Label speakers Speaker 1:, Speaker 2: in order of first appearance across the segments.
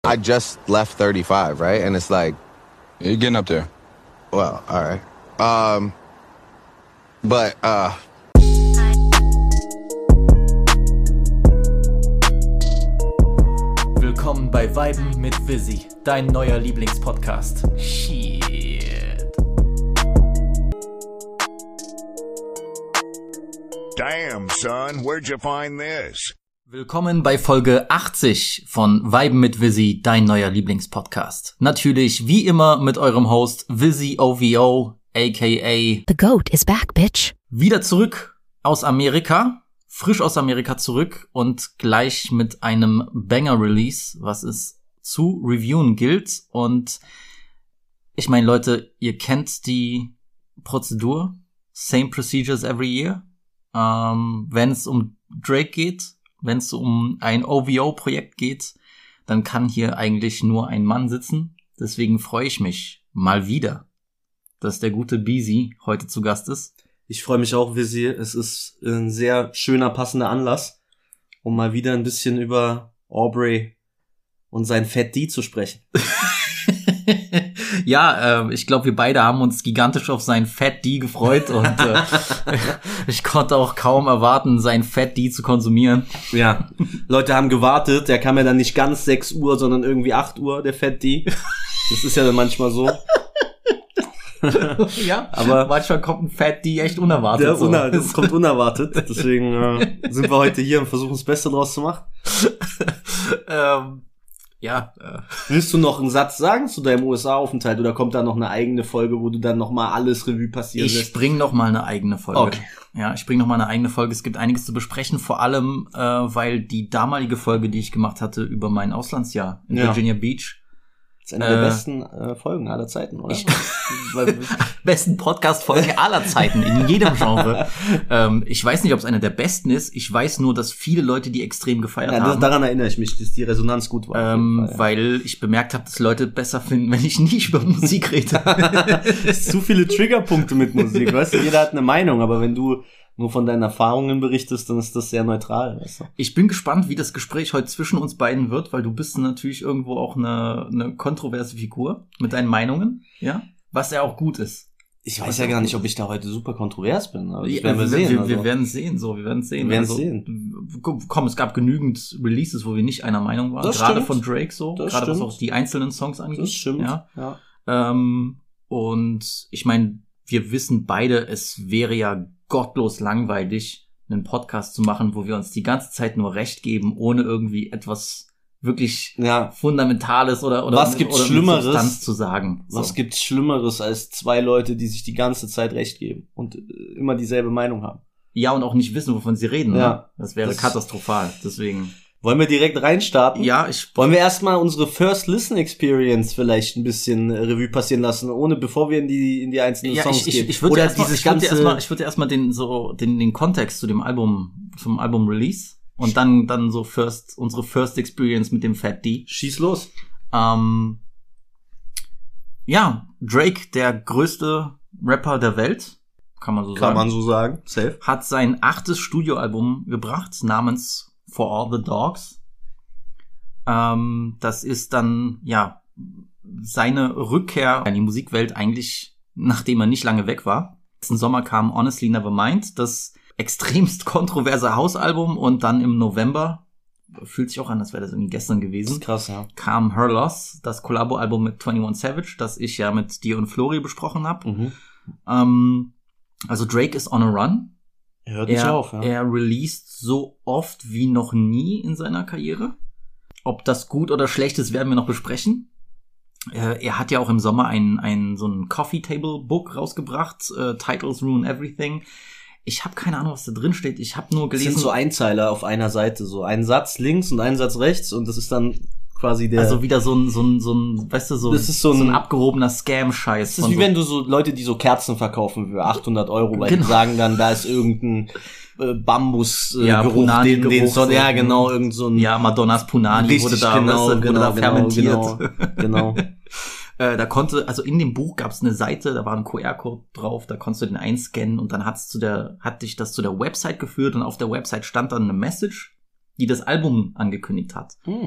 Speaker 1: I just left 35, right? And it's like...
Speaker 2: You're getting up there.
Speaker 1: Well, all right. But
Speaker 3: Willkommen bei Viben mit Vizzy, dein neuer Lieblingspodcast. Shit.
Speaker 4: Damn, son, where'd you find this?
Speaker 3: Willkommen bei Folge 80 von Viben mit Vizzy, dein neuer Lieblingspodcast. Natürlich, wie immer, mit eurem Host Vizzy OVO, aka
Speaker 5: The Goat is back, bitch.
Speaker 3: Wieder zurück aus Amerika, frisch aus Amerika zurück und gleich mit einem Banger-Release, was es zu reviewen gilt. Und ich meine, Leute, ihr kennt die Prozedur. Same procedures every year. Wenn es um Drake geht, wenn es um ein OVO-Projekt geht, dann kann hier eigentlich nur ein Mann sitzen. Deswegen freue ich mich mal wieder, dass der gute Beezy heute zu Gast ist.
Speaker 6: Ich freue mich auch, Vizzy. Es ist ein sehr schöner, passender Anlass, um mal wieder ein bisschen über Aubrey und sein Fat D zu sprechen.
Speaker 3: Ja, ich glaube, wir beide haben uns gigantisch auf sein Fat D gefreut und ich konnte auch kaum erwarten, sein Fat D zu konsumieren.
Speaker 6: Ja, Leute haben gewartet. Der kam ja dann nicht ganz 6 Uhr, sondern irgendwie 8 Uhr, der Fat D. Das ist ja dann manchmal so.
Speaker 3: Ja,
Speaker 6: aber
Speaker 3: manchmal kommt ein Fat D echt unerwartet.
Speaker 6: Das kommt unerwartet. Deswegen sind wir heute hier und versuchen das Beste draus zu machen. Willst du noch einen Satz sagen zu deinem USA-Aufenthalt oder kommt da noch eine eigene Folge, wo du dann nochmal alles Revue passieren lässt?
Speaker 3: Ich bring noch mal eine eigene Folge.
Speaker 6: Okay.
Speaker 3: Ja, ich bring noch mal eine eigene Folge. Es gibt einiges zu besprechen, vor allem, weil die damalige Folge, die ich gemacht hatte über mein Auslandsjahr in Virginia Beach,
Speaker 6: das ist eine der besten Folgen aller Zeiten, oder?
Speaker 3: Besten Podcast-Folgen aller Zeiten, in jedem Genre. Ich weiß nicht, ob es eine der besten ist. Ich weiß nur, dass viele Leute die extrem gefeiert haben.
Speaker 6: Daran erinnere ich mich, dass die Resonanz gut war.
Speaker 3: Weil ich bemerkt habe, dass Leute besser finden, wenn ich nicht über Musik rede.
Speaker 6: Es sind zu viele Triggerpunkte mit Musik, weißt du? Jeder hat eine Meinung, aber wenn du nur von deinen Erfahrungen berichtest, dann ist das sehr neutral, weißt du?
Speaker 3: Ich bin gespannt, wie das Gespräch heute zwischen uns beiden wird, weil du bist natürlich irgendwo auch eine kontroverse Figur mit deinen Meinungen, ja? Was ja auch gut ist.
Speaker 6: Ich weiß ja gar nicht, ob ich da heute super kontrovers bin, aber das
Speaker 3: werden
Speaker 6: wir sehen.
Speaker 3: Wir werden es sehen, so, wir werden es sehen.
Speaker 6: Wir werden es sehen.
Speaker 3: Komm, es gab genügend Releases, wo wir nicht einer Meinung waren, gerade von Drake so, gerade was auch die einzelnen Songs angeht.
Speaker 6: Das stimmt,
Speaker 3: ja. Und ich meine, wir wissen beide, es wäre ja gottlos langweilig, einen Podcast zu machen, wo wir uns die ganze Zeit nur Recht geben, ohne irgendwie etwas wirklich Fundamentales oder
Speaker 6: was gibt's Schlimmeres,
Speaker 3: Substanz zu sagen.
Speaker 6: Was gibt's Schlimmeres als 2 Leute, die sich die ganze Zeit Recht geben und immer dieselbe Meinung haben?
Speaker 3: Ja, und auch nicht wissen, wovon sie reden.
Speaker 6: Ja.
Speaker 3: Ne? Das wäre katastrophal, deswegen.
Speaker 6: Wollen wir direkt reinstarten?
Speaker 3: Ja,
Speaker 6: wollen wir erstmal unsere First Listen Experience vielleicht ein bisschen Revue passieren lassen, bevor wir in die einzelnen Songs gehen?
Speaker 3: Ich würde erstmal den Kontext zum Album Release und dann so unsere First Experience mit dem Fat D.
Speaker 6: Schieß los.
Speaker 3: Drake, der größte Rapper der Welt, kann man so sagen.
Speaker 6: Safe.
Speaker 3: Hat sein 8. Studioalbum gebracht, namens For All the Dogs. Das ist dann, seine Rückkehr in die Musikwelt eigentlich, nachdem er nicht lange weg war. Letzten Sommer kam Honestly Nevermind, das extremst kontroverse Hausalbum, und dann im November, fühlt sich auch an, als wäre das irgendwie gestern gewesen.
Speaker 6: Das ist krass, ja.
Speaker 3: Kam Her Loss, das Collabo-Album mit 21 Savage, das ich ja mit dir und Flori besprochen habe. Also Drake ist on a run.
Speaker 6: Er hört nicht auf, ja.
Speaker 3: Er released so oft wie noch nie in seiner Karriere. Ob das gut oder schlecht ist, werden wir noch besprechen. Er hat ja auch im Sommer so ein Coffee Table Book rausgebracht, Titles Ruin Everything. Ich habe keine Ahnung, was da drin steht. Ich habe nur gelesen.
Speaker 6: Das sind so Einzeiler auf einer Seite, so ein Satz links und ein Satz rechts, und das ist dann quasi der...
Speaker 3: Also wieder so ein weißt du, so ein abgehobener Scam-Scheiß.
Speaker 6: Das ist wie wenn du so Leute, die so Kerzen verkaufen für 800 €, weil die sagen dann, da ist irgendein Bambus-Geruch, irgend so ein...
Speaker 3: Ja, Madonnas Punani wurde da fermentiert.
Speaker 6: Genau.
Speaker 3: Da konnte, also in dem Buch gab es eine Seite, da war ein QR-Code drauf, da konntest du den einscannen und dann hat dich das zu der Website geführt und auf der Website stand dann eine Message, die das Album angekündigt hat.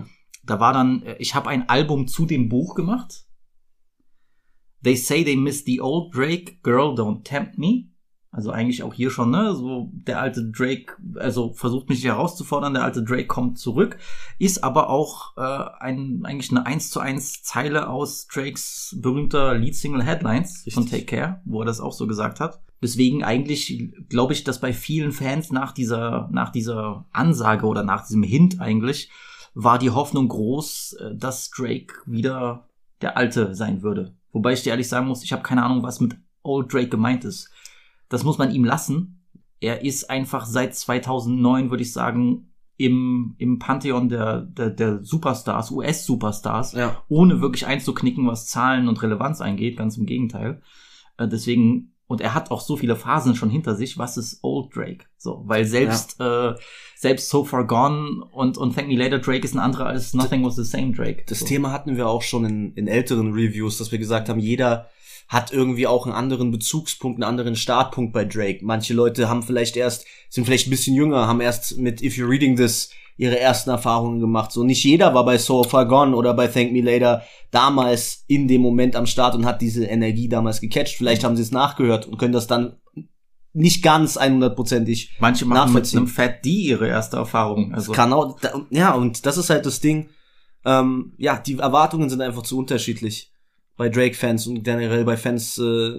Speaker 3: Da war dann, ich habe ein Album zu dem Buch gemacht. They say they miss the old Drake, girl, don't tempt me. Also eigentlich auch hier schon, ne, so der alte Drake, also versucht mich herauszufordern, der alte Drake kommt zurück, ist aber auch eigentlich eine 1:1 Zeile aus Drakes berühmter Leadsingle Headlines von Take Care, wo er das auch so gesagt hat. Deswegen eigentlich glaube ich, dass bei vielen Fans nach dieser Ansage oder nach diesem Hint eigentlich war die Hoffnung groß, dass Drake wieder der Alte sein würde. Wobei ich dir ehrlich sagen muss, ich habe keine Ahnung, was mit Old Drake gemeint ist. Das muss man ihm lassen. Er ist einfach seit 2009, würde ich sagen, im Pantheon der Superstars, US-Superstars, ohne wirklich einzuknicken, was Zahlen und Relevanz eingeht, ganz im Gegenteil. Deswegen, und er hat auch so viele Phasen schon hinter sich, was ist Old Drake? So, weil selbst So Far Gone und Thank Me Later Drake ist ein anderer als Nothing Was the Same Drake.
Speaker 6: Das Thema hatten wir auch schon in älteren Reviews, dass wir gesagt haben, jeder hat irgendwie auch einen anderen Bezugspunkt, einen anderen Startpunkt bei Drake. Manche Leute sind vielleicht ein bisschen jünger, haben erst mit If You're Reading This ihre ersten Erfahrungen gemacht. So, nicht jeder war bei So Far Gone oder bei Thank Me Later damals in dem Moment am Start und hat diese Energie damals gecatcht. Vielleicht haben sie es nachgehört und können das dann nicht ganz 100%ig
Speaker 3: Manche machen mit einem Fat D ihre erste Erfahrung. Also.
Speaker 6: Das kann auch, ja, und das ist halt das Ding. Die Erwartungen sind einfach zu unterschiedlich bei Drake-Fans und generell bei Fans,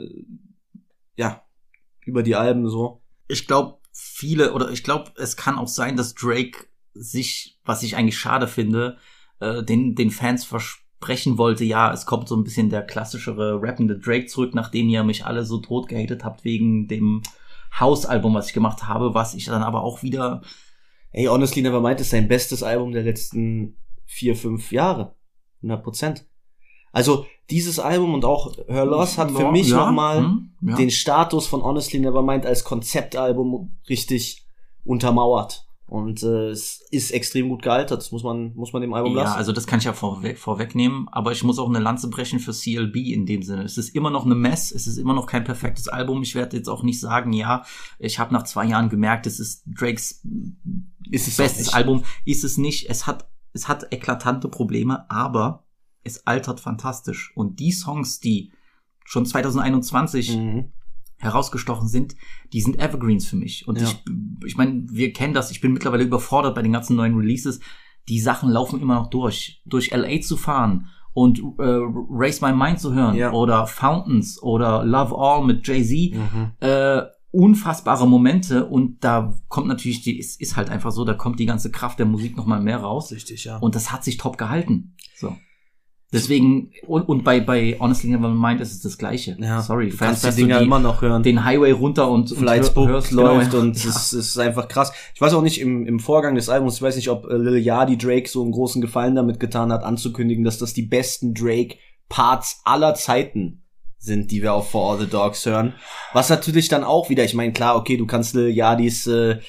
Speaker 6: über die Alben so.
Speaker 3: Ich glaube, es kann auch sein, dass Drake sich, was ich eigentlich schade finde, den Fans versprechen wollte, ja, es kommt so ein bisschen der klassischere rappende Drake zurück, nachdem ihr mich alle so tot gehatet habt wegen dem House-Album, was ich gemacht habe, was ich dann aber auch wieder...
Speaker 6: Ey, Honestly Nevermind ist sein bestes Album der letzten 4-5 Jahre. 100%. Also dieses Album und auch Her Loss hat für mich nochmal den Status von Honestly Nevermind als Konzeptalbum richtig untermauert. Und es ist extrem gut gealtert, das muss man dem Album lassen.
Speaker 3: Ja, also das kann ich ja vorwegnehmen, aber ich muss auch eine Lanze brechen für CLB in dem Sinne. Es ist immer noch eine Mess, es ist immer noch kein perfektes Album. Ich werde jetzt auch nicht sagen, ja, ich habe nach 2 Jahren gemerkt, es ist Drakes bestes Album. Ist es nicht. Es hat eklatante Probleme, aber es altert fantastisch. Und die Songs, die schon 2021 herausgestochen sind, die sind Evergreens für mich. Und ich meine, wir kennen das. Ich bin mittlerweile überfordert bei den ganzen neuen Releases. Die Sachen laufen immer noch durch. Durch LA zu fahren und Raise My Mind zu hören oder Fountains oder Love All mit Jay-Z. Unfassbare Momente und da kommt natürlich, es ist halt einfach so, da kommt die ganze Kraft der Musik nochmal mehr raus.
Speaker 6: Richtig, ja.
Speaker 3: Und das hat sich top gehalten. So. Deswegen, und bei Honestly Nevermind ist es das Gleiche.
Speaker 6: Ja,
Speaker 3: sorry,
Speaker 6: du kannst die Dinger immer noch hören.
Speaker 3: Den Highway runter und
Speaker 6: Flightsbook läuft und es ist einfach krass. Ich weiß auch nicht, im Vorgang des Albums, ich weiß nicht, ob Lil Yachty Drake so einen großen Gefallen damit getan hat, anzukündigen, dass das die besten Drake-Parts aller Zeiten sind, die wir auf For All the Dogs hören. Was natürlich dann auch wieder, ich meine, klar, okay, du kannst Lil Yachty's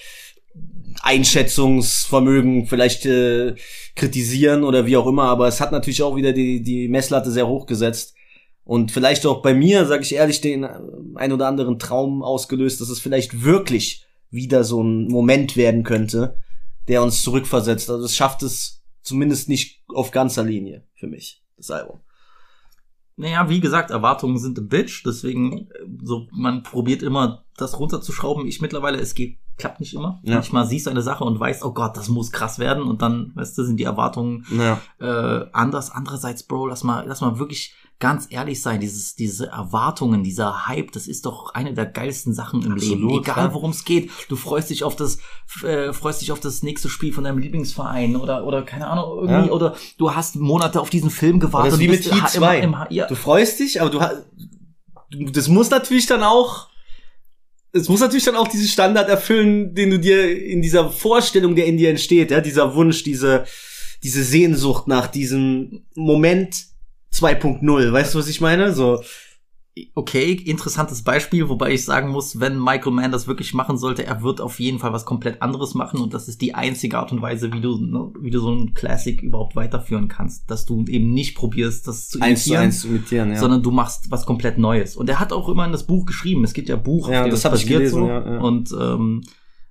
Speaker 6: Einschätzungsvermögen vielleicht kritisieren oder wie auch immer, aber es hat natürlich auch wieder die Messlatte sehr hoch gesetzt und vielleicht auch bei mir, sage ich ehrlich, den ein oder anderen Traum ausgelöst, dass es vielleicht wirklich wieder so ein Moment werden könnte, der uns zurückversetzt. Also es schafft es zumindest nicht auf ganzer Linie für mich, das Album.
Speaker 3: Naja, wie gesagt, Erwartungen sind a bitch, deswegen so man probiert immer das runterzuschrauben. Ich mittlerweile, klappt nicht immer. Ja. Manchmal siehst du eine Sache und weißt, oh Gott, das muss krass werden und dann, weißt du, sind die Erwartungen anders. Andererseits, Bro, lass mal wirklich ganz ehrlich sein, diese Erwartungen, dieser Hype, das ist doch eine der geilsten Sachen im Leben. Egal worum es geht. Du freust dich auf das nächste Spiel von deinem Lieblingsverein oder keine Ahnung, irgendwie, oder du hast Monate auf diesen Film gewartet.
Speaker 6: Das ist wie mit Heat 2. Du freust dich, aber das muss natürlich dann auch diesen Standard erfüllen, den du dir in dieser Vorstellung, der in dir entsteht, ja, dieser Wunsch, diese Sehnsucht nach diesem Moment 2.0, weißt du, was ich meine? So.
Speaker 3: Okay, interessantes Beispiel, wobei ich sagen muss, wenn Michael Mann das wirklich machen sollte, er wird auf jeden Fall was komplett anderes machen und das ist die einzige Art und Weise, wie du so ein Classic überhaupt weiterführen kannst, dass du eben nicht probierst, das zu imitieren,
Speaker 6: ja,
Speaker 3: sondern du machst was komplett Neues. Und er hat auch immer in das Buch geschrieben, es gibt ja ein Buch, auf dem das
Speaker 6: hab ich gelesen,
Speaker 3: so.
Speaker 6: ja.
Speaker 3: Und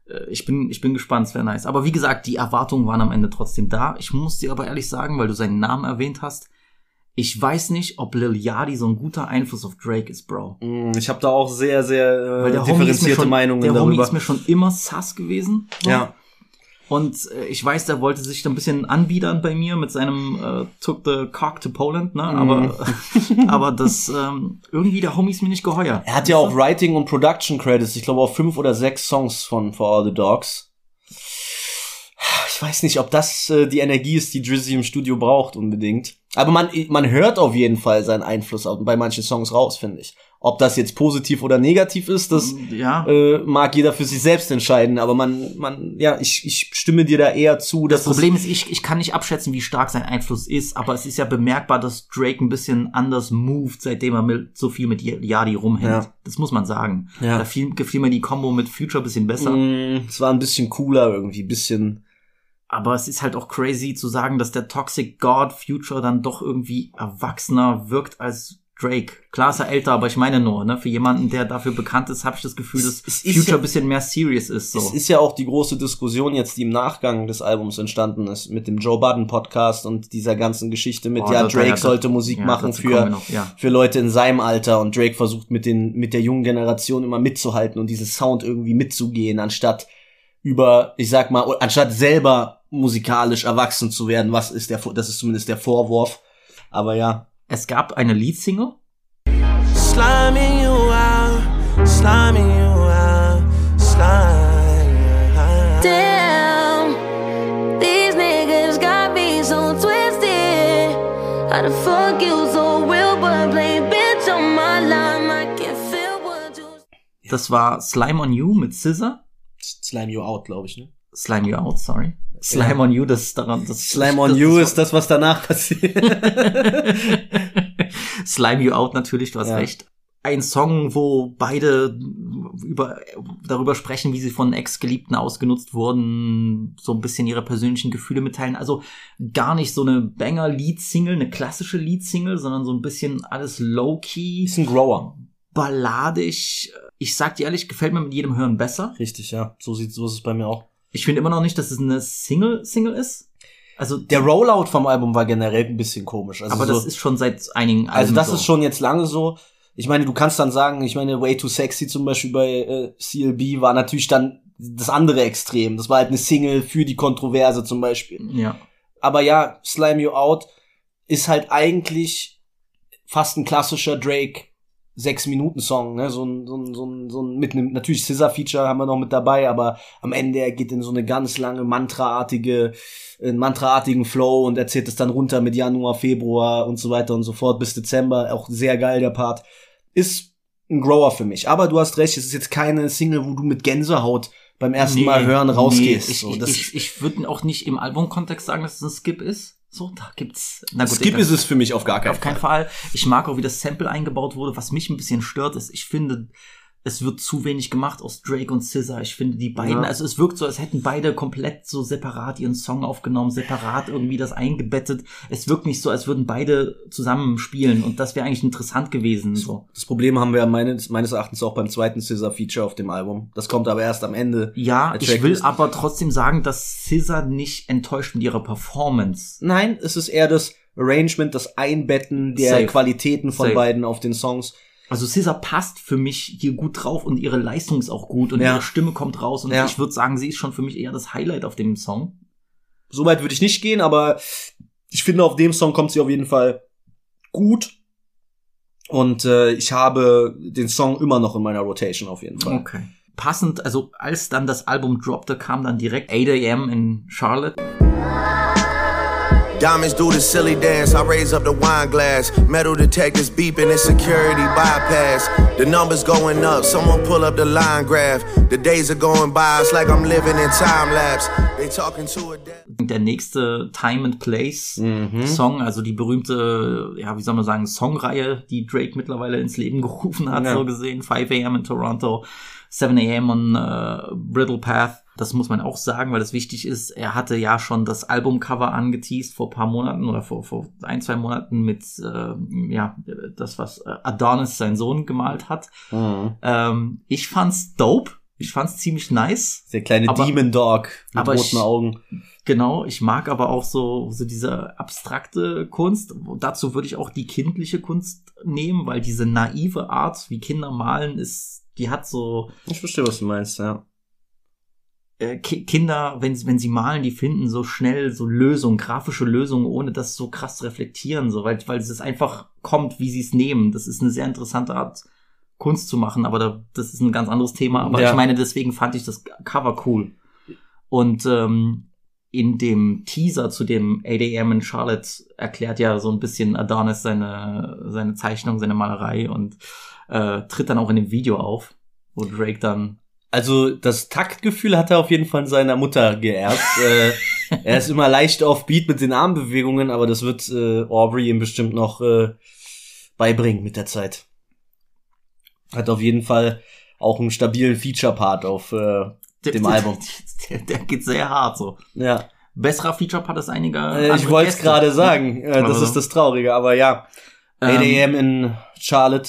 Speaker 3: Ich bin gespannt, es wäre nice. Aber wie gesagt, die Erwartungen waren am Ende trotzdem da. Ich muss dir aber ehrlich sagen, weil du seinen Namen erwähnt hast, ich weiß nicht, ob Lil Yachty so ein guter Einfluss auf Drake ist, Bro.
Speaker 6: Ich habe da auch sehr, sehr
Speaker 3: weil der
Speaker 6: differenzierte Meinungen
Speaker 3: darüber. Der Homie ist mir schon immer sus gewesen. So.
Speaker 6: Ja.
Speaker 3: Und ich weiß, der wollte sich da ein bisschen anbiedern bei mir mit seinem Took the Cock to Poland, ne? Aber das irgendwie der Homie ist mir nicht geheuer.
Speaker 6: Er hat ja auch Writing und Production Credits, ich glaube auf 5 oder 6 Songs von For All the Dogs. Ich weiß nicht, ob das die Energie ist, die Drizzy im Studio braucht unbedingt. Aber man hört auf jeden Fall seinen Einfluss bei manchen Songs raus, finde ich. Ob das jetzt positiv oder negativ ist, das mag jeder für sich selbst entscheiden. Aber ich stimme dir da eher zu. Dass
Speaker 3: das Problem ist, ich kann nicht abschätzen, wie stark sein Einfluss ist, aber es ist ja bemerkbar, dass Drake ein bisschen anders moved, seitdem er so viel mit Yachty rumhängt. Ja. Das muss man sagen. Ja. Da gefiel mir die Kombo mit Future ein bisschen besser.
Speaker 6: Es war ein bisschen cooler irgendwie, bisschen.
Speaker 3: Aber es ist halt auch crazy zu sagen, dass der Toxic God Future dann doch irgendwie erwachsener wirkt als Drake. Klar ist er älter, aber ich meine nur, ne, für jemanden, der dafür bekannt ist, habe ich das Gefühl, dass Future ein bisschen mehr serious ist. So.
Speaker 6: Es ist ja auch die große Diskussion jetzt, die im Nachgang des Albums entstanden ist, mit dem Joe Budden Podcast und dieser ganzen Geschichte mit, Drake sollte Musik machen für Leute in seinem Alter und Drake versucht mit der jungen Generation immer mitzuhalten und diesen Sound irgendwie mitzugehen, anstatt selber musikalisch erwachsen zu werden. Das ist zumindest der Vorwurf. Aber ja.
Speaker 3: Es gab eine Leadsingle.
Speaker 2: Sliming you out, sliming you out, sliming you out. Damn, these niggas got me so twisted. How the fuck you so real, but play bitch on my line, I can feel what you.
Speaker 3: Das war Slime on You mit SZA.
Speaker 6: Slime You Out, glaube ich, ne?
Speaker 3: Slime You Out, sorry. Slime on You,
Speaker 6: Slime on You ist das, was danach passiert.
Speaker 3: Slime You Out natürlich, du hast recht. Ein Song, wo beide darüber sprechen, wie sie von Ex-Geliebten ausgenutzt wurden, so ein bisschen ihre persönlichen Gefühle mitteilen. Also gar nicht so eine Banger-Lead-Single, eine klassische Lead-Single, sondern so ein bisschen alles low-key.
Speaker 6: Ist ein Grower.
Speaker 3: Balladisch. Ich sag dir ehrlich, gefällt mir mit jedem Hören besser.
Speaker 6: Richtig, ja. So ist es bei mir auch.
Speaker 3: Ich finde immer noch nicht, dass es eine Single ist. Also
Speaker 6: der Rollout vom Album war generell ein bisschen komisch. Also
Speaker 3: aber das ist schon seit einigen Alben
Speaker 6: Also das ist schon jetzt lange so. Ich meine, du kannst dann sagen, Way Too Sexy zum Beispiel bei CLB war natürlich dann das andere Extrem. Das war halt eine Single für die Kontroverse zum Beispiel.
Speaker 3: Ja.
Speaker 6: Aber ja, Slime You Out ist halt eigentlich fast ein klassischer Drake 6-Minuten-Song, ne, so ein mit einem, natürlich SZA-Feature haben wir noch mit dabei, aber am Ende er geht in so eine ganz lange mantraartigen Flow und erzählt es dann runter mit Januar, Februar und so weiter und so fort bis Dezember, auch sehr geil der Part. Ist ein Grower für mich, aber du hast recht, es ist jetzt keine Single, wo du mit Gänsehaut beim ersten Mal hören rausgehst.
Speaker 3: Ich würde auch nicht im Albumkontext sagen, dass es ein Skip ist. So, da gibt's.
Speaker 6: Skip ist es für mich auf gar keinen Fall.
Speaker 3: Auf keinen Fall. Ich mag auch, wie das Sample eingebaut wurde. Was mich ein bisschen stört, ist, ich finde, es wird zu wenig gemacht aus Drake und SZA. Ich finde, die beiden, also es wirkt so, als hätten beide komplett so separat ihren Song aufgenommen, separat irgendwie das eingebettet. Es wirkt nicht so, als würden beide zusammen spielen und das wäre eigentlich interessant gewesen. So.
Speaker 6: Das Problem haben wir meines Erachtens auch beim zweiten SZA-Feature auf dem Album. Das kommt aber erst am Ende.
Speaker 3: Ja, ich will aber trotzdem sagen, dass SZA nicht enttäuscht mit ihrer Performance.
Speaker 6: Nein, es ist eher das Arrangement, das Einbetten der Qualitäten von beiden auf den Songs.
Speaker 3: Also SZA passt für mich hier gut drauf und ihre Leistung ist auch gut und ihre Stimme kommt raus und ich würde sagen, sie ist schon für mich eher das Highlight auf dem Song.
Speaker 6: Soweit würde ich nicht gehen, aber ich finde, auf dem Song kommt sie auf jeden Fall gut und ich habe den Song immer noch in meiner Rotation auf jeden Fall.
Speaker 3: Okay. Passend, also als dann das Album droppte, kam dann direkt 8 AM in Charlotte.
Speaker 5: Diamonds do the silly dance, I raise up the wine glass. Metal detectors beeping, it's security bypass. The numbers going up, someone pull up the line graph. The days are going by, it's like I'm living in time lapse. They talking to a dead.
Speaker 3: Der nächste Time and Place Song, also die berühmte, ja, wie soll man sagen, Songreihe, die Drake mittlerweile ins Leben gerufen hat, so gesehen. 5 AM in Toronto, 7 AM on Brittle Path. Das muss man auch sagen, weil das wichtig ist. Er hatte ja schon das Albumcover angeteased vor ein paar Monaten oder vor 1-2 Monaten mit, das, was Adonis, sein Sohn, gemalt hat. Ich fand's dope. Ich fand's ziemlich nice.
Speaker 6: Der kleine Demon Dog mit roten Augen.
Speaker 3: Genau, ich mag aber auch so diese abstrakte Kunst. Dazu würde ich auch die kindliche Kunst nehmen, weil diese naive Art, wie Kinder malen, die hat so...
Speaker 6: Ich verstehe, was du meinst, ja.
Speaker 3: Kinder, wenn sie malen, die finden so schnell so Lösungen, grafische Lösungen, ohne das so krass zu reflektieren, so, weil es einfach kommt, wie sie es nehmen. Das ist eine sehr interessante Art, Kunst zu machen, aber das ist ein ganz anderes Thema. Aber ich meine, deswegen fand ich das Cover cool. Und in dem Teaser zu dem 8 AM in Charlotte erklärt ja so ein bisschen Adonis seine Zeichnung, seine Malerei und tritt dann auch in dem Video auf, wo Drake dann...
Speaker 6: Also das Taktgefühl hat er auf jeden Fall in seiner Mutter geerbt. Er ist immer leicht auf Beat mit den Armbewegungen, aber das wird Aubrey ihm bestimmt noch beibringen mit der Zeit. Hat auf jeden Fall auch einen stabilen Feature-Part auf dem Album.
Speaker 3: Der geht sehr hart so.
Speaker 6: Ja.
Speaker 3: Besserer Feature-Part ist einiger.
Speaker 6: Ich wollte es gerade sagen. Das ist das Traurige, aber ja. 8 AM in Charlotte.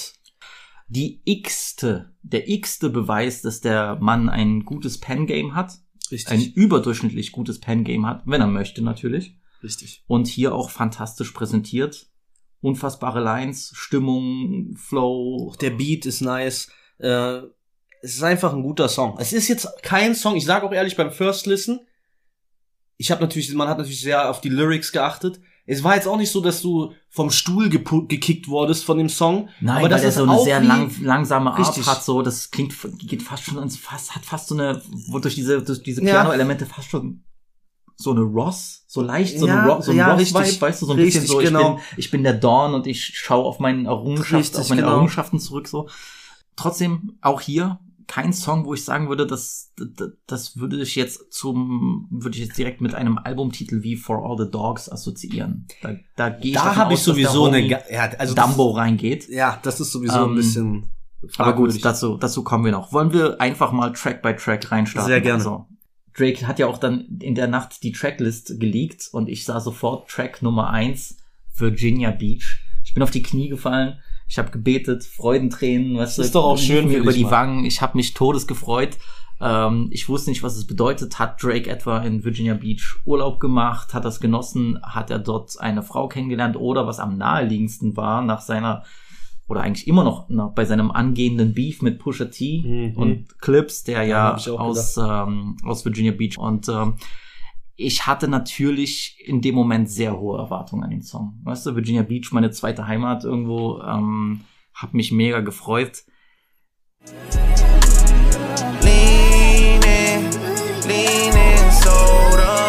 Speaker 3: Der x-te Beweis, dass der Mann ein gutes Pen-Game hat.
Speaker 6: Richtig.
Speaker 3: Ein überdurchschnittlich gutes Pen-Game hat, wenn er möchte natürlich.
Speaker 6: Richtig.
Speaker 3: Und hier auch fantastisch präsentiert. Unfassbare Lines, Stimmung, Flow.
Speaker 6: Der Beat ist nice. Es ist einfach ein guter Song. Es ist jetzt kein Song, ich sage auch ehrlich, beim First Listen, man hat natürlich sehr auf die Lyrics geachtet. Es war jetzt auch nicht so, dass du vom Stuhl gekickt wurdest von dem Song.
Speaker 3: Nein,
Speaker 6: aber
Speaker 3: weil der so eine sehr langsame Art
Speaker 6: richtig
Speaker 3: hat, so, das geht fast schon hat fast so eine, wo durch diese Piano-Elemente fast schon so eine Ross, so leicht, so eine Ross-Vibe, weißt du, so ein
Speaker 6: richtig,
Speaker 3: bisschen so,
Speaker 6: genau.
Speaker 3: ich bin der Dawn und ich schaue auf meine Errungenschaften zurück, so. Trotzdem, auch hier, kein Song, wo ich sagen würde, das würde ich jetzt direkt mit einem Albumtitel wie For All the Dogs assoziieren. Da gehe ich davon
Speaker 6: habe
Speaker 3: aus,
Speaker 6: ich sowieso
Speaker 3: Dumbo reingeht.
Speaker 6: Ja, das ist sowieso ein bisschen
Speaker 3: fragwürdig. Aber gut, dazu kommen wir noch. Wollen wir einfach mal Track by Track reinstarten?
Speaker 6: Sehr gerne.
Speaker 3: Also, Drake hat ja auch dann in der Nacht die Tracklist geleakt und ich sah sofort Track Nummer 1, Virginia Beach. Ich bin auf die Knie gefallen. Ich habe gebetet, Freudentränen, weißt du,
Speaker 6: ist doch auch schön
Speaker 3: mir über die Wangen. Ich habe mich todesgefreut. Ich wusste nicht, was es bedeutet. Hat Drake etwa in Virginia Beach Urlaub gemacht? Hat das genossen? Hat er dort eine Frau kennengelernt? Oder was am naheliegendsten war, nach seiner, oder eigentlich immer noch bei seinem angehenden Beef mit Pusha T und Clips, der ja aus Virginia Beach. Und ich hatte natürlich in dem Moment sehr hohe Erwartungen an den Song. Weißt du, Virginia Beach, meine zweite Heimat irgendwo, hab mich mega gefreut.
Speaker 5: Leaning, soda,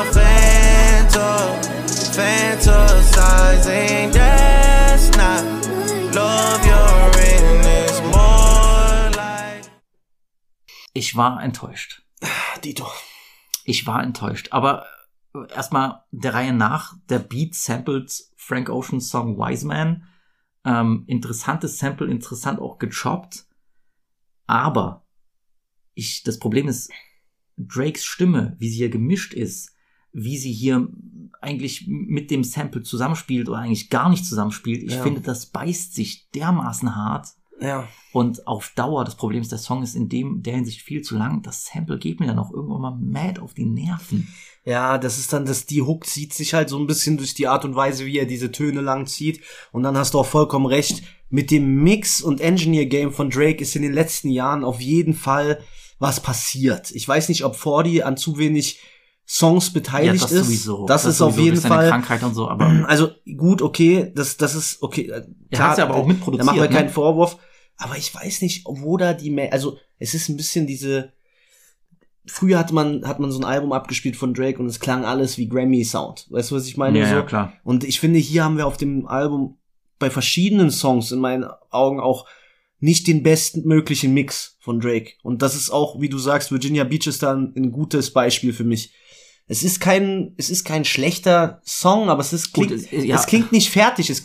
Speaker 5: fantasizing, that's not love, you're in this more like.
Speaker 3: Ich war enttäuscht.
Speaker 6: Dito.
Speaker 3: Ich war enttäuscht, aber erstmal der Reihe nach, der Beat sampled Frank Oceans Song Wise Man. Interessantes Sample, interessant auch gechoppt. Aber das Problem ist, Drakes Stimme, wie sie hier gemischt ist, wie sie hier eigentlich mit dem Sample zusammenspielt oder eigentlich gar nicht zusammenspielt. Ich finde, das beißt sich dermaßen hart.
Speaker 6: Ja.
Speaker 3: Und auf Dauer, das Problem ist, der Song ist in der Hinsicht viel zu lang. Das Sample geht mir dann auch irgendwann mal mad auf die Nerven.
Speaker 6: Ja, das ist dann, die Hook zieht sich halt so ein bisschen durch die Art und Weise, wie er diese Töne lang zieht. Und dann hast du auch vollkommen recht. Mit dem Mix- und Engineer-Game von Drake ist in den letzten Jahren auf jeden Fall was passiert. Ich weiß nicht, ob 40 an zu wenig Songs beteiligt ist.
Speaker 3: Sowieso.
Speaker 6: Das ist auf jeden Fall
Speaker 3: Krankheit und so, aber
Speaker 6: also gut, okay, das ist okay.
Speaker 3: Er hat's ja aber auch mitproduziert.
Speaker 6: Da machen wir keinen Vorwurf, aber ich weiß nicht, wo da also es ist ein bisschen früher hat man so ein Album abgespielt von Drake und es klang alles wie Grammy Sound. Weißt du, was ich meine?
Speaker 3: Ja, klar.
Speaker 6: Und ich finde, hier haben wir auf dem Album bei verschiedenen Songs in meinen Augen auch nicht den besten möglichen Mix von Drake. Und das ist auch, wie du sagst, Virginia Beach ist da ein gutes Beispiel für mich. Es ist kein schlechter Song, aber es klingt nicht fertig, es klingt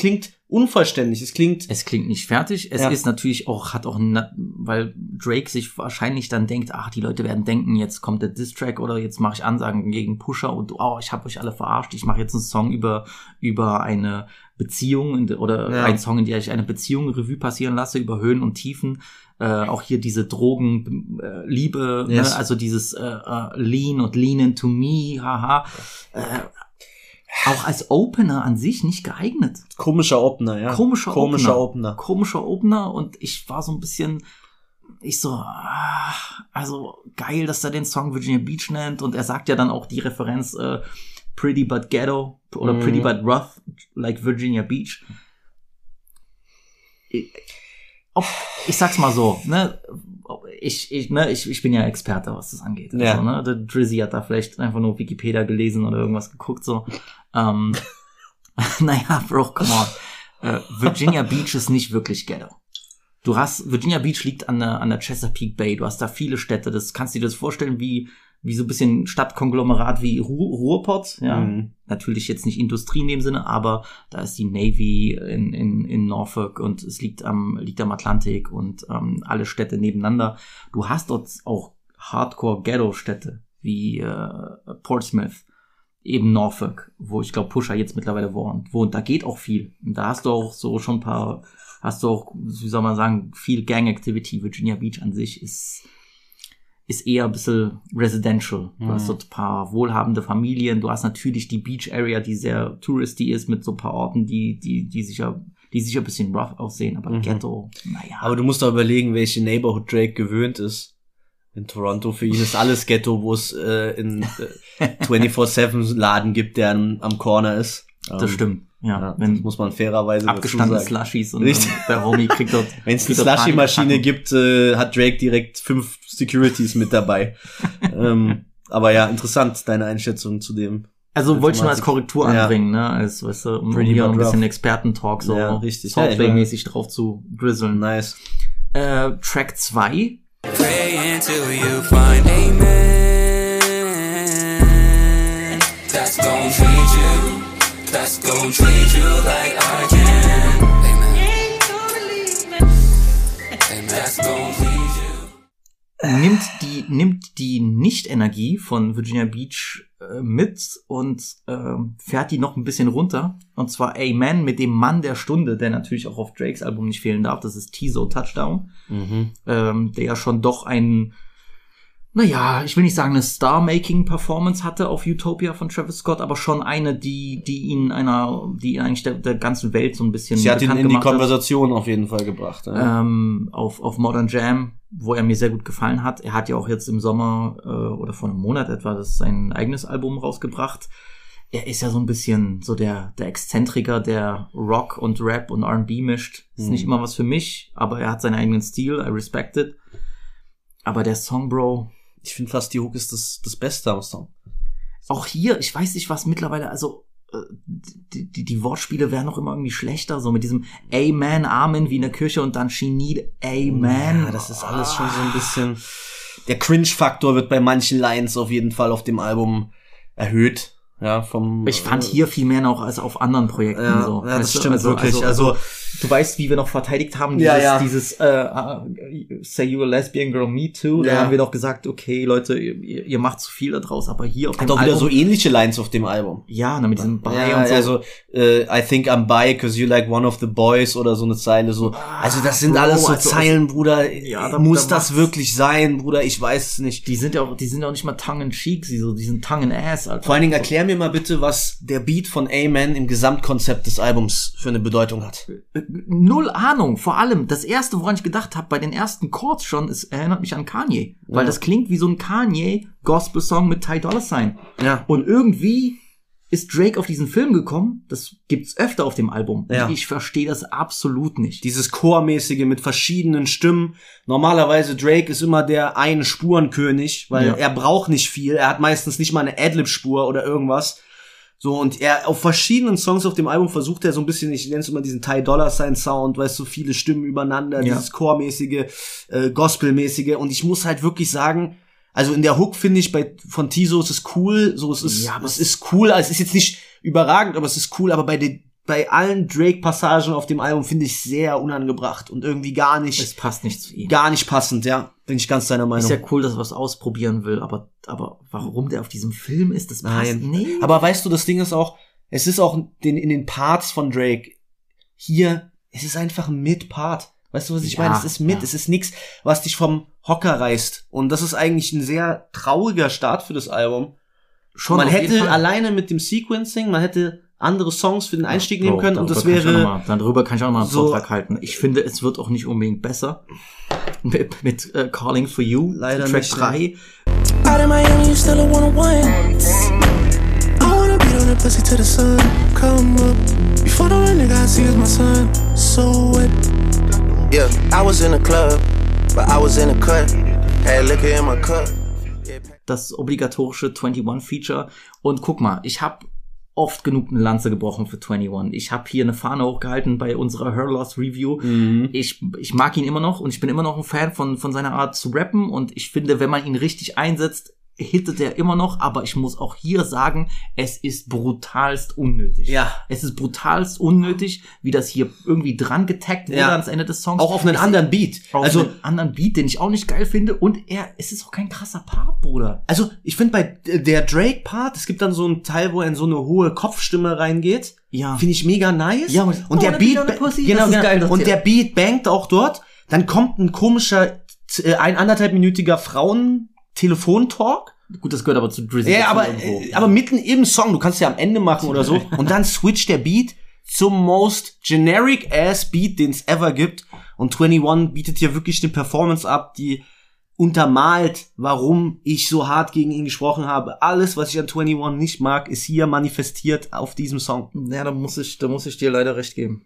Speaker 6: unvollständig. Es klingt
Speaker 3: nicht fertig. Es ist natürlich auch, weil Drake sich wahrscheinlich dann denkt, ach, die Leute werden denken, jetzt kommt der Diss-Track oder jetzt mache ich Ansagen gegen Pusher und ich habe euch alle verarscht. Ich mache jetzt einen Song über eine Beziehung oder einen Song, in der ich eine Beziehung Revue passieren lasse, über Höhen und Tiefen. Auch hier diese Drogen, Liebe, ne? Also dieses Lean und Lean into me, haha. Auch als Opener an sich nicht geeignet.
Speaker 6: Komischer Opener, ja.
Speaker 3: Komischer Opener und ich war so ein bisschen, also geil, dass er den Song Virginia Beach nennt und er sagt ja dann auch die Referenz Pretty but Ghetto oder Pretty but Rough, like Virginia Beach. Ich sag's mal so, ne, ich bin ja Experte, was das angeht.
Speaker 6: Ja.
Speaker 3: Also, ne, der Drizzy hat da vielleicht einfach nur Wikipedia gelesen oder irgendwas geguckt, so. Naja, Bro, come on. Virginia Beach ist nicht wirklich Ghetto. Virginia Beach liegt an der Chesapeake Bay, du hast da viele Städte, das kannst du dir das vorstellen wie so ein bisschen Stadtkonglomerat wie Ruhrpott, ja. Natürlich jetzt nicht Industrie in dem Sinne, aber da ist die Navy in Norfolk und es liegt am Atlantik und alle Städte nebeneinander. Du hast dort auch Hardcore-Ghetto-Städte wie Portsmouth, eben Norfolk, wo ich glaube Pusher jetzt mittlerweile wohnt. Da geht auch viel. Und da hast du auch so schon wie soll man sagen, viel Gang-Activity. Virginia Beach an sich ist eher ein bisschen residential. Du hast dort ein paar wohlhabende Familien. Du hast natürlich die Beach Area, die sehr touristy ist, mit so ein paar Orten, die sicher ein bisschen rough aussehen, aber Ghetto, naja.
Speaker 6: Aber du musst doch überlegen, welche Neighborhood Drake gewöhnt ist. In Toronto, für ihn ist alles Ghetto, wo es in 24/7 Laden gibt, der am Corner ist.
Speaker 3: Das stimmt. Ja,
Speaker 6: das muss man fairerweise
Speaker 3: abgestandene
Speaker 6: dazu sagen.
Speaker 3: Slushies und der Homie kriegt dort.
Speaker 6: Wenn es eine Slushie-Maschine gibt, hat Drake direkt 5 Securities mit dabei. Aber ja, interessant, deine Einschätzung zu dem.
Speaker 3: Also wollte ich nur als Korrektur anbringen, ne, als, weißt du, um hier ein bisschen Experten-Talk so Soundplay-mäßig drauf zu drizzeln.
Speaker 6: Nice.
Speaker 3: Track 2.
Speaker 2: Pray until you find amen. That's gon' treat you. That's gon' treat you like I can. Amen. Amen. That's gon' treat you.
Speaker 3: Nimmt die Nicht-Energie von Virginia Beach mit und fährt die noch ein bisschen runter. Und zwar Amen mit dem Mann der Stunde, der natürlich auch auf Drakes Album nicht fehlen darf. Das ist Tizo Touchdown. Der ja schon doch ich will nicht sagen eine Star-Making-Performance hatte auf Utopia von Travis Scott, aber schon eine, die ihn eigentlich der ganzen Welt so ein bisschen
Speaker 6: Sie hat ihn in die Konversation
Speaker 3: hat.
Speaker 6: Auf jeden Fall gebracht. Ja.
Speaker 3: Auf Modern Jam, wo er mir sehr gut gefallen hat. Er hat ja auch jetzt im Sommer oder vor einem Monat etwa sein eigenes Album rausgebracht. Er ist ja so ein bisschen so der Exzentriker, der Rock und Rap und R&B mischt. Ist nicht immer was für mich, aber er hat seinen eigenen Stil, I respect it. Aber der Song, Bro,
Speaker 6: ich finde fast, die Hook ist das Beste am Song.
Speaker 3: Auch hier, ich weiß nicht, was mittlerweile, also die Wortspiele werden noch immer irgendwie schlechter, so mit diesem Amen, Amen wie in der Kirche und dann She need Amen.
Speaker 6: Ja, das ist alles schon so ein bisschen, der Cringe-Faktor wird bei manchen Lines auf jeden Fall auf dem Album erhöht. Ja,
Speaker 3: ich fand hier viel mehr noch als auf anderen Projekten.
Speaker 6: Ja,
Speaker 3: so.
Speaker 6: Ja, das stimmt wirklich. Also
Speaker 3: du weißt, wie wir noch verteidigt haben, dieses Say You a Lesbian Girl, Me Too. Da haben wir doch gesagt, okay, Leute, ihr macht zu viel da draus, aber hier auf dem
Speaker 6: Album... Hat auch wieder so ähnliche Lines auf dem Album.
Speaker 3: Ja, mit diesem Bi und so.
Speaker 6: Also, I think I'm bi cause you like one of the boys oder so eine Zeile so. Also das sind alles so Zeilen, Bruder. Ja, muss das wirklich sein, Bruder? Ich weiß es nicht.
Speaker 3: Die sind ja auch nicht mal tongue-in-cheek, die sind tongue-in-ass. Alter.
Speaker 6: Vor allen Dingen erklär mir mal bitte, was der Beat von Amen im Gesamtkonzept des Albums für eine Bedeutung hat.
Speaker 3: Null Ahnung. Vor allem, das erste, woran ich gedacht habe, bei den ersten Chords schon, es erinnert mich an Kanye. Weil das klingt wie so ein Kanye-Gospel-Song mit Ty Dolla $ign.
Speaker 6: Ja.
Speaker 3: Und irgendwie ist Drake auf diesen Film gekommen. Das gibt's öfter auf dem Album.
Speaker 6: Ja.
Speaker 3: Ich verstehe das absolut nicht.
Speaker 6: Dieses Chormäßige mit verschiedenen Stimmen. Normalerweise Drake ist immer der Ein-Spurenkönig, weil er braucht nicht viel. Er hat meistens nicht mal eine Adlib-Spur oder irgendwas. So, und er auf verschiedenen Songs auf dem Album versucht er so ein bisschen, ich nenne es immer diesen Ty Dolla $ign Sound, weißt du, viele Stimmen übereinander, dieses Chormäßige, Gospelmäßige. Und ich muss halt wirklich sagen, also in der Hook finde ich von Tizo ist es cool, so es ist cool, also es ist jetzt nicht überragend, aber es ist cool, aber bei bei allen Drake-Passagen auf dem Album finde ich sehr unangebracht und irgendwie gar nicht.
Speaker 3: Es passt nicht zu ihm.
Speaker 6: Gar nicht passend, ja. Bin ich ganz deiner Meinung.
Speaker 3: Ist ja cool, dass er was ausprobieren will, aber warum der auf diesem Film ist, das passt nicht.
Speaker 6: Aber weißt du, das Ding ist auch, es ist auch in den Parts von Drake hier, es ist einfach ein Mid-Part. Weißt du, was ich meine? Es ist es ist nix, was dich vom Hocker reißt. Und das ist eigentlich ein sehr trauriger Start für das Album.
Speaker 3: Schon
Speaker 6: man hätte alleine mit dem Sequencing, man hätte andere Songs für den Einstieg nehmen können und das wäre...
Speaker 3: Darüber kann ich auch noch mal einen Vortrag halten. Ich finde, es wird auch nicht unbedingt besser. Mit Calling for You,
Speaker 6: leider
Speaker 3: Track
Speaker 6: nicht,
Speaker 3: 3.
Speaker 2: Out of Miami, you still a one-on-one. I wanna beat on the pussy till the sun come up. Before the one nigga I see is my son. So what?
Speaker 5: Yeah, I was in the club, but I was in the cut. Had liquor in my cup.
Speaker 3: Das obligatorische 21-Feature. Und guck mal, ich habe oft genug eine Lanze gebrochen für 21. Ich habe hier eine Fahne hochgehalten bei unserer Her Loss Review. Ich mag ihn immer noch und ich bin immer noch ein Fan von seiner Art zu rappen und ich finde, wenn man ihn richtig einsetzt, hittet er immer noch, aber ich muss auch hier sagen, es ist brutalst unnötig.
Speaker 6: Ja.
Speaker 3: Es ist brutalst unnötig, wie das hier irgendwie dran getaggt wurde ans Ende des Songs.
Speaker 6: Auch auf einen anderen Beat.
Speaker 3: Auf einen anderen Beat, den ich auch nicht geil finde und es ist auch kein krasser Part, Bruder.
Speaker 6: Also, ich finde bei der Drake-Part, es gibt dann so einen Teil, wo er in so eine hohe Kopfstimme reingeht.
Speaker 3: Ja.
Speaker 6: Finde ich mega nice.
Speaker 3: Ja,
Speaker 6: und der Beat,
Speaker 3: genau, geil,
Speaker 6: und der Beat bangt auch dort. Dann kommt ein komischer, 1,5-minütiger Frauen-Telefontalk.
Speaker 3: Gut, das gehört aber zu Drizzy.
Speaker 6: Ja, aber mitten im Song, du kannst es ja am Ende machen oder so. Und dann switcht der Beat zum most generic ass Beat, den es ever gibt. Und 21 bietet hier wirklich eine Performance ab, die untermalt, warum ich so hart gegen ihn gesprochen habe. Alles, was ich an 21 nicht mag, ist hier manifestiert auf diesem Song.
Speaker 3: Ja, da muss ich dir leider recht geben.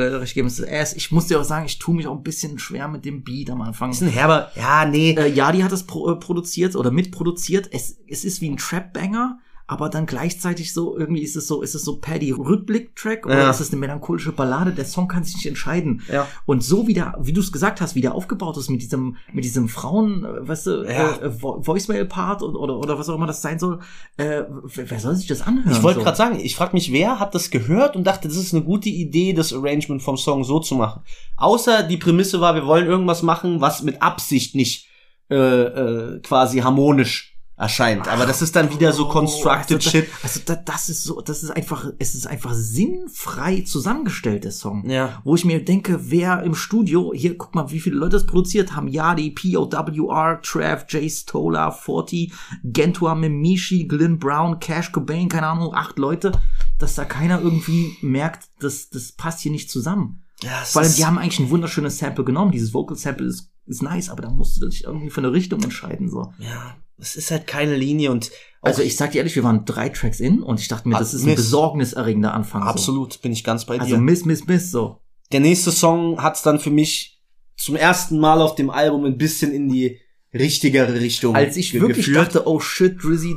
Speaker 3: Ich muss dir auch sagen, ich tue mich auch ein bisschen schwer mit dem Beat am Anfang.
Speaker 6: Ist ein herber, ja, nee.
Speaker 3: Die hat es produziert oder mitproduziert. Es ist wie ein Trap-Banger, aber dann gleichzeitig so, irgendwie ist es so Paddy-Rückblick-Track oder ist es eine melancholische Ballade? Der Song kann sich nicht entscheiden. Ja. Und so wie du es gesagt hast, wie der aufgebaut ist mit diesem Frauen, weißt du, Voicemail-Part oder was auch immer das sein soll, wer soll sich das anhören?
Speaker 6: Ich wollte gerade sagen, ich frage mich, wer hat das gehört und dachte, das ist eine gute Idee, das Arrangement vom Song so zu machen. Außer die Prämisse war, wir wollen irgendwas machen, was mit Absicht nicht quasi harmonisch erscheint. Aber das ist dann wieder so constructed Shit.
Speaker 3: Also das ist einfach sinnfrei zusammengestellt, der Song.
Speaker 6: Ja.
Speaker 3: Wo ich mir denke, wer im Studio, hier, guck mal, wie viele Leute das produziert haben. Yadi, POWR, Trav, Jay Stola, 40, Gentua, Mimishi, Glenn Brown, Cash Cobain, keine Ahnung, 8 Leute, dass da keiner irgendwie merkt, das passt hier nicht zusammen. Ja, vor allem, die haben eigentlich ein wunderschönes Sample genommen. Dieses Vocal-Sample ist nice, aber da musst du dich irgendwie für eine Richtung entscheiden, so.
Speaker 6: Ja. Es ist halt keine Linie und
Speaker 3: also ich sag dir ehrlich, wir waren 3 Tracks in und ich dachte mir, das ist ein besorgniserregender Anfang.
Speaker 6: Absolut, so. Bin ich ganz bei dir.
Speaker 3: Also Miss, so.
Speaker 6: Der nächste Song hat's dann für mich zum ersten Mal auf dem Album ein bisschen in die richtigere Richtung
Speaker 3: als ich wirklich dachte, oh shit, Drizzy,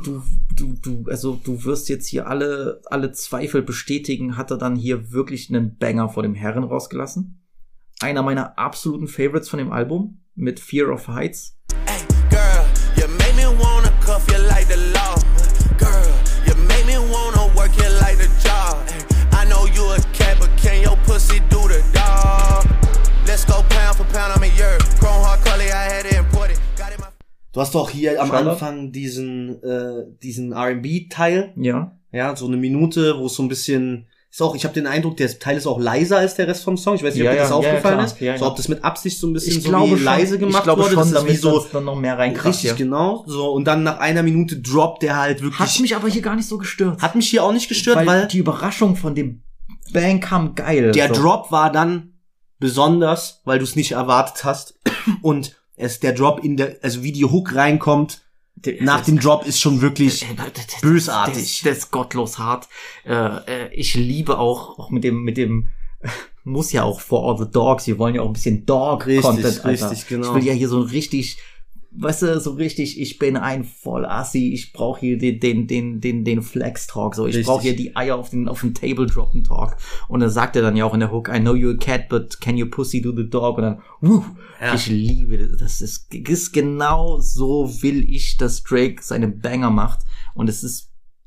Speaker 3: du wirst jetzt hier alle Zweifel bestätigen, hat er dann hier wirklich einen Banger vor dem Herren rausgelassen. Einer meiner absoluten Favorites von dem Album mit Fear of Heights.
Speaker 2: Hey, girl, you make me wanna cuff you like the law. Girl, you make me wanna work you like the job. I know you a cat, but can your pussy do the dog? Let's go pound for pound, I'm a year. Chrome hard collie, I had it imported. Got it my...
Speaker 6: Du hast doch hier am Anfang diesen R&B-Teil.
Speaker 3: Ja.
Speaker 6: Ja, so eine Minute, wo es so ein bisschen... ich habe den Eindruck, der Teil ist auch leiser als der Rest vom Song. Ich weiß nicht, ob dir das aufgefallen ist. Ja, so, ob das mit Absicht so ein bisschen leise gemacht wurde.
Speaker 3: Ich glaube schon,
Speaker 6: das ist wie so
Speaker 3: dann noch mehr reinkriegt.
Speaker 6: Richtig, genau. So, und dann nach einer Minute droppt der halt wirklich.
Speaker 3: Hat mich aber hier gar nicht so gestört.
Speaker 6: Hat mich hier auch nicht gestört, weil
Speaker 3: die Überraschung von dem Bang kam geil.
Speaker 6: Der Drop war dann besonders, weil du es nicht erwartet hast. Und der Drop wie die Hook reinkommt, nach dem Drop ist schon wirklich bösartig.
Speaker 3: Das ist gottlos hart. Ich liebe auch mit dem muss ja auch For All the Dogs, wir wollen ja auch ein bisschen Dog-Content, Alter.
Speaker 6: Richtig, genau.
Speaker 3: Ich will ja hier so richtig, weißt du, so richtig, ich bin ein Vollassi, ich brauche hier den Flex-Talk, so, ich brauche hier die Eier auf den Table-Droppen-Talk. Und dann sagt er dann ja auch in der Hook, I know you're a cat, but can your pussy do the dog? Und dann, ich liebe das. Das ist genau so will ich, dass Drake seine Banger macht. Und es ist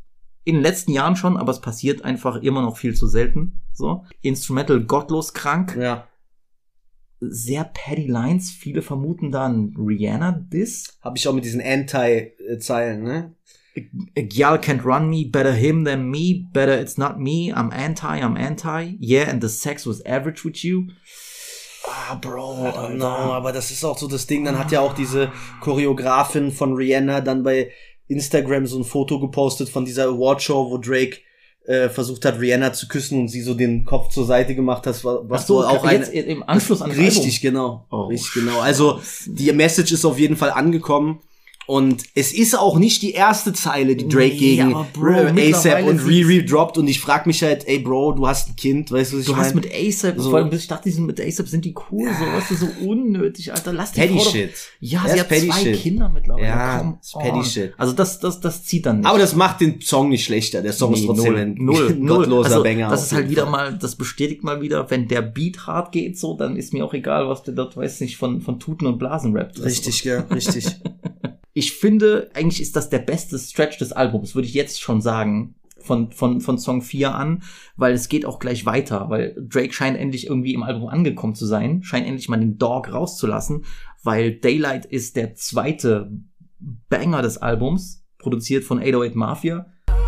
Speaker 3: in den letzten Jahren schon, aber es passiert einfach immer noch viel zu selten. So. Instrumental gottlos krank.
Speaker 6: Ja.
Speaker 3: Sehr petty Lines. Viele vermuten da ein Rihanna-Diss.
Speaker 6: Habe ich auch mit diesen Anti-Zeilen, ne?
Speaker 3: A gal can't run me, better him than me, better it's not me, I'm anti, yeah, and the sex was average with you.
Speaker 6: Ah, Bro, no, aber das ist auch so das Ding, dann hat ja auch diese Choreografin von Rihanna dann bei Instagram so ein Foto gepostet von dieser Awardshow, wo Drake versucht hat, Rihanna zu küssen und sie so den Kopf zur Seite gemacht hat, was so auch
Speaker 3: jetzt im Anschluss an das
Speaker 6: richtig,
Speaker 3: Album.
Speaker 6: genau.
Speaker 3: Oh,
Speaker 6: richtig, genau. Also, die Message ist auf jeden Fall angekommen. Und es ist auch nicht die erste Zeile, die Drake gegen A$AP und Riri droppt. Und ich frag mich halt, ey Bro, du hast ein Kind, weißt du, was ich meine?
Speaker 3: Du hast mit A$AP,
Speaker 6: so,
Speaker 3: vor allem, ich dachte, mit A$AP sind die cool, so, weißt du, so unnötig, Alter, lass die
Speaker 6: Petty
Speaker 3: Frau
Speaker 6: Shit.
Speaker 3: doch. Ja, sie hat 2 Kinder mittlerweile.
Speaker 6: Ja, ist Petty Shit.
Speaker 3: Also das zieht dann nicht.
Speaker 6: Aber das macht den Song nicht schlechter. Der Song ist trotzdem ein gottloser Banger.
Speaker 3: Das ist halt wieder mal, das bestätigt mal wieder, wenn der Beat hart geht, so, dann ist mir auch egal, was der dort, weiß nicht, von Tuten und Blasen rappt.
Speaker 6: Richtig, ja, richtig.
Speaker 3: Ich finde, eigentlich ist das der beste Stretch des Albums, würde ich jetzt schon sagen, von Song 4 an, weil es geht auch gleich weiter, weil Drake scheint endlich irgendwie im Album angekommen zu sein, scheint endlich mal den Dog rauszulassen, weil Daylight ist der zweite Banger des Albums, produziert von 808 Mafia.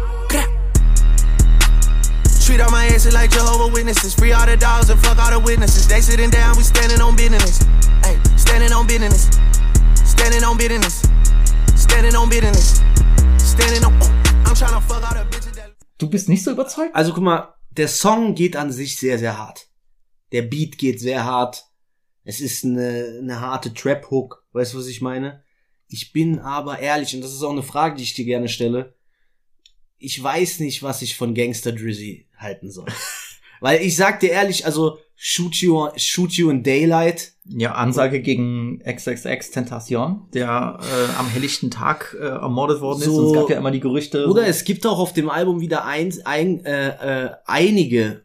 Speaker 5: Treat all my asses like Jehovah's Witnesses. Free all the dogs and fuck all the witnesses. They sitting down, we standing on business. Ay, standing on business. Standing on business. Standing on business. Standing on. I'm trying to fuck all the bitches that.
Speaker 3: Du bist nicht so überzeugt?
Speaker 6: Also guck mal, der Song geht an sich sehr, sehr hart. Der Beat geht sehr hart. Es ist eine harte Trap-Hook. Weißt du, was ich meine? Ich bin aber ehrlich, und das ist auch eine Frage, die ich dir gerne stelle. Ich weiß nicht, was ich von Gangsta Drizzy halten soll. Weil ich sag dir ehrlich, also Shoot You in Daylight.
Speaker 3: Ja, Ansage gegen XXX Tentacion, der am helllichten Tag ermordet worden ist. Und es gab ja immer die Gerüchte.
Speaker 6: Oder es gibt auch auf dem Album wieder einige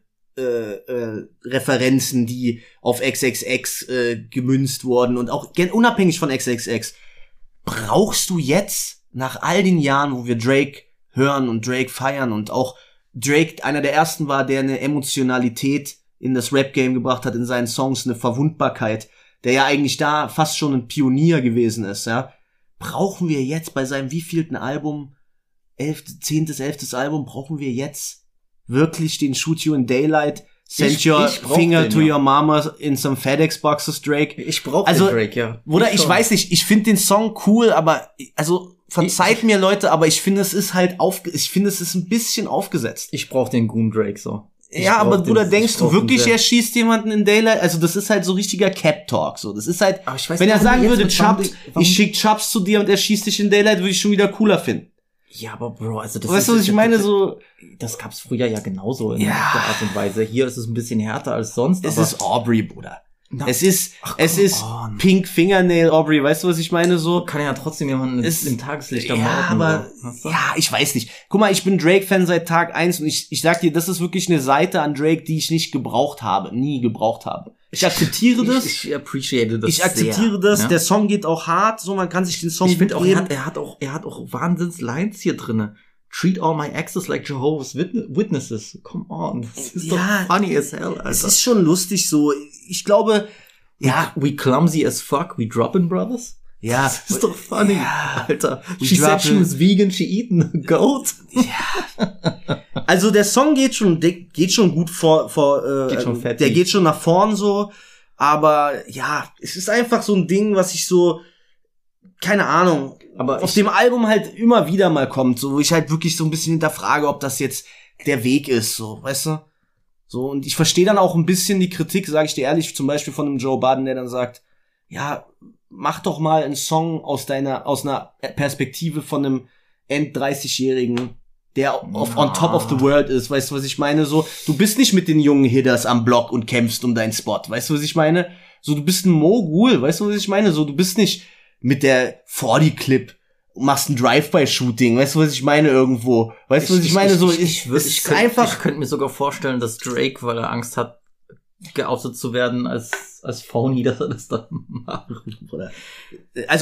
Speaker 6: Referenzen, die auf XXX gemünzt wurden. Und auch unabhängig von XXX. Brauchst du jetzt, nach all den Jahren, wo wir Drake hören und Drake feiern und auch Drake einer der ersten war, der eine Emotionalität in das Rap-Game gebracht hat, in seinen Songs, eine Verwundbarkeit, der ja eigentlich da fast schon ein Pionier gewesen ist, ja. Brauchen wir jetzt bei seinem wievielten Album, 11. Album, brauchen wir jetzt wirklich den Shoot You in Daylight, Send Your Finger to Your Mama in some FedEx-Boxes, Drake?
Speaker 3: Ich brauche
Speaker 6: also,
Speaker 3: den Drake, ja.
Speaker 6: Oder ich weiß nicht, ich finde den Song cool, aber, also, verzeiht mir Leute, aber ich finde, es ist halt es ist ein bisschen aufgesetzt.
Speaker 3: Ich brauche den Goon Drake so.
Speaker 6: Ja, aber Bruder, denkst du wirklich, er schießt jemanden in Daylight? Also das ist halt so richtiger Cap-Talk, so. Das ist halt, wenn er sagen würde, Chubbs, ich schick Chubbs zu dir und er schießt dich in Daylight, würde ich schon wieder cooler finden.
Speaker 3: Ja, aber Bro, also das
Speaker 6: weißt du, was ich meine? So,
Speaker 3: das gab's früher ja genauso in der Art und Weise. Hier ist es ein bisschen härter als sonst.
Speaker 6: Es ist Aubrey, Bruder. Es ist Pink Fingernail Aubrey, weißt du, was ich meine, so?
Speaker 3: Kann ja trotzdem jemanden im Tageslicht
Speaker 6: ermorden. Ja, aber, so. Ja, ich weiß nicht. Guck mal, ich bin Drake-Fan seit Tag 1 und ich sag dir, das ist wirklich eine Seite an Drake, die ich nicht gebraucht habe, nie gebraucht habe. Ich akzeptiere das.
Speaker 3: Ich appreciate das.
Speaker 6: Ich akzeptiere das. Ja? Der Song geht auch hart, so, man kann sich den Song
Speaker 3: ich finde auch, er hat auch Wahnsinns-Lines hier drinne. Treat all my exes like Jehovah's Witnesses. Come on. Das ist doch funny as hell, Alter.
Speaker 6: Es ist schon lustig so. Ich glaube,
Speaker 3: we clumsy as fuck, we droppin' brothers.
Speaker 6: Ja.
Speaker 3: Das ist doch funny, Alter. She said she was vegan, she eaten a goat.
Speaker 6: Ja. Also der Song geht schon gut der geht schon nach vorn so. Aber ja, es ist einfach so ein Ding, was ich so, keine Ahnung, aber auf dem Album halt immer wieder mal kommt, so, wo ich halt wirklich so ein bisschen hinterfrage, ob das jetzt der Weg ist, so, weißt du? So, und ich verstehe dann auch ein bisschen die Kritik, sage ich dir ehrlich, zum Beispiel von einem Joe Budden, der dann sagt, ja, mach doch mal einen Song aus einer Perspektive von einem End-30-Jährigen, der on top of the world ist, weißt du, was ich meine? So, du bist nicht mit den jungen Hitters am Block und kämpfst um deinen Spot, weißt du, was ich meine? So, du bist ein Mogul, weißt du, was ich meine? So, du bist nicht mit der 40-Clip machst ein Drive-by-Shooting, weißt du, was ich meine, irgendwo? Weißt du, was ich meine? So, ich
Speaker 3: könnte mir sogar vorstellen, dass Drake, weil er Angst hat, geoutet zu werden als Phony, dass er das dann macht.
Speaker 6: Also,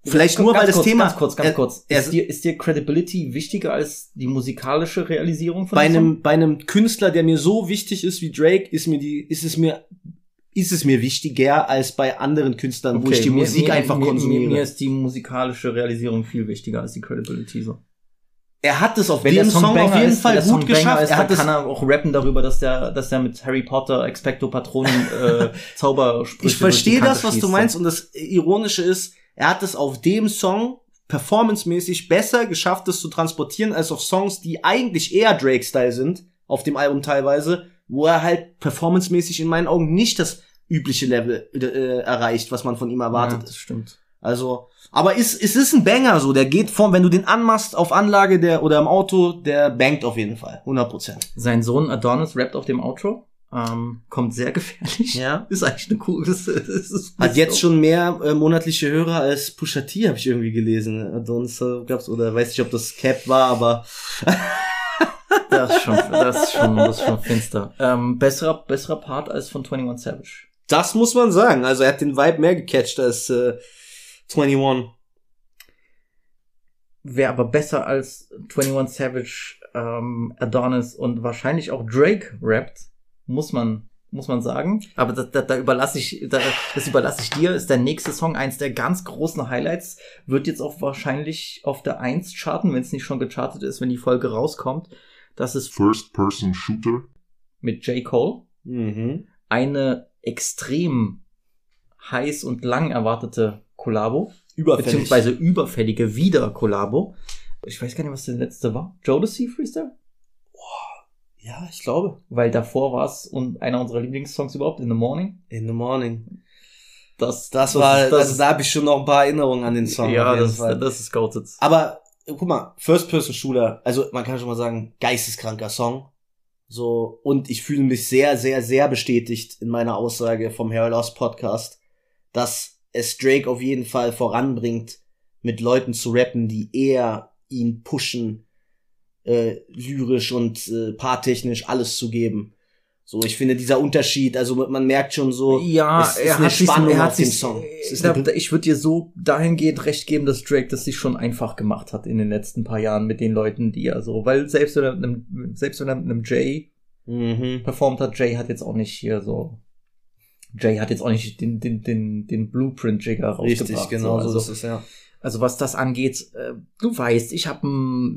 Speaker 6: Vielleicht nur, weil das Thema...
Speaker 3: Ganz kurz. Ist dir Credibility wichtiger als die musikalische Realisierung von dem Song?
Speaker 6: Bei einem Künstler, der mir so wichtig ist wie Drake, ist es mir wichtiger als bei anderen Künstlern, wo ich die Musik einfach konsumiere.
Speaker 3: Mir ist die musikalische Realisierung viel wichtiger als die Credibility so.
Speaker 6: Er hat es auf dem Song auf jeden Fall gut geschafft.
Speaker 3: Dann kann er auch rappen darüber, dass der mit Harry Potter Expecto Patronum Zaubersprüche.
Speaker 6: Ich verstehe das, was du meinst, und das Ironische ist, er hat es auf dem Song performancemäßig besser geschafft, es zu transportieren, als auf Songs, die eigentlich eher Drake-Style sind, auf dem Album teilweise, wo er halt performancemäßig in meinen Augen nicht das übliche Level erreicht, was man von ihm erwartet.
Speaker 3: Ja, das stimmt.
Speaker 6: Also, aber es ist ein Banger so, der geht wenn du den anmachst auf Anlage oder im Auto, der bangt auf jeden Fall, 100%.
Speaker 3: Sein Sohn Adonis rappt auf dem Outro, kommt sehr gefährlich.
Speaker 6: Ja.
Speaker 3: Ist eigentlich eine coole,
Speaker 6: hat jetzt schon mehr monatliche Hörer als Pusha T, habe ich irgendwie gelesen. Adonis gab's, oder weiß nicht, ob das Cap war, aber
Speaker 3: das ist schon finster. Besserer Part als von 21 Savage.
Speaker 6: Das muss man sagen, also er hat den Vibe mehr gecatcht als 21.
Speaker 3: Wäre aber besser als 21 Savage, Adonis und wahrscheinlich auch Drake rappt, muss man sagen. Aber das überlasse ich dir, ist der nächste Song, eins der ganz großen Highlights, wird jetzt auch wahrscheinlich auf der 1 charten, wenn es nicht schon gechartet ist, wenn die Folge rauskommt. Das ist
Speaker 7: First-Person-Shooter
Speaker 3: mit J. Cole.
Speaker 6: Mhm.
Speaker 3: Eine extrem heiß und lang erwartete Kollabo. Beziehungsweise überfällige Wieder-Kollabo. Ich weiß gar nicht, was der letzte war. Jodeci Freestyle?
Speaker 6: Ja, ich glaube.
Speaker 3: Weil davor war es einer unserer Lieblingssongs überhaupt, In the Morning.
Speaker 6: In the Morning.
Speaker 3: Das
Speaker 6: da habe ich schon noch ein paar Erinnerungen an den Song.
Speaker 3: Ja, das ist goated.
Speaker 6: Aber, guck mal, First-Person-Shooter, also man kann schon mal sagen, geisteskranker Song. So, und ich fühle mich sehr, sehr, sehr bestätigt in meiner Aussage vom Hair Loss Podcast, dass es Drake auf jeden Fall voranbringt, mit Leuten zu rappen, die eher ihn pushen, lyrisch und paartechnisch alles zu geben. So, ich finde dieser Unterschied, also man merkt schon so,
Speaker 3: ja,
Speaker 6: es ist eine Spannung auf dem Song.
Speaker 3: Ich würde dir so dahingehend recht geben, dass Drake das sich schon einfach gemacht hat in den letzten paar Jahren mit den Leuten, die er so, weil selbst wenn er mit einem Jay performt hat, Jay hat jetzt auch nicht den Blueprint-Jigger rausgebracht.
Speaker 6: Richtig, genau,
Speaker 3: so
Speaker 6: ist es, ja.
Speaker 3: Also was das angeht, du weißt, ich hab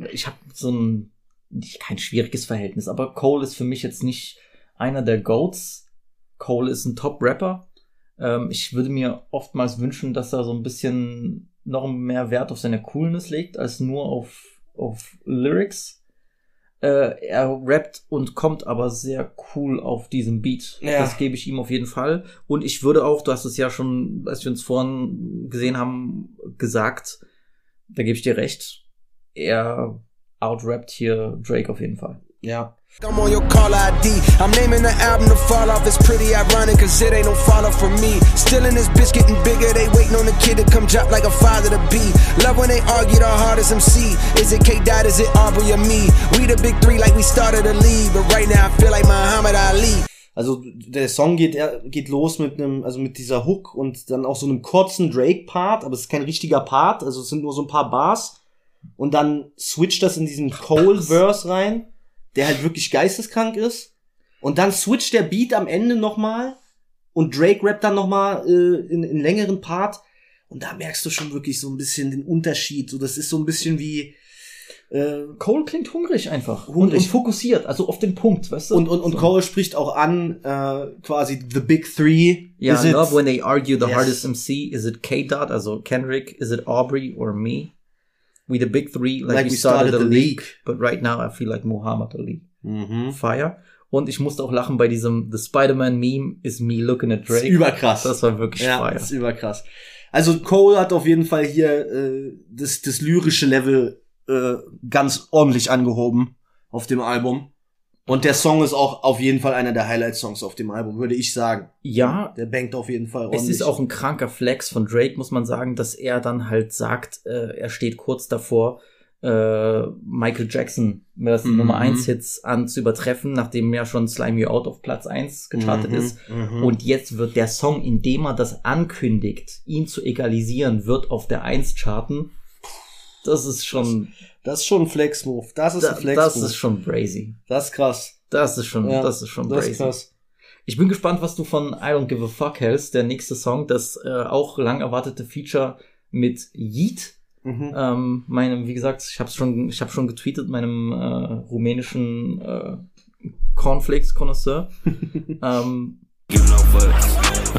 Speaker 3: so kein schwieriges Verhältnis, aber Cole ist für mich jetzt nicht einer der GOATs. Cole ist ein Top-Rapper. Ich würde mir oftmals wünschen, dass er so ein bisschen noch mehr Wert auf seine Coolness legt, als nur auf Lyrics. Er rappt und kommt aber sehr cool auf diesem Beat. Ja. Das gebe ich ihm auf jeden Fall. Und ich würde auch, du hast es ja schon, als wir uns vorhin gesehen haben, gesagt, da gebe ich dir recht, er outrappt hier Drake auf jeden Fall.
Speaker 6: Ja.
Speaker 2: I'm on your call ID. I'm naming the album to fall off. It's pretty ironic cause it ain't no fall off for me. Still in this bitch getting bigger. They waiting on the kid to come drop like a father to be. Love when they argue the hardest MC. Is it K-Dot, is it Aubrey or me? We the big three like we started a league. But right now I feel like Muhammad Ali.
Speaker 6: Also der Song geht los mit mit dieser Hook und dann auch so einem kurzen Drake-Part, aber es ist kein richtiger Part, also es sind nur so ein paar Bars. Und dann switcht das in diesen Cole-Verse rein, der halt wirklich geisteskrank ist. Und dann switcht der Beat am Ende nochmal und Drake rappt dann nochmal in längeren Part. Und da merkst du schon wirklich so ein bisschen den Unterschied. So, das ist so ein bisschen wie
Speaker 3: Cole klingt hungrig einfach. Und fokussiert, also auf den Punkt, weißt du?
Speaker 6: Und so. Cole spricht auch an, quasi the big three.
Speaker 3: Ja, I love when they argue the hardest MC. Is it K-Dot, also Kendrick? Is it Aubrey or me? We the big three, like we started the league. But right now I feel like Muhammad Ali. Fire. Und ich musste auch lachen bei diesem The Spider-Man-Meme is me looking at Drake.
Speaker 6: Das ist überkrass.
Speaker 3: Das war wirklich fire.
Speaker 6: Das ist überkrass. Also Cole hat auf jeden Fall hier das lyrische Level ganz ordentlich angehoben auf dem Album. Und der Song ist auch auf jeden Fall einer der Highlight-Songs auf dem Album, würde ich sagen.
Speaker 3: Ja.
Speaker 6: Der bangt auf jeden Fall ordentlich.
Speaker 3: Es ist auch ein kranker Flex von Drake, muss man sagen, dass er dann halt sagt, er steht kurz davor, Michael Jackson die Nummer 1 Hits an zu übertreffen, nachdem ja schon Slime You Out auf Platz 1 gechartet ist. Und jetzt wird der Song, indem er das ankündigt, ihn zu egalisieren, wird auf der 1 charten. Das ist schon
Speaker 6: ein Flex-Move. Das ist ein Flex-Move.
Speaker 3: Das ist schon crazy.
Speaker 6: Das ist krass.
Speaker 3: Das ist schon crazy. Ist krass. Ich bin gespannt, was du von I Don't Give a Fuck hältst. Der nächste Song, das auch lang erwartete Feature mit Yeet. Wie gesagt, ich habe schon getweetet, meinem rumänischen Cornflakes-Connoisseur.
Speaker 7: Give no fucks.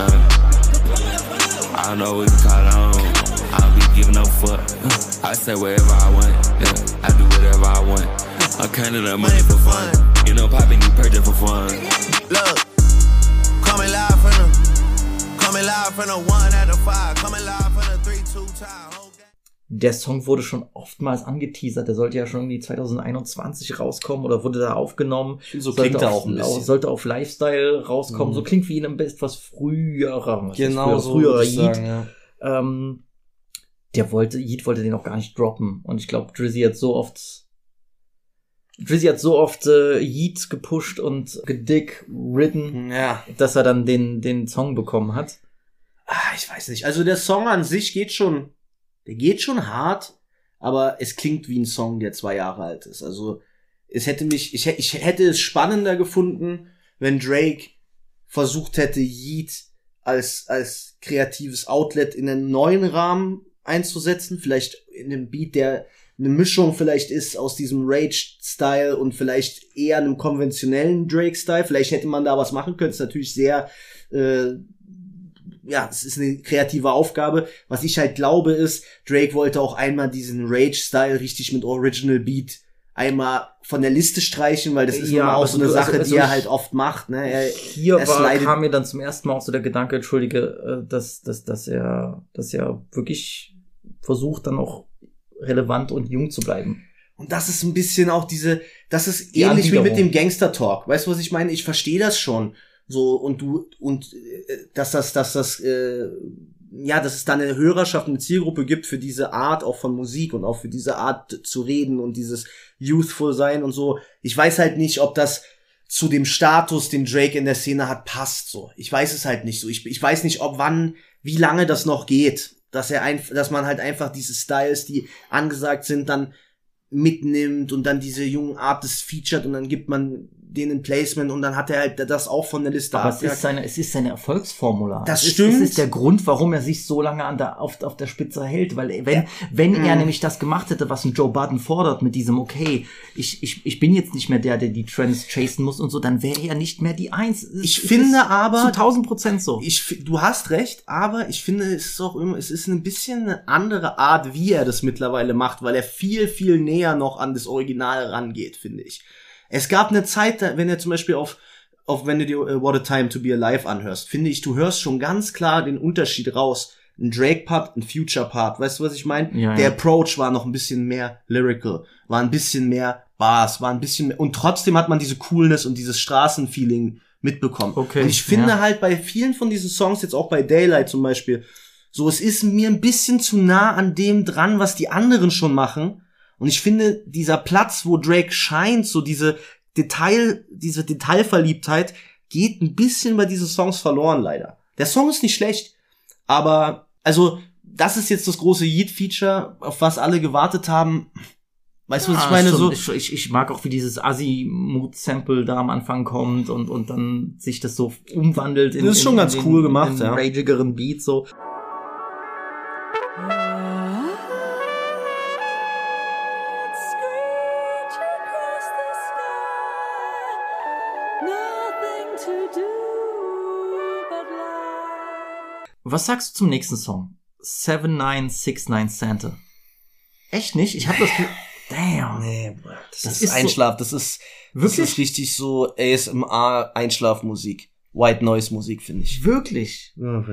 Speaker 7: I don't know what to call on. I'll be giving no fuck. I say wherever I want. Yeah, I do whatever I want. I'm counting up money for fun. You know, popping you purchase for fun.
Speaker 5: Look, coming live from the 1 at the 5, coming live from the 3, 2 time.
Speaker 3: Der Song wurde schon oftmals angeteasert. Der sollte ja schon irgendwie 2021 rauskommen oder wurde da aufgenommen.
Speaker 6: So klingt er auch ein bisschen.
Speaker 3: Sollte auf Lifestyle rauskommen. So klingt wie in einem etwas früherer.
Speaker 6: Genau,
Speaker 3: früherer Yeet.
Speaker 6: Sagen,
Speaker 3: ja. Yeet wollte den auch gar nicht droppen. Und ich glaube, Drizzy hat so oft Yeet gepusht und gedick-ridden, dass er dann den Song bekommen hat.
Speaker 6: Ich weiß nicht. Also der Song an sich geht schon hart, aber es klingt wie ein Song, der 2 Jahre alt ist. Also ich hätte es spannender gefunden, wenn Drake versucht hätte, Yeet als kreatives Outlet in einen neuen Rahmen einzusetzen, vielleicht in einem Beat, der eine Mischung vielleicht ist aus diesem Rage-Style und vielleicht eher einem konventionellen Drake-Style. Vielleicht hätte man da was machen können. Es ist natürlich sehr es ist eine kreative Aufgabe. Was ich halt glaube ist, Drake wollte auch einmal diesen Rage-Style richtig mit Original Beat einmal von der Liste streichen, weil das ist immer auch so eine Sache, die er halt oft macht. Ne?
Speaker 3: Kam mir dann zum ersten Mal auch so der Gedanke, dass er wirklich versucht, dann auch relevant und jung zu bleiben.
Speaker 6: Und das ist ein bisschen auch das ist ähnlich wie mit dem Gangster-Talk. Weißt du, was ich meine? Ich verstehe das schon. So, dass es da eine Hörerschaft, eine Zielgruppe gibt für diese Art auch von Musik und auch für diese Art zu reden und dieses Youthful sein und so. Ich weiß halt nicht, ob das zu dem Status, den Drake in der Szene hat, passt, so. Ich weiß es halt nicht so. Ich weiß nicht, wie lange das noch geht, dass man halt einfach diese Styles, die angesagt sind, dann mitnimmt und dann diese jungen Artists featured und dann gibt man denen Placement und dann hat er halt das auch von der Liste
Speaker 3: abgehakt. Aber es ist seine Erfolgsformula.
Speaker 6: Das stimmt.
Speaker 3: Es ist der Grund, warum er sich so lange auf der Spitze hält, weil wenn er nämlich das gemacht hätte, was ein Joe Budden fordert mit diesem, okay, ich bin jetzt nicht mehr der die Trends chasen muss und so, dann wäre er nicht mehr die 1.
Speaker 6: Ich finde aber
Speaker 3: zu 1000% so.
Speaker 6: Du hast recht, aber ich finde, es ist ein bisschen eine andere Art, wie er das mittlerweile macht, weil er viel, viel näher noch an das Original rangeht, finde ich. Es gab eine Zeit, wenn er zum Beispiel wenn du dir What a Time to Be Alive anhörst, finde ich, du hörst schon ganz klar den Unterschied raus. Ein Drake-Part, ein Future-Part, weißt du, was ich meine?
Speaker 3: Ja,
Speaker 6: der Approach war noch ein bisschen mehr lyrical, war ein bisschen mehr Bars, war ein bisschen mehr, und trotzdem hat man diese Coolness und dieses Straßenfeeling mitbekommen.
Speaker 3: Okay,
Speaker 6: und ich finde halt bei vielen von diesen Songs, jetzt auch bei Daylight zum Beispiel, so, es ist mir ein bisschen zu nah an dem dran, was die anderen schon machen. Und ich finde, dieser Platz, wo Drake scheint, so diese Detailverliebtheit, geht ein bisschen bei diesen Songs verloren, leider. Der Song ist nicht schlecht, aber, also, das ist jetzt das große Yeet-Feature, auf was alle gewartet haben. Weißt du, was ich meine? So,
Speaker 3: ich mag auch, wie dieses Assi-Mood-Sample da am Anfang kommt und dann sich das so umwandelt
Speaker 6: das ist schon ganz cool gemacht,
Speaker 3: in ragigeren Beat, so. Was sagst du zum nächsten Song? 7969 Santa. Echt nicht? Ich hab das... Damn.
Speaker 6: Nee, das ist Einschlaf. So, das ist richtig so ASMR-Einschlafmusik. White Noise Musik, finde ich.
Speaker 3: Wirklich?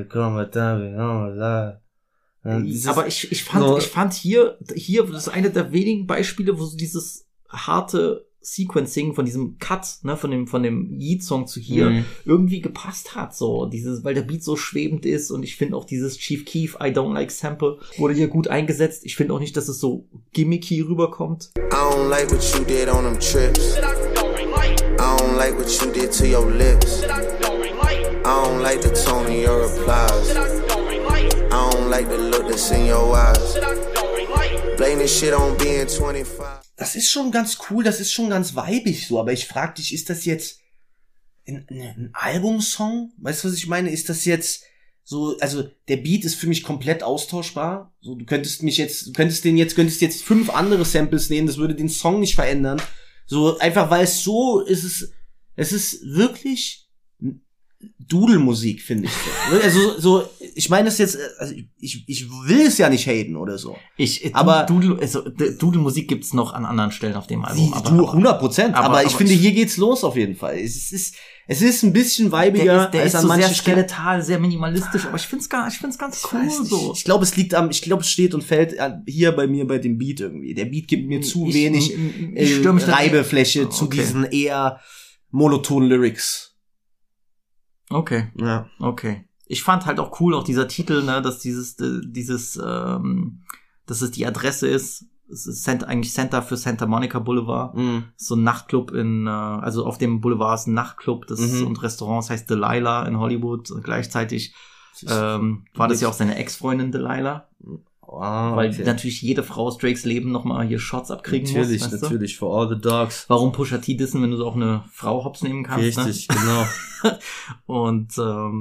Speaker 3: Aber ich fand hier, das ist eine der wenigen Beispiele, wo so dieses harte Sequencing von diesem Cut, ne, von dem Yeet-Song zu hier irgendwie gepasst hat, so weil der Beat so schwebend ist und ich finde auch dieses Chief Keef I Don't Like Sample wurde hier gut eingesetzt. Ich finde auch nicht, dass es so gimmicky rüberkommt.
Speaker 5: I don't like what you did on them trips. I don't like what you did to your lips. I don't like the tone of your replies. I don't like the look that's in your eyes. Blame this shit on being 25.
Speaker 6: Das ist schon ganz cool, das ist schon ganz weibig so, aber ich frag dich, ist das jetzt ein Albumsong? Weißt du, was ich meine? Ist das jetzt so, also der Beat ist für mich komplett austauschbar. So, du könntest jetzt 5 andere Samples nehmen, das würde den Song nicht verändern. So, einfach weil es so ist, es ist wirklich Dudelmusik, finde ich so. Also so, ich meine das jetzt, also ich will es ja nicht haten oder so. Aber
Speaker 3: Dudelmusik gibt's noch an anderen Stellen auf dem Album.
Speaker 6: 100%. Aber ich finde, hier geht's los auf jeden Fall. Es ist ein bisschen weibiger
Speaker 3: der
Speaker 6: als
Speaker 3: ist
Speaker 6: an
Speaker 3: so
Speaker 6: manchen
Speaker 3: sehr skeletal, sehr minimalistisch, aber ich find's ganz cool so.
Speaker 6: Ich glaube, es steht und fällt hier bei mir bei dem Beat irgendwie. Der Beat gibt mir zu wenig Reibefläche zu diesen eher monotonen Lyrics.
Speaker 3: Okay.
Speaker 6: Ja.
Speaker 3: Okay. Ich fand halt auch cool, auch dieser Titel, ne, dass dass es die Adresse ist. Es ist eigentlich Center für Santa Monica Boulevard. So ein Nachtclub also auf dem Boulevard ist ein Nachtclub, und Restaurant, das heißt Delilah in Hollywood. Und gleichzeitig war das ja auch seine Ex-Freundin Delilah.
Speaker 6: Wow,
Speaker 3: weil natürlich jede Frau aus Drakes Leben nochmal hier Shots abkriegen muss.
Speaker 6: Natürlich, for all the dogs.
Speaker 3: Warum Pusha T dissen, wenn du so auch eine Frau hops nehmen kannst?
Speaker 6: Richtig, ne? Genau.
Speaker 3: Und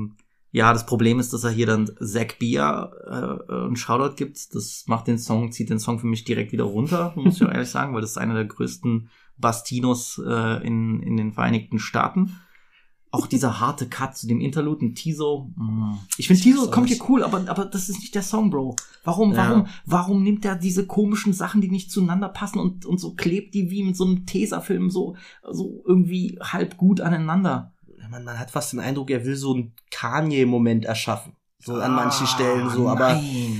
Speaker 3: das Problem ist, dass er hier dann Zach Bia einen Shoutout gibt. Das zieht den Song für mich direkt wieder runter, muss ich auch ehrlich sagen, weil das ist einer der größten Bastinos in den Vereinigten Staaten. Auch dieser harte Cut zu dem Interlude und Tizo. Ich finde, Tizo kommt hier cool, aber das ist nicht der Song, Bro. Warum nimmt er diese komischen Sachen, die nicht zueinander passen und so klebt die wie mit so einem Tesafilm so irgendwie halb gut aneinander?
Speaker 6: Man hat fast den Eindruck, er will so einen Kanye-Moment erschaffen. So an manchen Stellen so, aber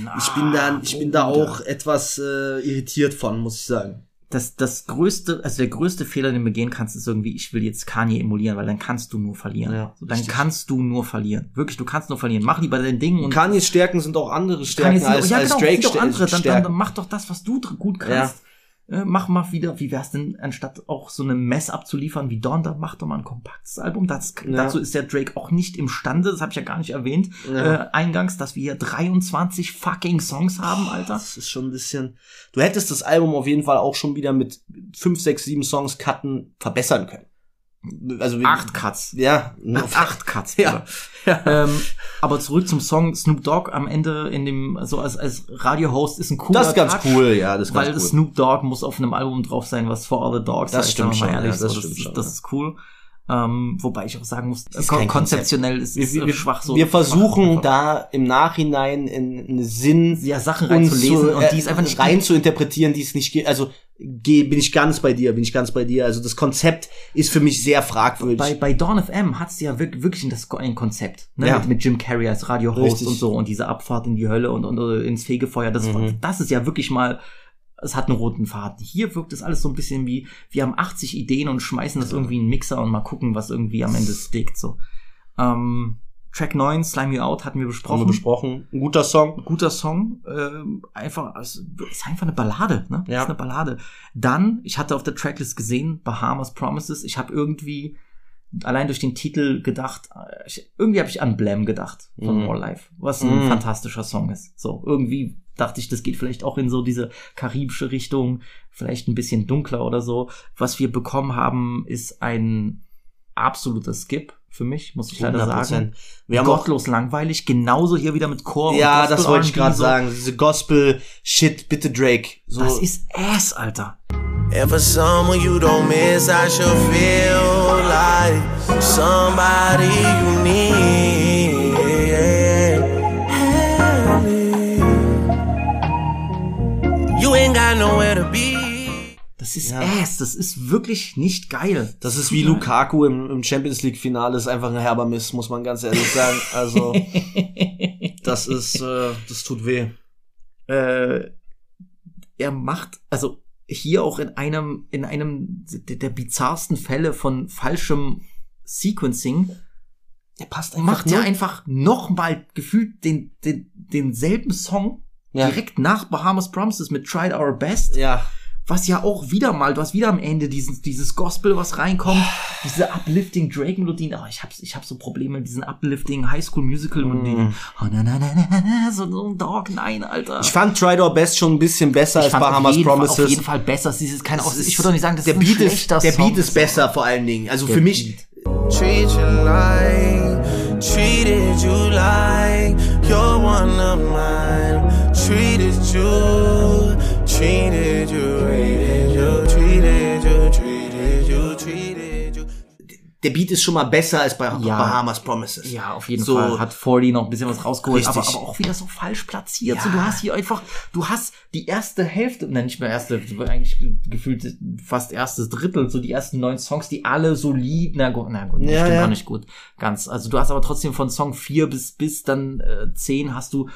Speaker 6: ich bin da auch etwas irritiert von, muss ich sagen.
Speaker 3: Der größte Fehler, den du begehen kannst, ist irgendwie, ich will jetzt Kanye emulieren, weil dann kannst du nur verlieren.
Speaker 6: Ja,
Speaker 3: kannst du nur verlieren. Wirklich, du kannst nur verlieren. Mach lieber dein Ding. Und
Speaker 6: Kanyes Stärken sind auch andere Stärken als Drake Stärken.
Speaker 3: Dann mach doch das, was du gut kannst. Ja. Mach mal wieder, wie wär's denn, anstatt auch so eine Mess abzuliefern wie Dawn, dann mach doch mal ein kompaktes Album. Dazu ist der Drake auch nicht imstande, das habe ich ja gar nicht erwähnt, eingangs, dass wir hier 23 fucking Songs haben, Alter.
Speaker 6: Das ist schon ein bisschen, du hättest das Album auf jeden Fall auch schon wieder mit 5, 6, 7 Songs Cutten verbessern können. Also
Speaker 3: 8 Cuts.
Speaker 6: Ja.
Speaker 3: 8 Cuts.
Speaker 6: Ja.
Speaker 3: Aber zurück zum Song. Snoop Dogg am Ende als Radio-Host ist ein cooler
Speaker 6: Das ist ganz
Speaker 3: Touch,
Speaker 6: cool, ja. Das ist ganz
Speaker 3: cool. Snoop Dogg muss auf einem Album drauf sein, was For All the Dogs
Speaker 6: das
Speaker 3: heißt.
Speaker 6: Stimmt schon,
Speaker 3: ehrlich,
Speaker 6: das stimmt schon.
Speaker 3: Das ist cool. Wobei ich auch sagen muss,
Speaker 6: konzeptionell
Speaker 3: ist schwach so.
Speaker 6: Wir versuchen da im Nachhinein in Sinn
Speaker 3: Sachen reinzulesen und die ist einfach nicht
Speaker 6: rein zu interpretieren, die es nicht geht. Also bin ich ganz bei dir. Also das Konzept ist für mich sehr fragwürdig.
Speaker 3: Bei Dawn FM hat's ja wirklich ein Konzept, ne?
Speaker 6: Ja.
Speaker 3: Mit Jim Carrey als Radio-Host und so und diese Abfahrt in die Hölle und ins Fegefeuer. Das ist ja wirklich mal. Es hat einen roten Faden. Hier wirkt es alles so ein bisschen wie, wir haben 80 Ideen und schmeißen das irgendwie in einen Mixer und mal gucken, was irgendwie am Ende stickt, so. Track 9, Slime You Out, hatten wir besprochen.
Speaker 6: Ein guter Song.
Speaker 3: Es ist einfach eine Ballade, ne?
Speaker 6: Ja.
Speaker 3: Es ist eine Ballade. Dann, ich hatte auf der Tracklist gesehen, Bahamas Promises. Ich habe irgendwie allein durch den Titel gedacht, irgendwie habe ich an Blam gedacht von More Life, was ein fantastischer Song ist. So, irgendwie dachte ich, das geht vielleicht auch in so diese karibische Richtung, vielleicht ein bisschen dunkler oder so. Was wir bekommen haben, ist ein absoluter Skip für mich, muss ich leider
Speaker 6: 100%.
Speaker 3: sagen.
Speaker 6: Wir haben
Speaker 3: gottlos langweilig, genauso hier wieder mit Chor
Speaker 6: ja,
Speaker 3: und Gospel.
Speaker 6: Das wollte ich gerade sagen. Diese Gospel-Shit, bitte Drake. So.
Speaker 3: Das ist Ass, Alter.
Speaker 5: If it's someone you don't miss, I should feel like somebody you need. You ain't got nowhere to be.
Speaker 3: Das ist Ass, das ist wirklich nicht geil.
Speaker 6: Das ist wie Lukaku im Champions League Finale, ist einfach ein herber Miss, muss man ganz ehrlich sagen. Also, das tut weh.
Speaker 3: hier auch in einem der bizarrsten Fälle von falschem Sequencing,
Speaker 6: Der passt
Speaker 3: macht ja einfach nochmal gefühlt denselben Song direkt nach Bahamas Promises mit Tried Our Best.
Speaker 6: Ja.
Speaker 3: Was ja auch wieder mal, du hast wieder am Ende dieses Gospel, was reinkommt, diese uplifting Drake-Melodien. Oh, ich hab so Probleme mit diesen uplifting High-School-Musical-Melodien. Oh, so ein Dog, nein, Alter.
Speaker 6: Ich fand Tried Our Best schon ein bisschen besser als Bahamas Promises.
Speaker 3: Auf jeden Fall besser. Ich würde doch nicht sagen, das
Speaker 6: der
Speaker 3: ist ein
Speaker 6: Beat
Speaker 3: schlechter
Speaker 6: Der
Speaker 3: Song.
Speaker 6: Beat ist besser vor allen Dingen. Also für mich...
Speaker 5: Treat you like, treated you like you're one of mine. Treated you, treated you, treated you, treated you, treated you, treated you.
Speaker 6: Der Beat ist schon mal besser als bei Bahamas Promises.
Speaker 3: Ja, auf jeden Fall. Hat 40 noch ein bisschen was rausgeholt, aber auch wieder so falsch platziert. Ja. So, du hast die erste Hälfte, nicht mehr erste, eigentlich gefühlt fast erstes Drittel, so die ersten 9 Songs, die alle solid, na gut, stimmt auch nicht gut. Ganz. Also du hast aber trotzdem von Song 4 bis dann 10 hast du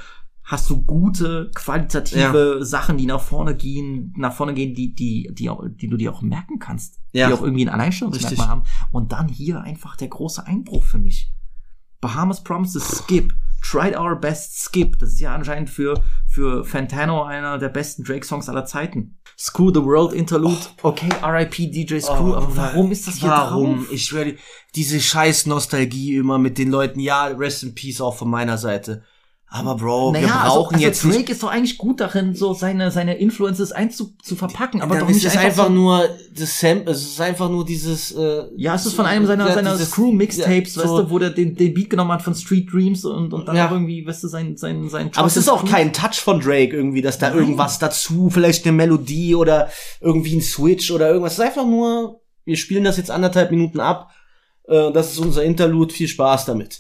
Speaker 3: gute, qualitative Sachen, die nach vorne gehen, die du dir auch merken kannst.
Speaker 6: Ja.
Speaker 3: Die auch irgendwie ein Alleinstellungsmerkmal haben. Und dann hier einfach der große Einbruch für mich. Bahamas Promises, Skip. Tried Our Best, Skip. Das ist ja anscheinend für Fantano einer der besten Drake-Songs aller Zeiten. Screw the World Interlude. Okay, R.I.P. DJ Screw. Aber warum ist das hier drauf?
Speaker 6: Ich schwöre, diese scheiß Nostalgie immer mit den Leuten. Ja, Rest in Peace auch von meiner Seite. Aber Bro, wir brauchen jetzt
Speaker 3: Drake
Speaker 6: nicht...
Speaker 3: ist doch eigentlich gut darin, so seine Influences zu verpacken, aber doch
Speaker 6: nicht
Speaker 3: nicht
Speaker 6: einfach nur das Sample, es ist einfach nur dieses
Speaker 3: es ist von einem seiner Screw-Mixtapes, weißt du, wo der den Beat genommen hat von Street Dreams und dann auch irgendwie, weißt du, sein
Speaker 6: aber es ist auch kein Touch von Drake irgendwie, dass da irgendwas dazu, vielleicht eine Melodie oder irgendwie ein Switch oder irgendwas. Es ist einfach nur, wir spielen das jetzt 1,5 Minuten ab, das ist unser Interlude, viel Spaß damit.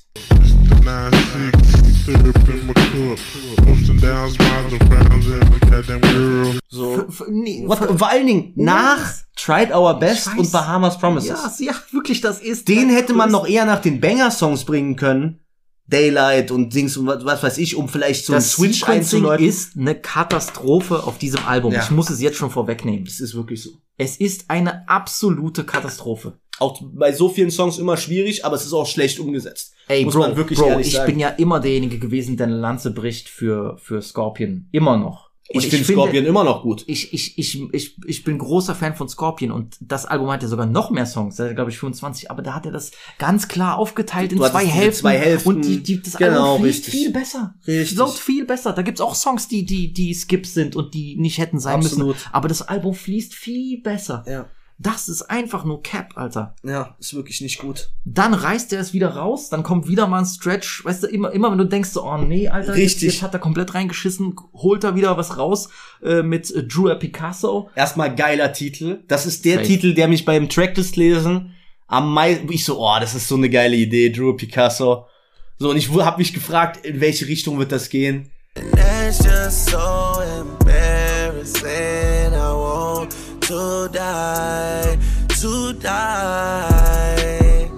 Speaker 6: So. Vor allen Dingen nach Tried Our Best und Bahamas Promises.
Speaker 3: Ja, wirklich, das ist...
Speaker 6: Den hätte man noch eher nach den Banger-Songs bringen können. Daylight und Dings und was weiß ich, um vielleicht so einen Switch einzuläuten.
Speaker 3: Das ist eine Katastrophe auf diesem Album. Ja. Ich muss es jetzt schon vorwegnehmen.
Speaker 6: Das ist wirklich so.
Speaker 3: Es ist eine absolute Katastrophe.
Speaker 6: Auch bei so vielen Songs immer schwierig, aber es ist auch schlecht umgesetzt.
Speaker 3: Ey, muss man wirklich ehrlich sagen. Ich bin ja immer derjenige gewesen, der eine Lanze bricht für Scorpion. Immer noch.
Speaker 6: Ich finde Scorpion immer noch gut.
Speaker 3: Ich bin großer Fan von Scorpion und das Album hat ja sogar noch mehr Songs, glaube ich 25, aber da hat er das ganz klar aufgeteilt in 2 Hälften. Und das Album fließt viel besser.
Speaker 6: Richtig.
Speaker 3: Laut viel besser. Da gibt's auch Songs, die Skips sind und die nicht hätten sein müssen. Aber das Album fließt viel besser. Ja. Das ist einfach nur Cap, Alter.
Speaker 6: Ja, ist wirklich nicht gut.
Speaker 3: Dann reißt er es wieder raus, dann kommt wieder mal ein Stretch. Weißt du, immer wenn du denkst so, oh nee, Alter, jetzt hat er komplett reingeschissen, holt er wieder was raus mit Drew Picasso.
Speaker 6: Erstmal geiler Titel. Das ist der Titel, der mich beim Tracklist lesen am meisten, ich so, das ist so eine geile Idee, Drew Picasso. So, und ich habe mich gefragt, in welche Richtung wird das gehen?
Speaker 5: That's just so embarrassing. I want to die, to die.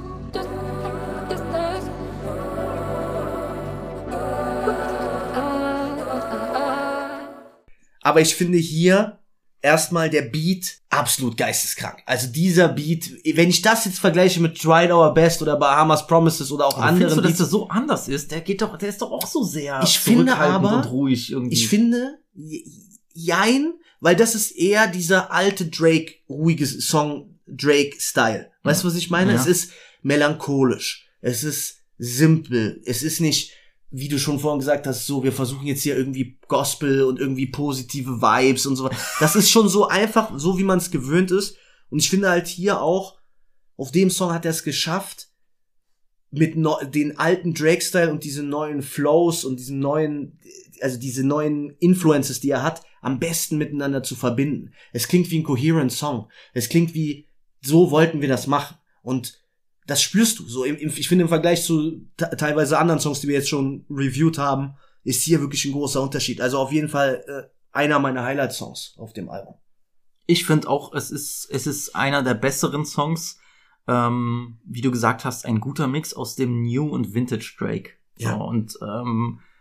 Speaker 6: Aber ich finde hier erstmal der Beat absolut geisteskrank. Also dieser Beat, wenn ich das jetzt vergleiche mit Tried Our Best oder Bahamas Promises oder auch anderen
Speaker 3: Beats, dass der so anders ist? Der ist doch auch so sehr
Speaker 6: ich finde aber
Speaker 3: und ruhig irgendwie.
Speaker 6: Ich finde, jein, weil das ist eher dieser alte Drake, ruhige Song Drake-Style. Weißt du, was ich meine? Ja. Es ist melancholisch. Es ist simpel. Es ist nicht, wie du schon vorhin gesagt hast, so, wir versuchen jetzt hier irgendwie Gospel und irgendwie positive Vibes und so. Das ist schon so einfach, so wie man es gewöhnt ist. Und ich finde halt hier auch, auf dem Song hat er es geschafft, mit den alten Drake-Style und diese neuen Flows und diesen neuen, also diese neuen Influences, die er hat, am besten miteinander zu verbinden. Es klingt wie ein coherent Song. Es klingt wie, so wollten wir das machen. Und das spürst du. So, ich finde, im Vergleich zu teilweise anderen Songs, die wir jetzt schon reviewed haben, ist hier wirklich ein großer Unterschied. Also auf jeden Fall einer meiner Highlight-Songs auf dem Album.
Speaker 3: Ich finde auch, es ist einer der besseren Songs. Wie du gesagt hast, ein guter Mix aus dem New und Vintage Drake. Ja. So, und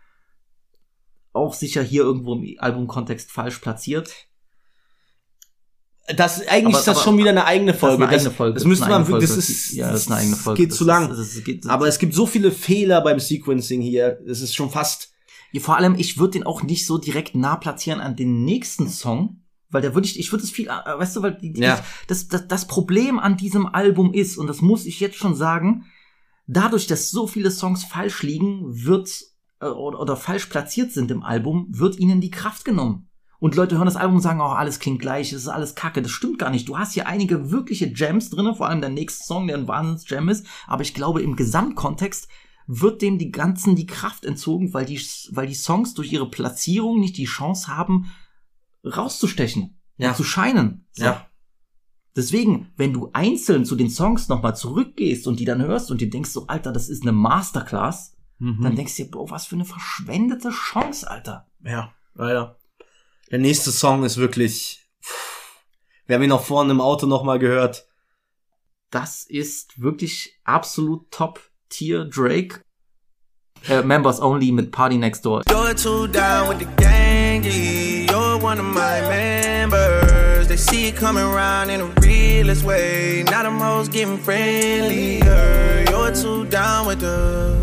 Speaker 3: auch sicher hier irgendwo im Albumkontext falsch platziert.
Speaker 6: Eigentlich ist das schon wieder eine eigene Folge.
Speaker 3: Das ist eine eigene Folge.
Speaker 6: Das müsste man wirklich,
Speaker 3: das ist eine eigene Folge.
Speaker 6: Geht zu lang. Aber es gibt so viele Fehler beim Sequencing hier. Es ist schon fast.
Speaker 3: Ja, vor allem, ich würde den auch nicht so direkt nah platzieren an den nächsten Song, weil ich würde es viel, weißt du, weil das Problem an diesem Album ist, und das muss ich jetzt schon sagen, dadurch, dass so viele Songs falsch liegen, oder falsch platziert sind im Album, wird ihnen die Kraft genommen. Und Leute hören das Album und sagen, alles klingt gleich, es ist alles Kacke. Das stimmt gar nicht. Du hast hier einige wirkliche Gems drinne, vor allem der nächste Song, der ein Wahnsinns-Gem ist. Aber ich glaube, im Gesamtkontext wird dem die Kraft entzogen, weil die Songs durch ihre Platzierung nicht die Chance haben, rauszustechen, zu scheinen. So. Ja. Deswegen, wenn du einzeln zu den Songs nochmal zurückgehst und die dann hörst und dir denkst so, Alter, das ist eine Masterclass, dann denkst du dir, Bro, was für eine verschwendete Chance, Alter.
Speaker 6: Ja, leider. Der nächste Song ist wirklich, wir haben ihn auch vorne im Auto nochmal gehört.
Speaker 3: Das ist wirklich absolut Top-Tier Drake. Members Only mit Party Next Door.
Speaker 2: You're too down with the gang, you're one of my members. They see it coming around in the realest way. Now the most getting friendlier. You're too down with the...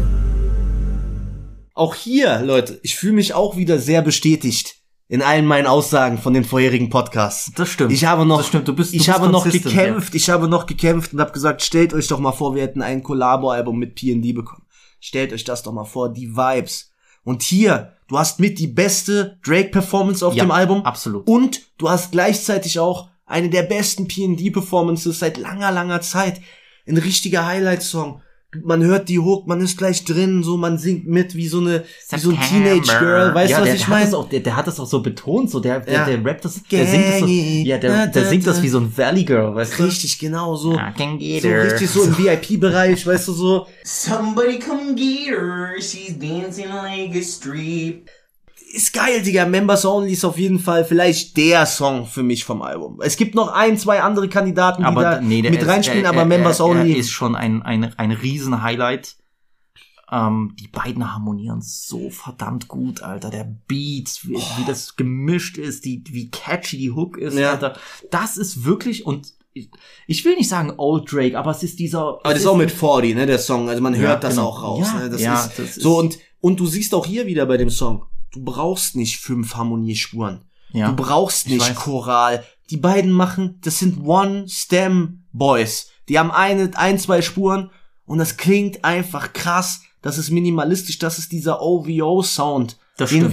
Speaker 6: Auch hier, Leute, ich fühle mich auch wieder sehr bestätigt in allen meinen Aussagen von den vorherigen Podcasts.
Speaker 3: Das stimmt.
Speaker 6: Ich habe noch
Speaker 3: gekämpft.
Speaker 6: Ich habe noch gekämpft und habe gesagt, stellt euch doch mal vor, wir hätten ein Collabo-Album mit P&D bekommen. Stellt euch das doch mal vor, die Vibes. Und hier, du hast mit die beste Drake-Performance auf dem Album.
Speaker 3: Absolut.
Speaker 6: Und du hast gleichzeitig auch eine der besten P&D-Performances seit langer, langer Zeit. Ein richtiger Highlight-Song. Man hört die Hook, man ist gleich drin, so, man singt mit wie so ein Teenage-Girl, weißt du, was ich meine?
Speaker 3: Der hat das auch so betont, so, der rappt das, der singt das so, der singt das wie so ein Valley Girl, weißt du?
Speaker 6: Richtig, genau, so richtig so im VIP-Bereich, weißt du, so.
Speaker 2: Somebody come get her, she's dancing like a street.
Speaker 6: Ist geil, Digga. Members Only ist auf jeden Fall vielleicht der Song für mich vom Album. Es gibt noch 1, 2 andere Kandidaten, die mit reinspielen, aber Members Only
Speaker 3: ist schon ein riesen Highlight. Die beiden harmonieren so verdammt gut, Alter. Der Beat, wie das gemischt ist, wie catchy die Hook ist, Alter. Das ist wirklich, und ich will nicht sagen Old Drake, aber es ist dieser...
Speaker 6: Aber das ist auch mit 40, ne, der Song. Also man hört das auch raus.
Speaker 3: Ja,
Speaker 6: ne? Das ist so, und du siehst auch hier wieder bei dem Song, du brauchst nicht 5 Harmoniespuren. Ja, du brauchst nicht Choral. Die beiden machen, das sind One-Stem-Boys. Die haben 1, 2 Spuren und das klingt einfach krass. Das ist minimalistisch. Das ist dieser OVO-Sound, in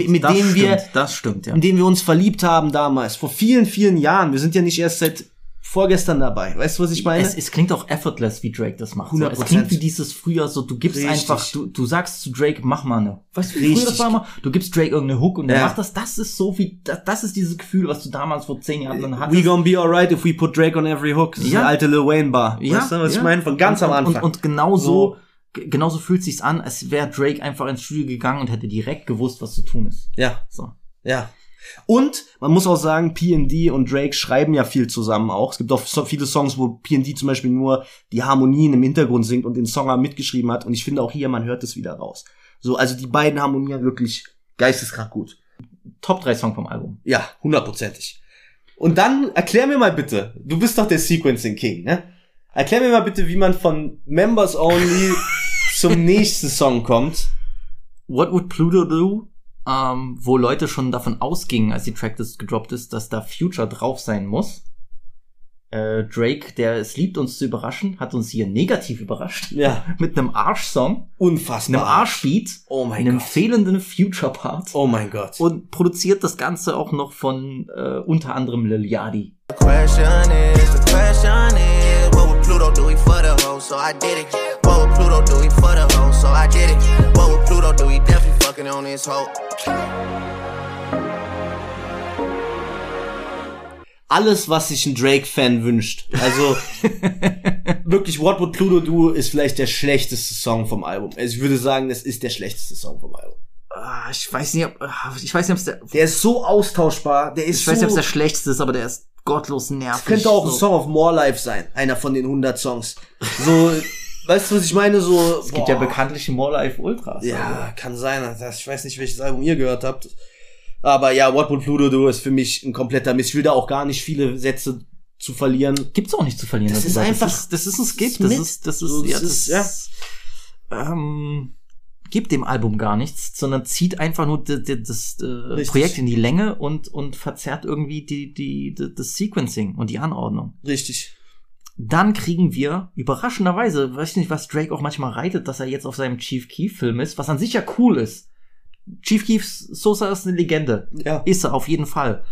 Speaker 6: den wir uns verliebt haben damals. Vor vielen, vielen Jahren. Wir sind ja nicht erst seit vorgestern dabei. Weißt du, was ich meine?
Speaker 3: Es klingt auch effortless, wie Drake das macht.
Speaker 6: 100%.
Speaker 3: Es klingt wie dieses früher so, du gibst einfach, du sagst zu Drake, mach mal eine. Weißt du, wie früher das war immer? Du gibst Drake irgendeine Hook und der macht das. Das ist so wie, das ist dieses Gefühl, was du damals vor 10 Jahren dann hattest.
Speaker 6: We gonna be alright if we put Drake on every hook. Das ist eine alte Lil Wayne Bar. Weißt du, was ich meine? Von ganz am Anfang.
Speaker 3: Und genauso fühlt sich's an, als wäre Drake einfach ins Studio gegangen und hätte direkt gewusst, was zu tun ist.
Speaker 6: Ja. So. Ja. Und man muss auch sagen, P&D und Drake schreiben ja viel zusammen auch. Es gibt auch viele Songs, wo P&D zum Beispiel nur die Harmonien im Hintergrund singt und den Song mitgeschrieben hat. Und ich finde auch hier, man hört es wieder raus. So, also die beiden harmonieren wirklich geisteskrank gut.
Speaker 3: Top 3 Song vom Album.
Speaker 6: Ja, 100%. Und dann erklär mir mal bitte, du bist doch der Sequencing King, ne? Erklär mir mal bitte, wie man von Members Only zum nächsten Song kommt.
Speaker 3: What Would Pluto Do? Wo Leute schon davon ausgingen, als die Tracklist gedroppt ist, dass da Future drauf sein muss. Drake, der es liebt, uns zu überraschen, hat uns hier negativ überrascht.
Speaker 6: Ja.
Speaker 3: Mit einem Arsch-Song.
Speaker 6: Unfassbar.
Speaker 3: Einem Arschbeat.
Speaker 6: Oh mein Gott.
Speaker 3: Einem fehlenden Future-Part.
Speaker 6: Oh mein Gott.
Speaker 3: Und produziert das Ganze auch noch von unter anderem Lil Yachty.
Speaker 2: The question is, what would Pluto do it for the hoe, so I did it. What would Pluto do it for the hoe, so I did it. What would Pluto do, he definitely fucking on his hoe.
Speaker 6: Alles, was sich ein Drake-Fan wünscht. Also, wirklich, What Would Pluto Do ist vielleicht der schlechteste Song vom Album. Also, ich würde sagen, das ist der schlechteste Song vom Album.
Speaker 3: Ich weiß nicht, ob es
Speaker 6: der ist so austauschbar,
Speaker 3: ich weiß nicht, ob es der schlechteste ist, aber der ist gottlos nervig.
Speaker 6: Das könnte auch ein Song of More Life sein. Einer von den 100 Songs. So, weißt du, was ich meine? So,
Speaker 3: es gibt ja bekanntlich More Life Ultras.
Speaker 6: Ja, oder? Kann sein. Ich weiß nicht, welches Album ihr gehört habt. Aber ja, What Would Pluto Do ist für mich ein kompletter Mist. Ich will da auch gar nicht viele Sätze zu verlieren.
Speaker 3: Gibt's auch nicht zu verlieren.
Speaker 6: Das ist einfach,
Speaker 3: das ist ein Skip. Gibt dem Album gar nichts, sondern zieht einfach nur das Projekt in die Länge und verzerrt irgendwie das Sequencing und die Anordnung.
Speaker 6: Richtig.
Speaker 3: Dann kriegen wir, überraschenderweise, weiß ich nicht, was Drake auch manchmal reitet, dass er jetzt auf seinem Chief Keef-Film ist, was an sich ja cool ist. Chief Keef Sosa ist eine Legende.
Speaker 6: Ja.
Speaker 3: Ist er, auf jeden Fall.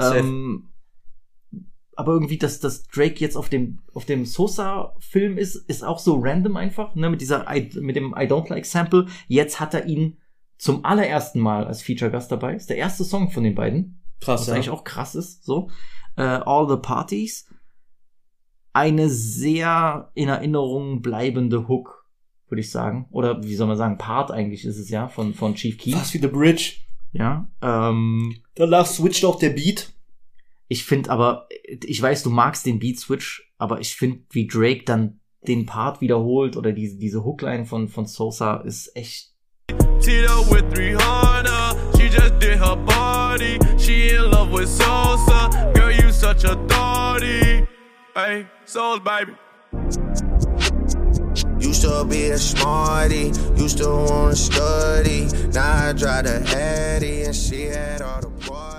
Speaker 3: Aber irgendwie, dass Drake jetzt auf dem Sosa-Film ist auch so random einfach, ne, mit dem I Don't Like Sample. Jetzt hat er ihn zum allerersten Mal als Feature-Gast dabei. Ist der erste Song von den beiden.
Speaker 6: Krass,
Speaker 3: was eigentlich auch krass ist, so. All the Parties. Eine sehr in Erinnerung bleibende Hook, würde ich sagen. Oder wie soll man sagen, Part eigentlich ist es ja, von Chief Keef.
Speaker 6: Fast wie The Bridge.
Speaker 3: Ja,
Speaker 6: Danach switcht auch der Beat.
Speaker 3: Ich finde aber, ich weiß, du magst den Beat-Switch, aber ich finde, wie Drake dann den Part wiederholt oder diese Hookline von Sosa ist echt.
Speaker 2: Tito with 300, she just did her body. She in love with Sosa, girl you such a naughty. Hey, Soul baby.
Speaker 5: Used to be a smarty, used to wanna study. Now I drive the Addy and she had all the party.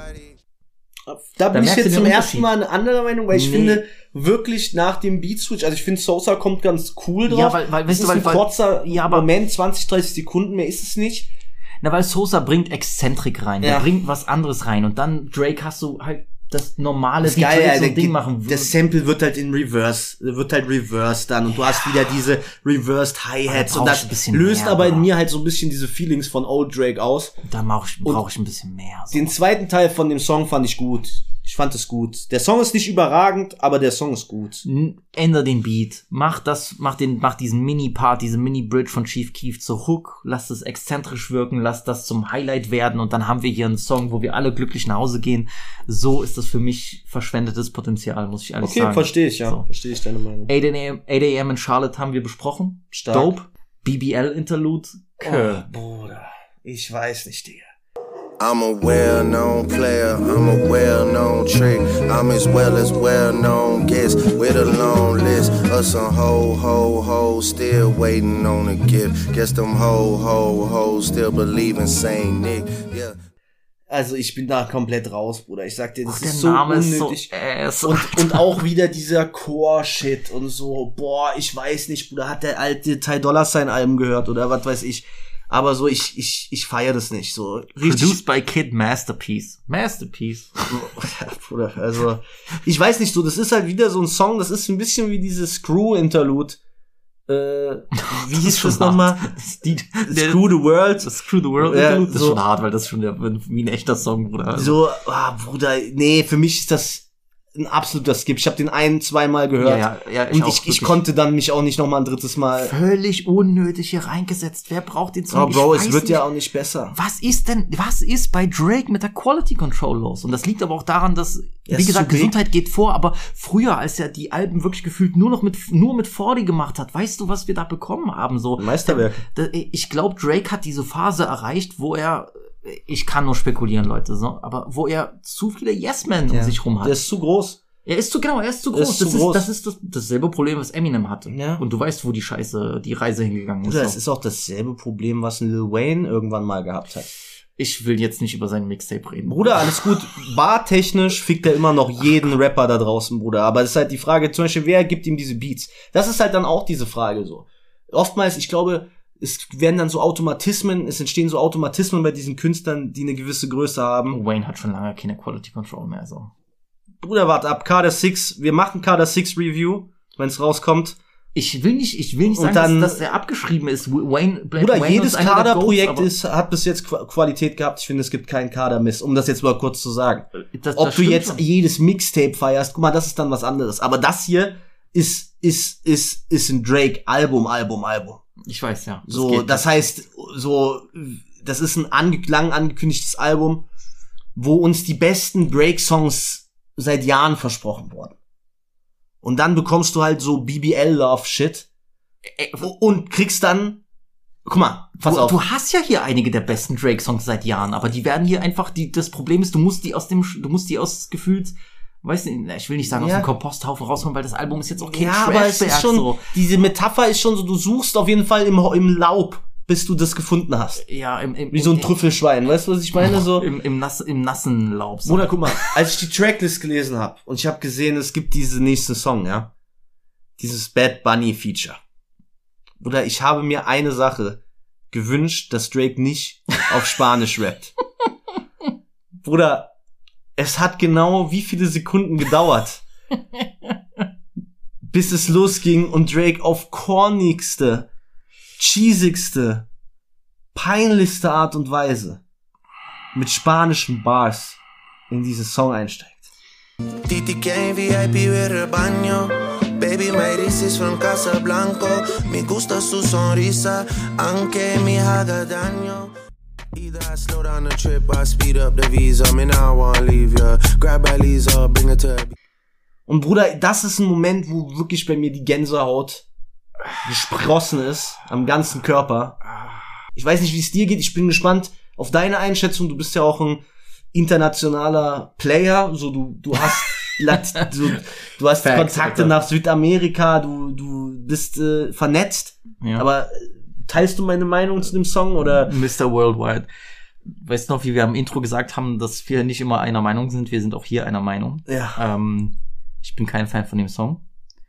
Speaker 6: Da bin ich jetzt zum ersten Mal eine andere Meinung, weil ich finde, wirklich nach dem Beat-Switch, also ich finde, Sosa kommt ganz cool drauf.
Speaker 3: Ja, weil weißt du, weil
Speaker 6: kurzer Moment, 20, 30 Sekunden, mehr ist es nicht.
Speaker 3: Na, weil Sosa bringt Exzentrik rein,
Speaker 6: ja.
Speaker 3: Der bringt was anderes rein und dann Drake hast du halt das normale,
Speaker 6: das geil,
Speaker 3: Drake so ein Ding machen würde.
Speaker 6: Das Sample wird halt reverse dann und du hast wieder diese reversed Hi-Hats und das löst mehr, aber in mir halt so ein bisschen diese Feelings von Old Drake aus.
Speaker 3: Da brauche ich ein bisschen mehr. So.
Speaker 6: Den zweiten Teil von dem Song fand ich gut. Ich fand es gut. Der Song ist nicht überragend, aber der Song ist gut.
Speaker 3: Änder den Beat. Mach diesen Mini-Part, diese Mini-Bridge von Chief Keef zur Hook. Lass es exzentrisch wirken. Lass das zum Highlight werden. Und dann haben wir hier einen Song, wo wir alle glücklich nach Hause gehen. So ist das für mich verschwendetes Potenzial, muss ich ehrlich sagen.
Speaker 6: Okay, verstehe ich, ja. So. Verstehe ich deine Meinung.
Speaker 3: 8 AM in Charlotte haben wir besprochen.
Speaker 6: Stark.
Speaker 3: Dope. BBL-Interlude.
Speaker 6: Oh, Bruder. Ich weiß nicht, Digga.
Speaker 5: I'm a well-known player, I'm a well-known trick. I'm as well-known guest with a long list of some ho, still waiting on a gift. Guess them ho, still believe in Saint Nick, yeah.
Speaker 6: Also ich bin da komplett raus, Bruder. Ich sag dir, das ist so
Speaker 3: Name
Speaker 6: unnötig.
Speaker 3: Ist so
Speaker 6: und auch wieder dieser Core-Shit und so, boah, ich weiß nicht, Bruder, hat der alte Ty Dolla $ign Album gehört oder was weiß ich. Aber so, ich feier das nicht, so.
Speaker 3: Produced by Kid Masterpiece.
Speaker 6: Bruder, also, ich weiß nicht so, das ist halt wieder so ein Song, das ist ein bisschen wie dieses Screw-Interlude. Wie hieß das nochmal?
Speaker 3: Screw the World. Screw the World
Speaker 6: ja,
Speaker 3: Interlude. Das
Speaker 6: so,
Speaker 3: ist schon hart, weil das ist schon wie ein echter Song, Bruder. Also.
Speaker 6: So, Bruder, nee, für mich ist das ein absoluter Skip. Ich habe den 1-2 gehört.
Speaker 3: Ja,
Speaker 6: und ich konnte dann mich auch nicht noch mal ein drittes Mal.
Speaker 3: Völlig unnötig hier reingesetzt. Wer braucht den Song?
Speaker 6: Oh, Bro, es wird ja auch nicht besser.
Speaker 3: Was ist bei Drake mit der Quality Control los? Und das liegt aber auch daran, dass, wie gesagt, Gesundheit geht vor, aber früher, als er die Alben wirklich gefühlt nur mit 40 gemacht hat, weißt du, was wir da bekommen haben? So
Speaker 6: Meisterwerk.
Speaker 3: Ich glaube, Drake hat diese Phase erreicht, wo er, ich kann nur spekulieren, Leute, so, aber wo er zu viele Yes-Men um sich rum hat.
Speaker 6: Der ist zu groß.
Speaker 3: Er ist zu groß. Das ist dasselbe Problem, was Eminem hatte. Ja. Und du weißt, wo die Reise hingegangen ist.
Speaker 6: Oder es ist auch dasselbe Problem, was Lil Wayne irgendwann mal gehabt hat.
Speaker 3: Ich will jetzt nicht über sein Mixtape reden.
Speaker 6: Bruder, alles gut. Bartechnisch fickt er immer noch jeden Rapper da draußen, Bruder. Aber es ist halt die Frage, zum Beispiel, wer gibt ihm diese Beats? Das ist halt dann auch diese Frage so. Oftmals, ich glaube, es entstehen so Automatismen bei diesen Künstlern, die eine gewisse Größe haben.
Speaker 3: Wayne hat schon lange keine Quality Control mehr, so.
Speaker 6: Bruder, warte ab, Carter 6, wir machen Carter 6 Review, wenn es rauskommt.
Speaker 3: Ich will nicht sagen, dann, dass der abgeschrieben ist.
Speaker 6: Bruder, jedes Kader-Projekt hat bis jetzt Qualität gehabt. Ich finde, es gibt keinen Kader-Miss, um das jetzt mal kurz zu sagen. Ob du jetzt schon jedes Mixtape feierst, guck mal, das ist dann was anderes. Aber das hier ist ein Drake-Album.
Speaker 3: Ich weiß, ja.
Speaker 6: Das heißt, das ist ein lang angekündigtes Album, wo uns die besten Drake-Songs seit Jahren versprochen wurden. Und dann bekommst du halt so BBL-Love-Shit und kriegst dann, guck mal, pass auf.
Speaker 3: Du hast ja hier einige der besten Drake-Songs seit Jahren, aber die werden hier einfach, das Problem ist, du musst die aus gefühlt weißt du, ich will nicht sagen, aus dem Komposthaufen rausholen, weil das Album ist jetzt auch kein
Speaker 6: ja, aber es ist schon, so. Diese Metapher ist schon so, du suchst auf jeden Fall im Laub, bis du das gefunden hast.
Speaker 3: Ja,
Speaker 6: wie so ein Trüffelschwein, weißt du, was ich meine? So
Speaker 3: im nassen Laub.
Speaker 6: Bruder, guck mal, als ich die Tracklist gelesen habe und ich habe gesehen, es gibt diesen nächsten Song, ja, dieses Bad Bunny Feature. Bruder, ich habe mir eine Sache gewünscht, dass Drake nicht auf Spanisch rappt. Bruder, es hat genau wie viele Sekunden gedauert, bis es losging und Drake auf cornigste, cheesigste, peinlichste Art und Weise mit spanischen Bars in diesen Song einsteigt.
Speaker 5: Titi que VIP with el baño. Baby, my wrist is from Casablanca. Me gusta su sonrisa, aunque me haga daño. Either I slow down the trip, I speed up the visa. Me now I wanna leave ya. Grab by Lisa, bring it to her.
Speaker 6: Und Bruder, das ist ein Moment, wo wirklich bei mir die Gänsehaut gesprossen ist, am ganzen Körper. Ich weiß nicht, wie es dir geht, ich bin gespannt auf deine Einschätzung. Du bist ja auch ein internationaler Player, so du hast du hast
Speaker 3: Facts,
Speaker 6: Kontakte nach Südamerika, du bist vernetzt, aber teilst du meine Meinung zu dem Song oder?
Speaker 3: Mr. Worldwide. Weißt du noch, wie wir am Intro gesagt haben, dass wir nicht immer einer Meinung sind, wir sind auch hier einer Meinung.
Speaker 6: Ja.
Speaker 3: Ich bin kein Fan von dem Song.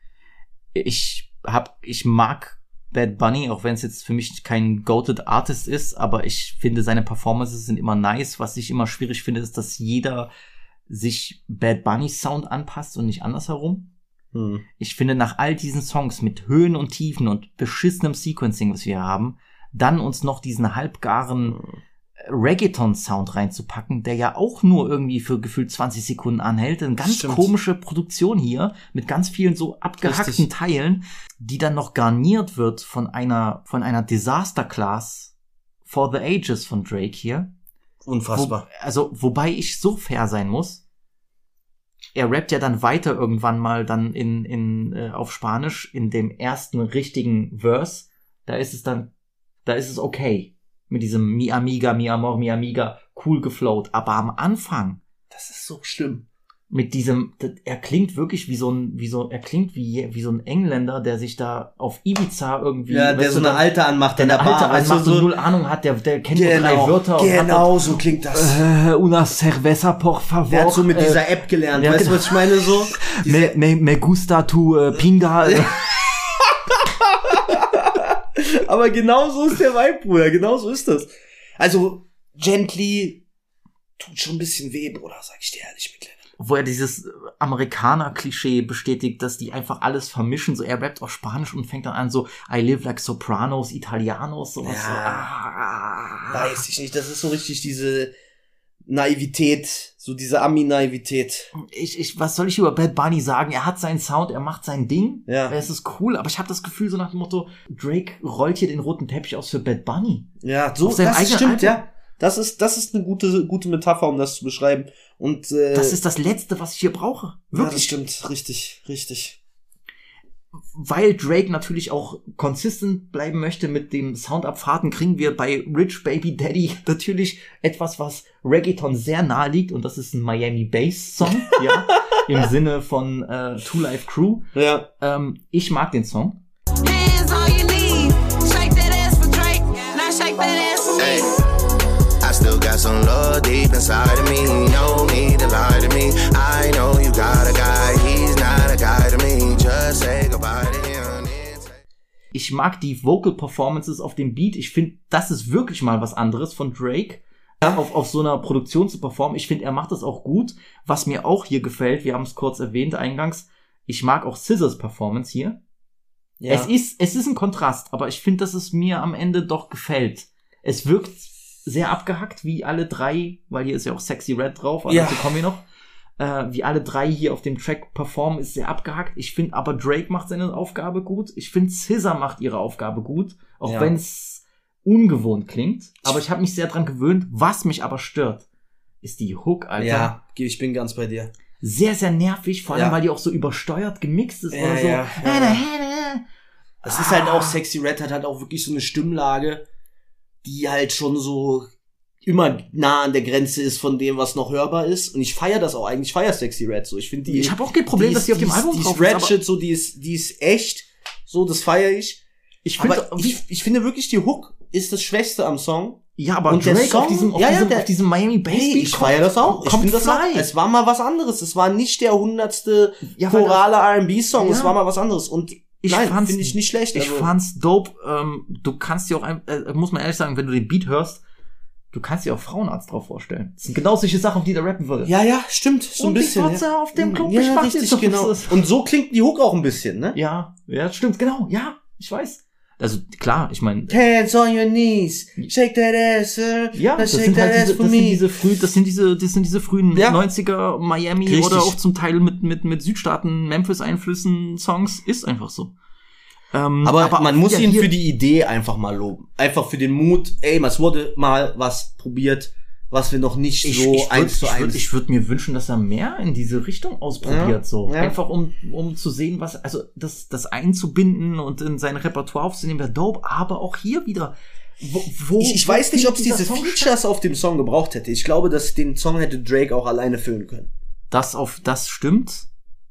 Speaker 3: Ich mag Bad Bunny, auch wenn es jetzt für mich kein Goated Artist ist, aber ich finde, seine Performances sind immer nice. Was ich immer schwierig finde, ist, dass jeder sich Bad Bunny Sound anpasst und nicht andersherum. Ich finde, nach all diesen Songs mit Höhen und Tiefen und beschissenem Sequencing, was wir haben, dann uns noch diesen halbgaren Reggaeton-Sound reinzupacken, der ja auch nur irgendwie für gefühlt 20 Sekunden anhält. Eine ganz komische Produktion hier mit ganz vielen so abgehackten Teilen, die dann noch garniert wird von einer Disaster Class for the Ages von Drake hier.
Speaker 6: Unfassbar.
Speaker 3: Wobei ich so fair sein muss. Er rappt ja dann weiter irgendwann mal dann auf Spanisch in dem ersten richtigen Verse. Da ist es okay. Mit diesem Mi Amiga, Mi Amor, Mi Amiga, cool geflowt. Aber am Anfang,
Speaker 6: das ist so schlimm.
Speaker 3: Mit diesem, er klingt wirklich wie so ein Engländer, der sich da auf Ibiza irgendwie,
Speaker 6: ja, der so eine Alte anmacht,
Speaker 3: der eine Alte anmacht und null Ahnung hat, der kennt nur 3 Wörter.
Speaker 6: Genau, so klingt das.
Speaker 3: Una cerveza, por favor.
Speaker 6: Der hat so mit dieser App gelernt, weißt du, was ich meine, so?
Speaker 3: Me gusta tu pinga.
Speaker 6: Aber genau so ist der Vibe, Bruder, genau so ist das. Also, Gently tut schon ein bisschen weh, Bruder, sag ich dir ehrlich mittlerweile.
Speaker 3: Wo er dieses Amerikaner-Klischee bestätigt, dass die einfach alles vermischen. So, er rappt auf Spanisch und fängt dann an so, I live like Sopranos, Italianos, sowas.
Speaker 6: Ja, weiß ich nicht, das ist so richtig diese Naivität, so diese Ami-Naivität.
Speaker 3: Was soll ich über Bad Bunny sagen? Er hat seinen Sound, er macht sein Ding.
Speaker 6: Ja.
Speaker 3: Es ist cool, aber ich habe das Gefühl so nach dem Motto, Drake rollt hier den roten Teppich aus für Bad Bunny.
Speaker 6: Ja, so, das stimmt, ja. Das ist eine gute Metapher, um das zu beschreiben. Und
Speaker 3: das ist das Letzte, was ich hier brauche. Wirklich.
Speaker 6: Ja, das stimmt, richtig.
Speaker 3: Weil Drake natürlich auch consistent bleiben möchte mit dem Soundabfahrten, kriegen wir bei Rich Baby Daddy natürlich etwas, was Reggaeton sehr nahe liegt, und das ist ein Miami Bass Song, ja, im Sinne von Two Live Crew.
Speaker 6: Ja.
Speaker 3: Ich mag den Song.
Speaker 2: Hands all you need. Shake that ass for Drake. Now shake that ass for me.
Speaker 5: I still got some love deep inside of me. No need to lie to me. I know you got a guy. He's not a guy to me. Just say goodbye to him.
Speaker 3: Ich mag die Vocal Performances auf dem Beat. Ich finde, das ist wirklich mal was anderes von Drake. Auf so einer Produktion zu performen. Ich finde, er macht das auch gut. Was mir auch hier gefällt, wir haben es kurz erwähnt eingangs, ich mag auch SZA's Performance hier. Ja. Es ist ein Kontrast, aber ich finde, dass es mir am Ende doch gefällt. Es wirkt sehr abgehackt, wie alle 3, weil hier ist ja auch Sexy Red drauf, also dazu kommen wir noch. Wie alle 3 hier auf dem Track performen, ist sehr abgehackt. Ich finde aber, Drake macht seine Aufgabe gut. Ich finde, SZA macht ihre Aufgabe gut, auch wenn es ungewohnt klingt. Aber ich habe mich sehr dran gewöhnt. Was mich aber stört, ist die Hook, Alter.
Speaker 6: Ja, ich bin ganz bei dir.
Speaker 3: Sehr, sehr nervig, vor allem, weil die auch so übersteuert gemixt ist oder so. Ja.
Speaker 6: Es ist halt auch, Sexy Red hat halt auch wirklich so eine Stimmlage, die halt schon so immer nah an der Grenze ist von dem, was noch hörbar ist. Und ich feiere das auch eigentlich. Ich feiere Sexy Red so. Ich finde die.
Speaker 3: Ich habe auch kein Problem, dass die auf dem Album drauf ist.
Speaker 6: Die ist Ratchet, so, die ist echt. So, das feiere ich. Ich finde wirklich, die Hook ist das Schwächste am Song.
Speaker 3: Ja, aber
Speaker 6: und
Speaker 3: Drake
Speaker 6: der Song,
Speaker 3: auf diesem Miami Bass Beat,
Speaker 6: ich feiere das auch. Ich finde das auch. Es war mal was anderes. Es war nicht der 100. chorale R&B-Song. Es war mal was anderes. Und nein, finde ich nicht schlecht.
Speaker 3: Ich fand's dope. Du kannst dir auch, muss man ehrlich sagen, wenn du den Beat hörst, du kannst dir auch Frauenarzt drauf vorstellen. Das sind genau solche Sachen, auf die der rappen würde.
Speaker 6: Ja, stimmt. So ein bisschen.
Speaker 3: Und die Fotze auf dem Club,
Speaker 6: ja, richtig, genau. Und so klingt die Hook auch ein bisschen, ne?
Speaker 3: Ja, stimmt, genau. Ja, ich weiß. Also, klar, ich meine.
Speaker 6: Hands on your knees, shake that ass,
Speaker 3: ja, das sind halt diese frühen 90er Miami richtig. Oder auch zum Teil mit Südstaaten, Memphis-Einflüssen Songs, ist einfach so.
Speaker 6: Aber man muss ihn für die Idee einfach mal loben. Einfach für den Mut, es wurde mal was probiert, was wir noch nicht so 1:1.
Speaker 3: Ich würde mir wünschen, dass er mehr in diese Richtung ausprobiert, so. Ja. Einfach um zu sehen, was, also, das einzubinden und in sein Repertoire aufzunehmen, wäre dope, aber auch hier wieder,
Speaker 6: ich weiß nicht, ob es diese Features auf dem Song gebraucht hätte. Ich glaube, dass den Song hätte Drake auch alleine füllen können.
Speaker 3: Das stimmt.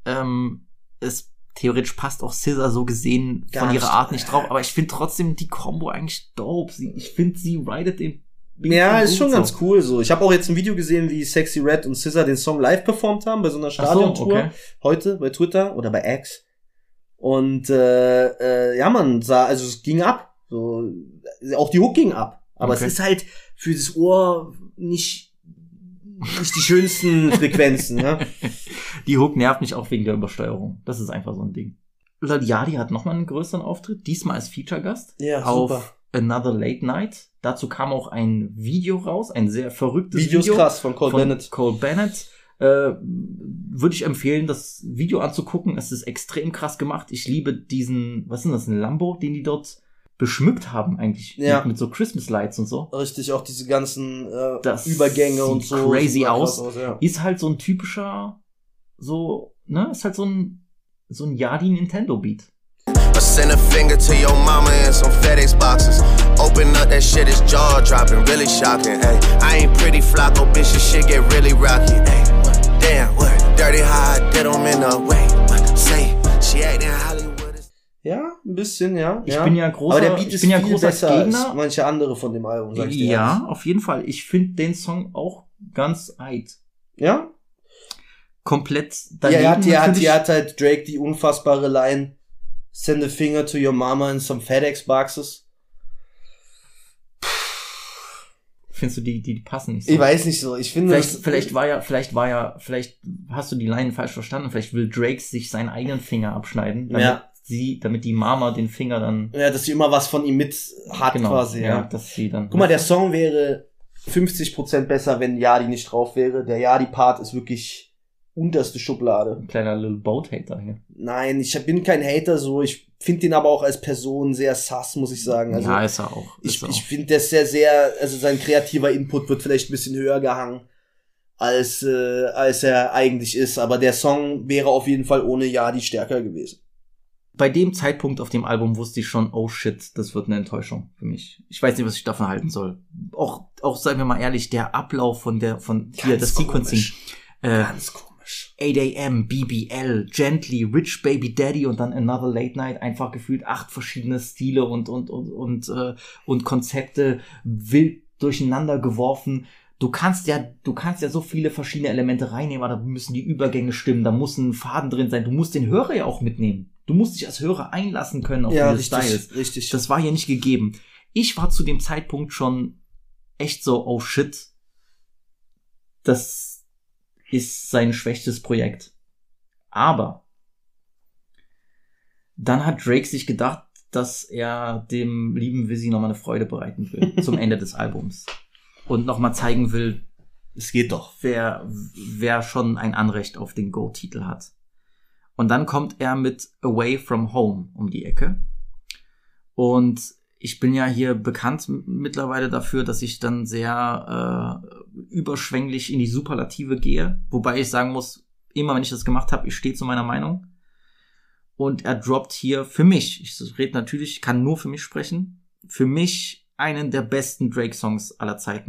Speaker 3: Es theoretisch passt auch SZA so gesehen von ihrer Art nicht drauf, aber ich finde trotzdem die Combo eigentlich dope. Ich finde, sie ridet den
Speaker 6: Ja, ist schon ganz cool so. Ich habe auch jetzt ein Video gesehen, wie Sexy Red und SZA den Song live performt haben bei so einer Stadiontour. Heute bei Twitter oder bei X. Und ja, man sah, also es ging ab. So, auch die Hook ging ab. Aber es ist halt für das Ohr nicht die schönsten Frequenzen. Ne?
Speaker 3: Die Hook nervt mich auch wegen der Übersteuerung. Das ist einfach so ein Ding. Lil Yachty hat nochmal einen größeren Auftritt, diesmal als Feature-Gast.
Speaker 6: Ja,
Speaker 3: auf
Speaker 6: super.
Speaker 3: Another Late Night. Dazu kam auch ein Video raus, ein sehr verrücktes
Speaker 6: Video. Video ist krass, von Cole
Speaker 3: Bennett. Würde ich empfehlen, das Video anzugucken. Es ist extrem krass gemacht. Ich liebe diesen, was ist das, ein Lambo, den die dort beschmückt haben eigentlich. Ja. Mit so Christmas Lights und so.
Speaker 6: Richtig, auch diese ganzen Übergänge und so.
Speaker 3: Crazy aus. Ja. Ist halt so ein typischer, so, ne, ist halt so ein Yachty Nintendo Beat.
Speaker 5: I send a finger to your mama in some FedEx boxes. Open up that shit, it's jaw dropping, really shocking. Ay, I ain't pretty Flacco, bitch, this shit get really rocky. Ay, damn, what? Dirty how I did them in the way. Say, she acting Hollywood.
Speaker 6: Ja, ein bisschen, ja.
Speaker 3: Ich bin ja großer,
Speaker 6: aber der Beat ist viel besser
Speaker 3: Gegner.
Speaker 6: Als manche andere von dem Album, sag ich dir.
Speaker 3: Ja, auf jeden Fall. Ich finde den Song auch ganz eit.
Speaker 6: Ja?
Speaker 3: Komplett daneben.
Speaker 6: Ja, hat halt Drake die unfassbare Line: Send a finger to your mama in some FedEx boxes.
Speaker 3: Findest du, die passen nicht so?
Speaker 6: Ich weiß nicht so. Ich finde,
Speaker 3: vielleicht hast du die Line falsch verstanden. Vielleicht will Drake sich seinen eigenen Finger abschneiden, damit die Mama den Finger dann.
Speaker 6: Ja, dass sie immer was von ihm mit hat, quasi, ja.
Speaker 3: Dass sie dann.
Speaker 6: Guck mal, der Song wäre 50% besser, wenn Yachty nicht drauf wäre. Der Yachty-Part ist wirklich unterste Schublade.
Speaker 3: Ein kleiner Little Boat-Hater hier.
Speaker 6: Nein, ich bin kein Hater so. Ich finde ihn aber auch als Person sehr sass, muss ich sagen. Also,
Speaker 3: ja, ist er auch.
Speaker 6: Ich finde, der ist sehr, also sein kreativer Input wird vielleicht ein bisschen höher gehangen, als er eigentlich ist. Aber der Song wäre auf jeden Fall ohne Yachty stärker gewesen.
Speaker 3: Bei dem Zeitpunkt auf dem Album wusste ich schon, oh shit, das wird eine Enttäuschung für mich. Ich weiß nicht, was ich davon halten soll. Auch seien wir mal ehrlich, der Ablauf von das Sequencing.
Speaker 6: Ganz komisch.
Speaker 3: 8 AM, BBL, Gently, Rich Baby Daddy und dann Another Late Night, einfach gefühlt 8 verschiedene Stile und Konzepte wild durcheinander geworfen. Du kannst ja so viele verschiedene Elemente reinnehmen, aber da müssen die Übergänge stimmen, da muss ein Faden drin sein, du musst den Hörer ja auch mitnehmen. Du musst dich als Hörer einlassen können auf diese Styles.
Speaker 6: Richtig.
Speaker 3: Das war hier nicht gegeben. Ich war zu dem Zeitpunkt schon echt so, oh shit, das ist sein schwächstes Projekt. Aber dann hat Drake sich gedacht, dass er dem lieben Wizzy nochmal eine Freude bereiten will zum Ende des Albums. Und nochmal zeigen will,
Speaker 6: es geht doch,
Speaker 3: wer schon ein Anrecht auf den Go-Titel hat. Und dann kommt er mit Away From Home um die Ecke. Und ich bin ja hier bekannt mittlerweile dafür, dass ich dann sehr überschwänglich in die Superlative gehe. Wobei ich sagen muss, immer wenn ich das gemacht habe, ich stehe zu meiner Meinung. Und er droppt hier für mich, ich rede natürlich, kann nur für mich sprechen, für mich einen der besten Drake-Songs aller Zeiten.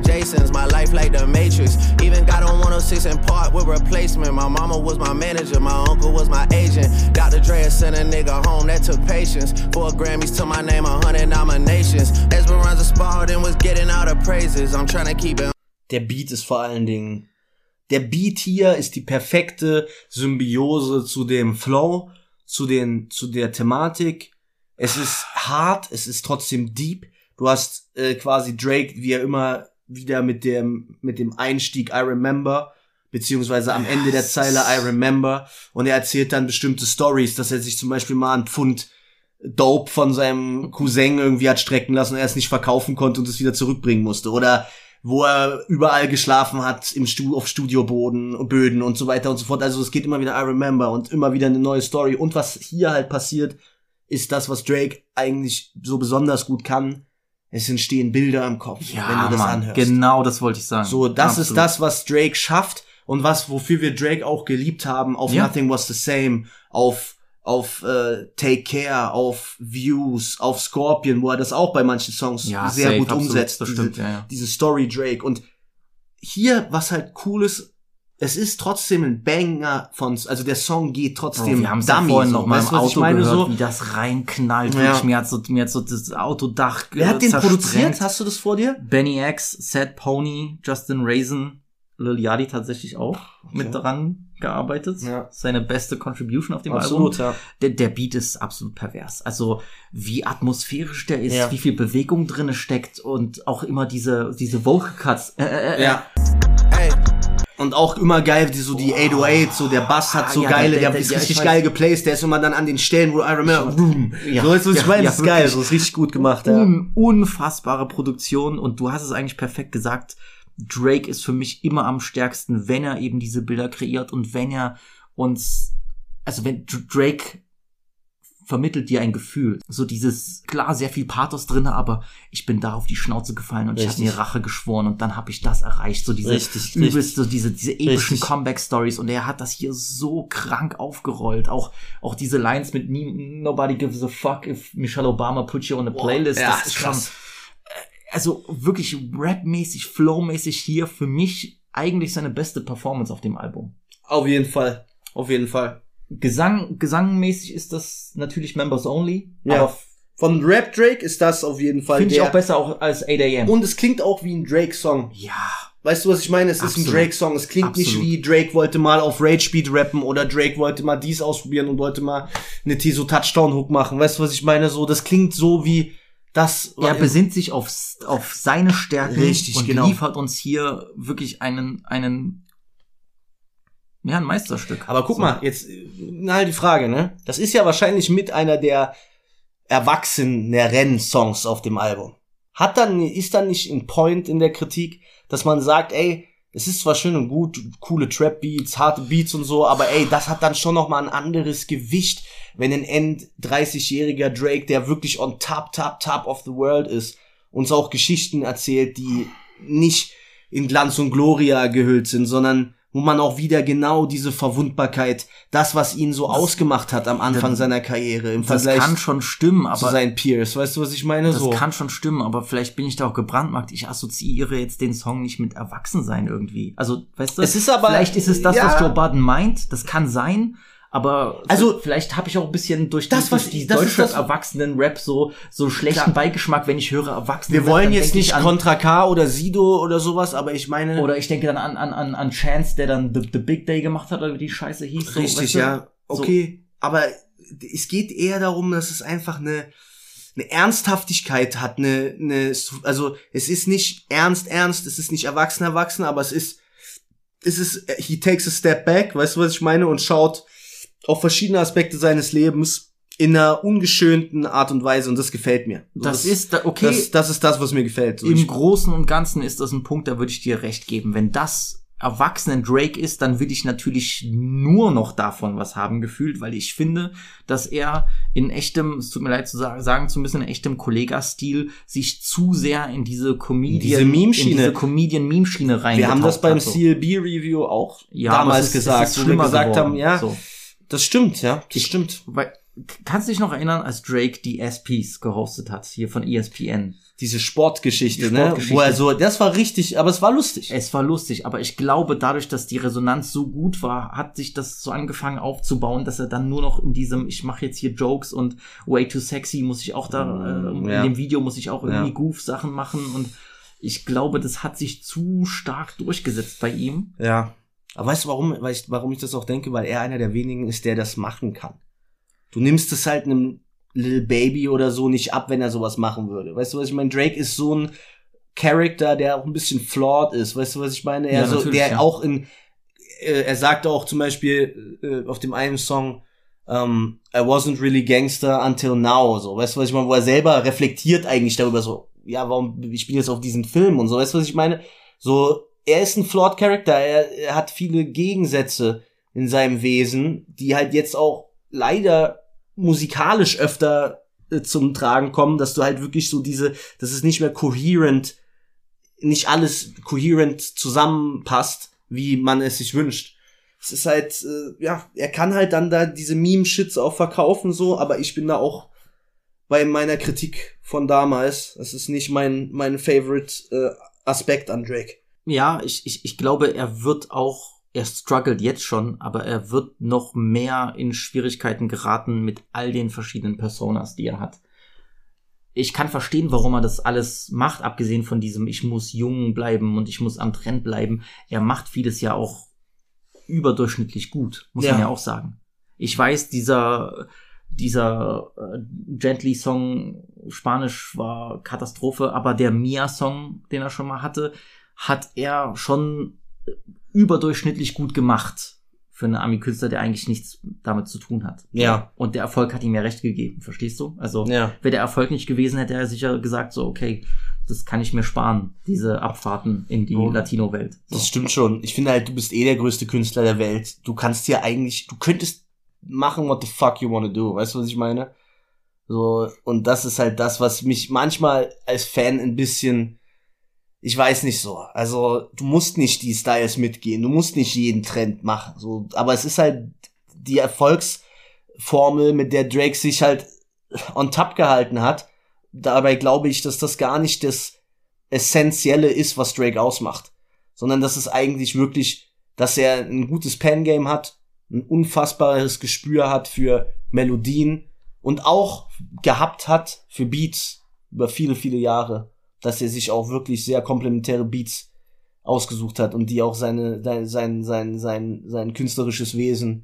Speaker 5: Jasons. My life like the Matrix. Even got on 106 in Park with replacement. My mama was my manager, my uncle was my agent. Dr. Dre sent a nigga home, that took patience. 4 Grammys to my name, 100 nominations. Esperanza Spalding and was getting all the praises. I'm trying to keep it.
Speaker 6: Der Beat ist vor allen Dingen, der Beat hier ist die perfekte Symbiose zu dem Flow, zu der Thematik. Es ist hart, es ist trotzdem deep. Du hast quasi Drake, wie er immer wieder mit dem Einstieg I Remember, beziehungsweise am Ende der Zeile I Remember, und er erzählt dann bestimmte Stories, dass er sich zum Beispiel mal einen Pfund Dope von seinem Cousin irgendwie hat strecken lassen und er es nicht verkaufen konnte und es wieder zurückbringen musste, oder wo er überall geschlafen hat auf Böden und so weiter und so fort. Also es geht immer wieder I Remember und immer wieder eine neue Story. Und was hier halt passiert, ist das, was Drake eigentlich so besonders gut kann. Es entstehen Bilder im Kopf,
Speaker 3: ja,
Speaker 6: wenn du das anhörst.
Speaker 3: Genau, das wollte ich sagen.
Speaker 6: So, das ist das, was Drake schafft und wofür wir Drake auch geliebt haben, auf Nothing Was the Same, auf Take Care, auf Views, auf Scorpion, wo er das auch bei manchen Songs sehr gut umsetzt, diese Story Drake. Und hier, was halt cool ist, es ist trotzdem ein Banger also der Song geht trotzdem
Speaker 3: wir haben es ja vorhin noch mal im Auto gehört, wie das reinknallt.
Speaker 6: Ja.
Speaker 3: Mir hat so das Autodach
Speaker 6: Wer hat den produziert? Hast du das vor dir?
Speaker 3: Benny X, Sad Pony, Justin Raisin, Lil Yachty tatsächlich auch mit dran gearbeitet. Ja. Seine beste Contribution auf dem Album. Ja. Der Beat ist absolut pervers. Also wie atmosphärisch der ist, wie viel Bewegung drinne steckt und auch immer diese Vocal Cuts.
Speaker 6: Und auch immer geil, die 808, so der Bass hat so geile, der ist richtig geil geplaced, der ist immer dann an den Stellen, wo I Remember, so ist, was ich meine, das ist geil, so ist richtig gut gemacht.
Speaker 3: Unfassbare Produktion, und du hast es eigentlich perfekt gesagt, Drake ist für mich immer am stärksten, wenn er eben diese Bilder kreiert und wenn er wenn Drake vermittelt dir ein Gefühl. So dieses, klar, sehr viel Pathos drinne, aber ich bin da auf die Schnauze gefallen und ich habe mir Rache geschworen und dann habe ich das erreicht. So diese übelste, diese epischen Comeback-Stories, und er hat das hier so krank aufgerollt. Auch diese Lines mit Nobody gives a fuck if Michelle Obama put you on a playlist. Das ist schon, also wirklich rapmäßig, flowmäßig hier für mich eigentlich seine beste Performance auf dem Album.
Speaker 6: Auf jeden Fall.
Speaker 3: Gesangmäßig ist das natürlich Members Only.
Speaker 6: Ja. Aber von Rap Drake ist das auf jeden Fall.
Speaker 3: Finde ich auch besser auch als 8 AM.
Speaker 6: Und es klingt auch wie ein Drake-Song.
Speaker 3: Ja.
Speaker 6: Weißt du, was ich meine? Es ist ein Drake-Song. Es klingt nicht wie Drake wollte mal auf Rage Beat rappen oder Drake wollte mal dies ausprobieren und wollte mal eine Tiso Touchdown-Hook machen. Weißt du, was ich meine? So, das klingt so wie das.
Speaker 3: Er besinnt sich auf seine Stärken.
Speaker 6: Richtig,
Speaker 3: und liefert uns hier wirklich ein Meisterstück.
Speaker 6: Aber guck mal, jetzt die Frage, ne? Das ist ja wahrscheinlich mit einer der erwachseneren Songs auf dem Album. Ist dann nicht ein Point in der Kritik, dass man sagt, ey, es ist zwar schön und gut, coole Trap-Beats, harte Beats und so, aber ey, das hat dann schon noch mal ein anderes Gewicht, wenn ein End-30-jähriger Drake, der wirklich on top of the world ist, uns auch Geschichten erzählt, die nicht in Glanz und Gloria gehüllt sind, sondern wo man auch wieder genau diese Verwundbarkeit, das, was ihn so ausgemacht hat am Anfang seiner Karriere, im Vergleich
Speaker 3: das kann schon stimmen, aber
Speaker 6: zu seinen Peers, weißt du, was ich meine?
Speaker 3: Das kann schon stimmen, aber vielleicht bin ich da auch gebrandmarkt. Ich assoziiere jetzt den Song nicht mit Erwachsensein irgendwie. Also, weißt du, vielleicht ist es das, was Joe Budden meint, das kann sein, aber vielleicht habe ich auch ein bisschen durch die deutsche Erwachsenen-Rap so schlechten Beigeschmack, wenn ich höre Erwachsenen.
Speaker 6: Wir wollen jetzt nicht Contra K oder Sido oder sowas, aber ich meine...
Speaker 3: Oder ich denke dann an Chance, der dann The Big Day gemacht hat, oder wie die Scheiße hieß.
Speaker 6: Richtig, so, weißt du? Ja, okay. So. Aber es geht eher darum, dass es einfach eine Ernsthaftigkeit hat, also es ist nicht ernst, es ist nicht erwachsen, aber es ist, he takes a step back, weißt du, was ich meine, und schaut auf verschiedene Aspekte seines Lebens in einer ungeschönten Art und Weise, und das gefällt mir.
Speaker 3: Das ist okay.
Speaker 6: Das ist das, was mir gefällt.
Speaker 3: Im Großen und Ganzen ist das ein Punkt, da würde ich dir recht geben. Wenn das erwachsenen Drake ist, dann will ich natürlich nur noch davon was haben gefühlt, weil ich finde, dass er in echtem, es tut mir leid zu sagen zu müssen, in echtem Kollega-Stil sich zu sehr in diese Comedian-Meme-Schiene rein.
Speaker 6: Wir haben das beim CLB-Review auch damals gesagt, wo wir gesagt haben, das stimmt, ja, das stimmt.
Speaker 3: kannst du dich noch erinnern, als Drake die ESPYs gehostet hat, hier von ESPN?
Speaker 6: Diese Sportgeschichte, ne? Wo er so, das war richtig, aber es war lustig.
Speaker 3: Es war lustig, aber ich glaube, dadurch, dass die Resonanz so gut war, hat sich das so angefangen aufzubauen, dass er dann nur noch in diesem, ich mache jetzt hier Jokes und way too sexy muss ich auch da, in dem Video muss ich auch irgendwie Goof-Sachen machen und ich glaube, das hat sich zu stark durchgesetzt bei ihm.
Speaker 6: Ja. Aber weißt du, warum ich das auch denke? Weil er einer der wenigen ist, der das machen kann. Du nimmst es halt einem Lil Baby oder so nicht ab, wenn er sowas machen würde. Weißt du, was ich meine? Drake ist so ein Charakter, der auch ein bisschen flawed ist. Weißt du, was ich meine? Auch er sagt auch zum Beispiel auf dem einen Song, I wasn't really gangster until now, so. Weißt du, was ich meine? Wo er selber reflektiert eigentlich darüber so, ja, warum, ich bin jetzt auf diesen Film und so. Weißt du, was ich meine? So, er ist ein flawed Charakter. Er hat viele Gegensätze in seinem Wesen, die halt jetzt auch leider musikalisch öfter zum Tragen kommen, dass du halt wirklich so dass es nicht mehr nicht alles coherent zusammenpasst, wie man es sich wünscht. Es ist halt, er kann halt dann da diese Meme-Shits auch verkaufen, so, aber ich bin da auch bei meiner Kritik von damals. Das ist nicht mein Favorite Aspekt an Drake.
Speaker 3: Ja, ich glaube, er struggelt jetzt schon, aber er wird noch mehr in Schwierigkeiten geraten mit all den verschiedenen Personas, die er hat. Ich kann verstehen, warum er das alles macht, abgesehen von diesem, ich muss jung bleiben und ich muss am Trend bleiben. Er macht vieles ja auch überdurchschnittlich gut, muss man ja auch sagen. Ich weiß, dieser Gently-Song Spanisch war Katastrophe, aber der Mia-Song, den er schon mal hatte, hat er schon überdurchschnittlich gut gemacht für einen Ami-Künstler, der eigentlich nichts damit zu tun hat.
Speaker 6: Ja.
Speaker 3: Und der Erfolg hat ihm ja recht gegeben, verstehst du? Also, wäre der Erfolg nicht gewesen, hätte er sicher gesagt, so, okay, das kann ich mir sparen, diese Abfahrten in die Latino-Welt. So.
Speaker 6: Das stimmt schon. Ich finde halt, du bist der größte Künstler der Welt. Du könntest machen, what the fuck you wanna do. Weißt du, was ich meine? So, und das ist halt das, was mich manchmal als Fan ein bisschen, ich weiß nicht so. Also, du musst nicht die Styles mitgehen, du musst nicht jeden Trend machen. So, aber es ist halt die Erfolgsformel, mit der Drake sich halt on top gehalten hat. Dabei glaube ich, dass das gar nicht das Essentielle ist, was Drake ausmacht. Sondern dass es eigentlich wirklich, dass er ein gutes Pen-Game hat, ein unfassbares Gespür hat für Melodien und auch gehabt hat für Beats über viele, viele Jahre. Dass er sich auch wirklich sehr komplementäre Beats ausgesucht hat und die auch sein künstlerisches Wesen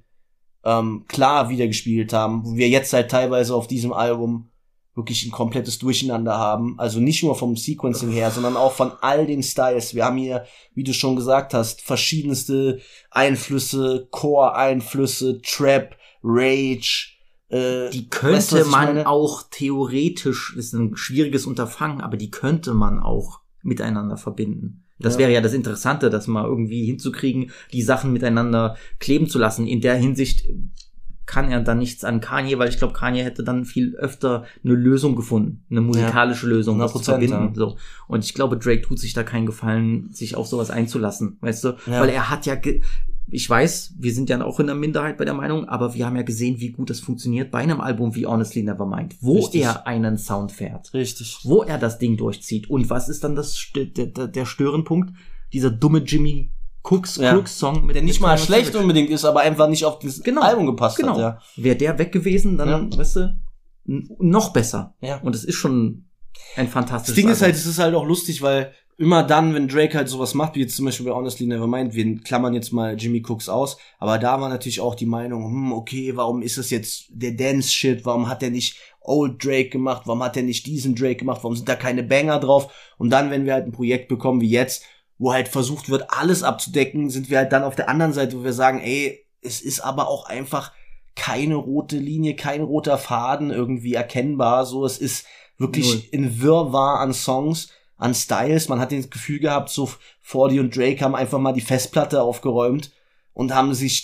Speaker 6: klar wiedergespiegelt haben, wo wir jetzt halt teilweise auf diesem Album wirklich ein komplettes Durcheinander haben, also nicht nur vom Sequencing her, sondern auch von all den Styles. Wir haben hier, wie du schon gesagt hast, verschiedenste Einflüsse, Core-Einflüsse, Trap, Rage.
Speaker 3: Die könnte man auch theoretisch, ist ein schwieriges Unterfangen, aber die könnte man auch miteinander verbinden. Das wäre ja das Interessante, das mal irgendwie hinzukriegen, die Sachen miteinander kleben zu lassen. In der Hinsicht kann er dann nichts an Kanye, weil ich glaube, Kanye hätte dann viel öfter eine Lösung gefunden, eine musikalische Lösung, das zu verbinden. Ja. So. Und ich glaube, Drake tut sich da keinen Gefallen, sich auf sowas einzulassen, weißt du? Ja. Weil er hat ja, ich weiß, wir sind ja auch in der Minderheit bei der Meinung, aber wir haben ja gesehen, wie gut das funktioniert bei einem Album wie Honestly Nevermind, wo er einen Sound fährt.
Speaker 6: Richtig.
Speaker 3: Wo er das Ding durchzieht. Und was ist dann der Störenpunkt? Dieser dumme Jimmy Crooks-Song.
Speaker 6: Der nicht mal schlecht unbedingt ist, aber einfach nicht auf das Album gepasst hat. Ja.
Speaker 3: Wäre der weg gewesen, dann, weißt du, noch besser. Ja. Und es ist schon ein fantastisches
Speaker 6: Ding ist halt, es ist halt auch lustig, weil immer dann, wenn Drake halt sowas macht, wie jetzt zum Beispiel bei Honestly Nevermind, wir klammern jetzt mal Jimmy Cooks aus, aber da war natürlich auch die Meinung, okay, warum ist das jetzt der Dance-Shit, warum hat der nicht Old Drake gemacht, warum hat der nicht diesen Drake gemacht, warum sind da keine Banger drauf? Und dann, wenn wir halt ein Projekt bekommen wie jetzt, wo halt versucht wird, alles abzudecken, sind wir halt dann auf der anderen Seite, wo wir sagen, ey, es ist aber auch einfach keine rote Linie, kein roter Faden irgendwie erkennbar, so, es ist wirklich ein Wirrwarr an Songs, an Styles. Man hat das Gefühl gehabt, so 40 und Drake haben einfach mal die Festplatte aufgeräumt und haben sich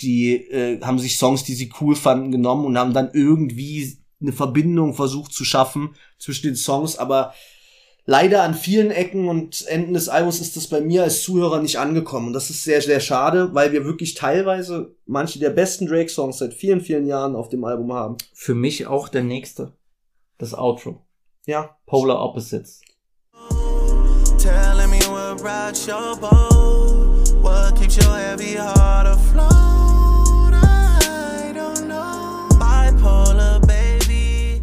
Speaker 6: Songs, die sie cool fanden, genommen und haben dann irgendwie eine Verbindung versucht zu schaffen zwischen den Songs, aber leider an vielen Ecken und Enden des Albums ist das bei mir als Zuhörer nicht angekommen. Und das ist sehr, sehr schade, weil wir wirklich teilweise manche der besten Drake-Songs seit vielen, vielen Jahren auf dem Album haben.
Speaker 3: Für mich auch der nächste. Das Outro.
Speaker 6: Ja.
Speaker 3: Polar Opposites.
Speaker 2: Telling me what rocks your boat, what keeps your heavy heart afloat. I don't know. Bipolar, baby.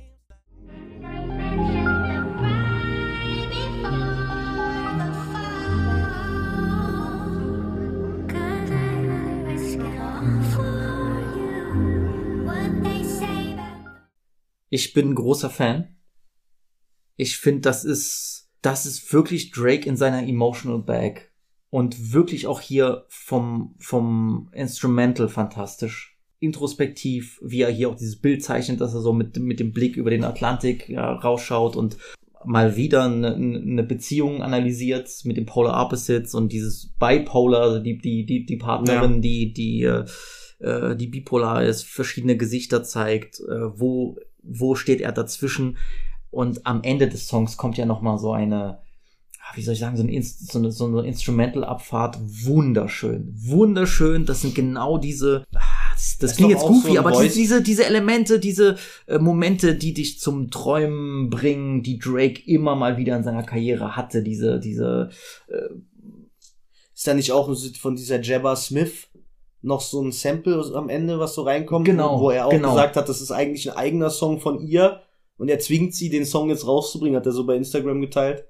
Speaker 3: Ich bin ein großer Fan. Ich finde, das ist wirklich Drake in seiner Emotional Bag. Und wirklich auch hier vom Instrumental fantastisch. Introspektiv, wie er hier auch dieses Bild zeichnet, dass er so mit dem Blick über den Atlantik rausschaut und mal wieder eine Beziehung analysiert mit den Polar Opposites und dieses Bipolar, also die Partnerin, die bipolar ist, verschiedene Gesichter zeigt, wo steht er dazwischen. Und am Ende des Songs kommt ja nochmal so eine, wie soll ich sagen, so eine Instrumental-Abfahrt. Wunderschön. Wunderschön. Das sind genau diese, das klingt jetzt goofy, so aber diese Elemente, diese Momente, die dich zum Träumen bringen, die Drake immer mal wieder in seiner Karriere hatte.
Speaker 6: Ist da nicht auch von dieser Jabba Smith noch so ein Sample am Ende, was so reinkommt?
Speaker 3: Genau.
Speaker 6: Wo er auch gesagt hat, das ist eigentlich ein eigener Song von ihr. Und er zwingt sie, den Song jetzt rauszubringen, hat er so bei Instagram geteilt.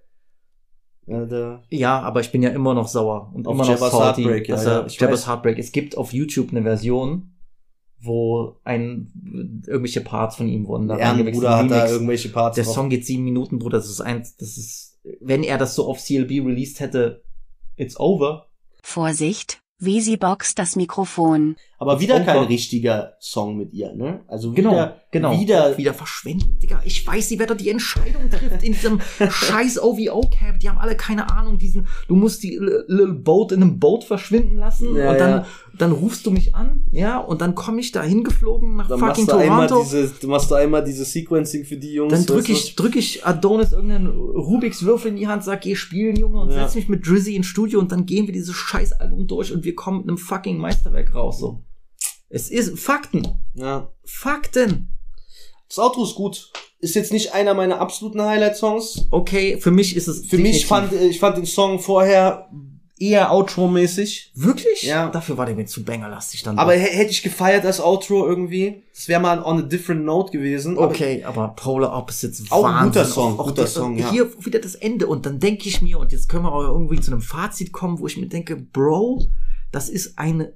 Speaker 3: Ja, aber ich bin ja immer noch sauer und immer noch
Speaker 6: Jabba's
Speaker 3: salty.
Speaker 6: Heartbreak,
Speaker 3: Jabba's Heartbreak. Es gibt auf YouTube eine Version, wo irgendwelche Parts von ihm wurden da reingewechselt.
Speaker 6: Bruder hat da irgendwelche Parts
Speaker 3: Der Song geht 7 Minuten, Bruder. Das ist, wenn er das so auf CLB released hätte, it's over.
Speaker 8: Vorsicht, Wheezy boxt das Mikrofon.
Speaker 6: Aber wieder kein richtiger Song mit ihr, ne? Also wieder
Speaker 3: wieder verschwendet, Digga. Ich weiß nicht, wer da die Entscheidung trifft in diesem scheiß OVO-Cap. Die haben alle keine Ahnung, du musst die Little Boat in einem Boot verschwinden lassen und dann rufst du mich an, ja, und dann komme ich da hingeflogen nach fucking Toronto.
Speaker 6: Du machst einmal diese Sequencing für die Jungs.
Speaker 3: Dann drück ich Adonis irgendeinen Rubiks Würfel in die Hand, sag, geh spielen, Junge, und setz mich mit Drizzy ins Studio und dann gehen wir dieses scheiß Album durch und wir kommen mit einem fucking Meisterwerk raus, so. Es ist Fakten.
Speaker 6: Ja.
Speaker 3: Fakten.
Speaker 6: Das Outro ist gut. Ist jetzt nicht einer meiner absoluten Highlight-Songs.
Speaker 3: Okay, für mich ist es.
Speaker 6: Für mich ich fand den Song vorher eher Outro-mäßig.
Speaker 3: Wirklich?
Speaker 6: Ja.
Speaker 3: Dafür war der mir zu bangerlastig dann.
Speaker 6: Aber hätte ich gefeiert als Outro irgendwie. Das wäre mal on a different note gewesen.
Speaker 3: Okay, aber Polar Opposites
Speaker 6: auch
Speaker 3: Wahnsinn.
Speaker 6: Ein guter Song, ja.
Speaker 3: Hier wieder das Ende und dann denke ich mir, und jetzt können wir auch irgendwie zu einem Fazit kommen, wo ich mir denke, Bro, das ist ein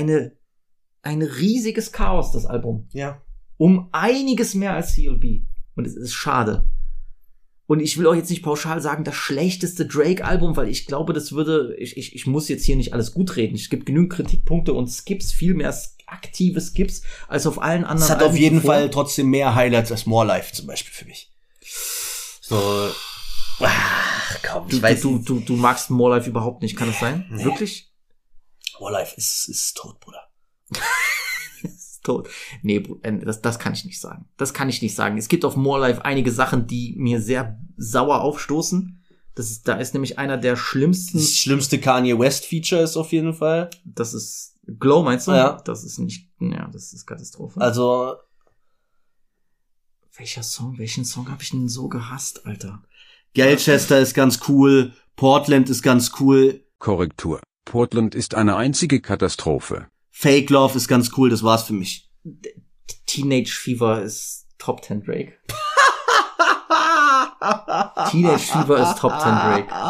Speaker 3: riesiges Chaos, das Album.
Speaker 6: Ja.
Speaker 3: Um einiges mehr als CLB. Und es ist schade. Und ich will auch jetzt nicht pauschal sagen, das schlechteste Drake-Album, weil ich glaube, ich muss jetzt hier nicht alles gut reden. Es gibt genügend Kritikpunkte und Skips, viel mehr aktive Skips, als auf allen anderen.
Speaker 6: Es hat auf jeden Fall trotzdem mehr Highlights als More Life zum Beispiel für mich. So. Komm,
Speaker 3: du magst More Life überhaupt nicht, kann das sein?
Speaker 6: Nee.
Speaker 3: Wirklich?
Speaker 6: More Life ist tot, Bruder.
Speaker 3: Ist tot. Nee, das kann ich nicht sagen. Das kann ich nicht sagen. Es gibt auf More Life einige Sachen, die mir sehr sauer aufstoßen. Da ist nämlich einer der schlimmsten.
Speaker 6: Das schlimmste Kanye West Feature ist auf jeden Fall.
Speaker 3: Das ist Glow, meinst du?
Speaker 6: Ja.
Speaker 3: Das ist nicht, ja, das ist Katastrophe.
Speaker 6: Also.
Speaker 3: Welchen Song habe ich denn so gehasst, Alter?
Speaker 6: Gelchester ist ganz cool. Portland ist ganz cool.
Speaker 9: Korrektur. Portland ist eine einzige Katastrophe.
Speaker 6: Fake Love ist ganz cool, das war's für mich.
Speaker 3: Teenage Fever ist Top 10 Drake. Teenage Fever ist Top 10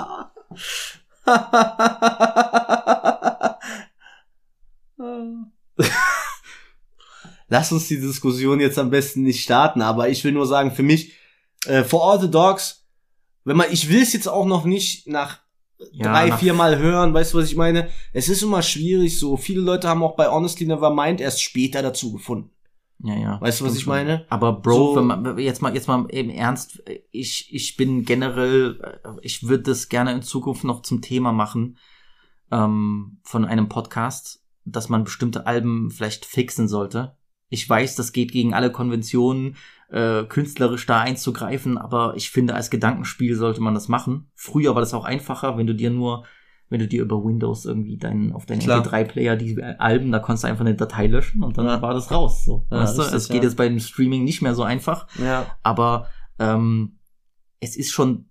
Speaker 3: Drake.
Speaker 6: Lass uns die Diskussion jetzt am besten nicht starten, aber ich will nur sagen, für mich, For All the Dogs, ich will es jetzt auch noch nicht nach 3-4 Mal hören, weißt du, was ich meine? Es ist immer schwierig so. Viele Leute haben auch bei Honestly Nevermind erst später dazu gefunden.
Speaker 3: Ja.
Speaker 6: Weißt du, was ich meine?
Speaker 3: Aber Bro, so, jetzt mal im Ernst, ich bin generell, ich würde das gerne in Zukunft noch zum Thema machen, von einem Podcast, dass man bestimmte Alben vielleicht fixen sollte. Ich weiß, das geht gegen alle Konventionen, künstlerisch da einzugreifen, aber ich finde, als Gedankenspiel sollte man das machen. Früher war das auch einfacher, wenn du dir über Windows irgendwie auf deinen MP3-Player die Alben, da konntest du einfach eine Datei löschen und dann war das raus. So, weißt du? Es geht jetzt beim Streaming nicht mehr so einfach, aber es ist schon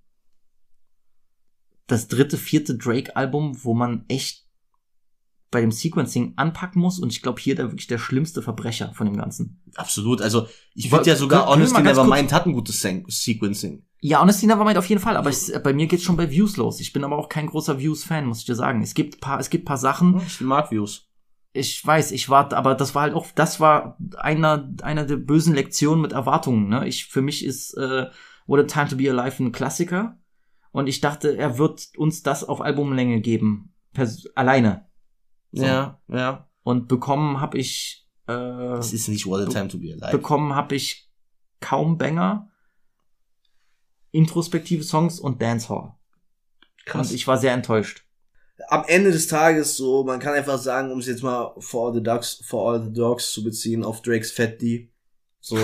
Speaker 3: das 3., 4. Drake-Album, wo man echt bei dem Sequencing anpacken muss und ich glaube, hier wirklich der schlimmste Verbrecher von dem Ganzen.
Speaker 6: Absolut, also ich finde ja sogar Honesty Nevermind hat ein gutes Sequencing.
Speaker 3: Ja, Honesty Nevermind auf jeden Fall, aber bei mir geht's schon bei Views los. Ich bin aber auch kein großer Views-Fan, muss ich dir sagen. Es gibt paar Sachen.
Speaker 6: Ich mag Views.
Speaker 3: Ich weiß, aber das war einer der bösen Lektionen mit Erwartungen, ne? Für mich ist What a Time to Be Alive ein Klassiker und ich dachte, er wird uns das auf Albumlänge geben. Alleine. So.
Speaker 6: Ja.
Speaker 3: Und bekommen habe ich
Speaker 6: es ist nicht What a Time to Be Alive.
Speaker 3: Bekommen habe ich kaum Banger, introspektive Songs und Dancehall. Krass. Und ich war sehr enttäuscht.
Speaker 6: Am Ende des Tages so, man kann einfach sagen, um es jetzt mal For All the Dogs zu beziehen auf Drakes Fat D. So,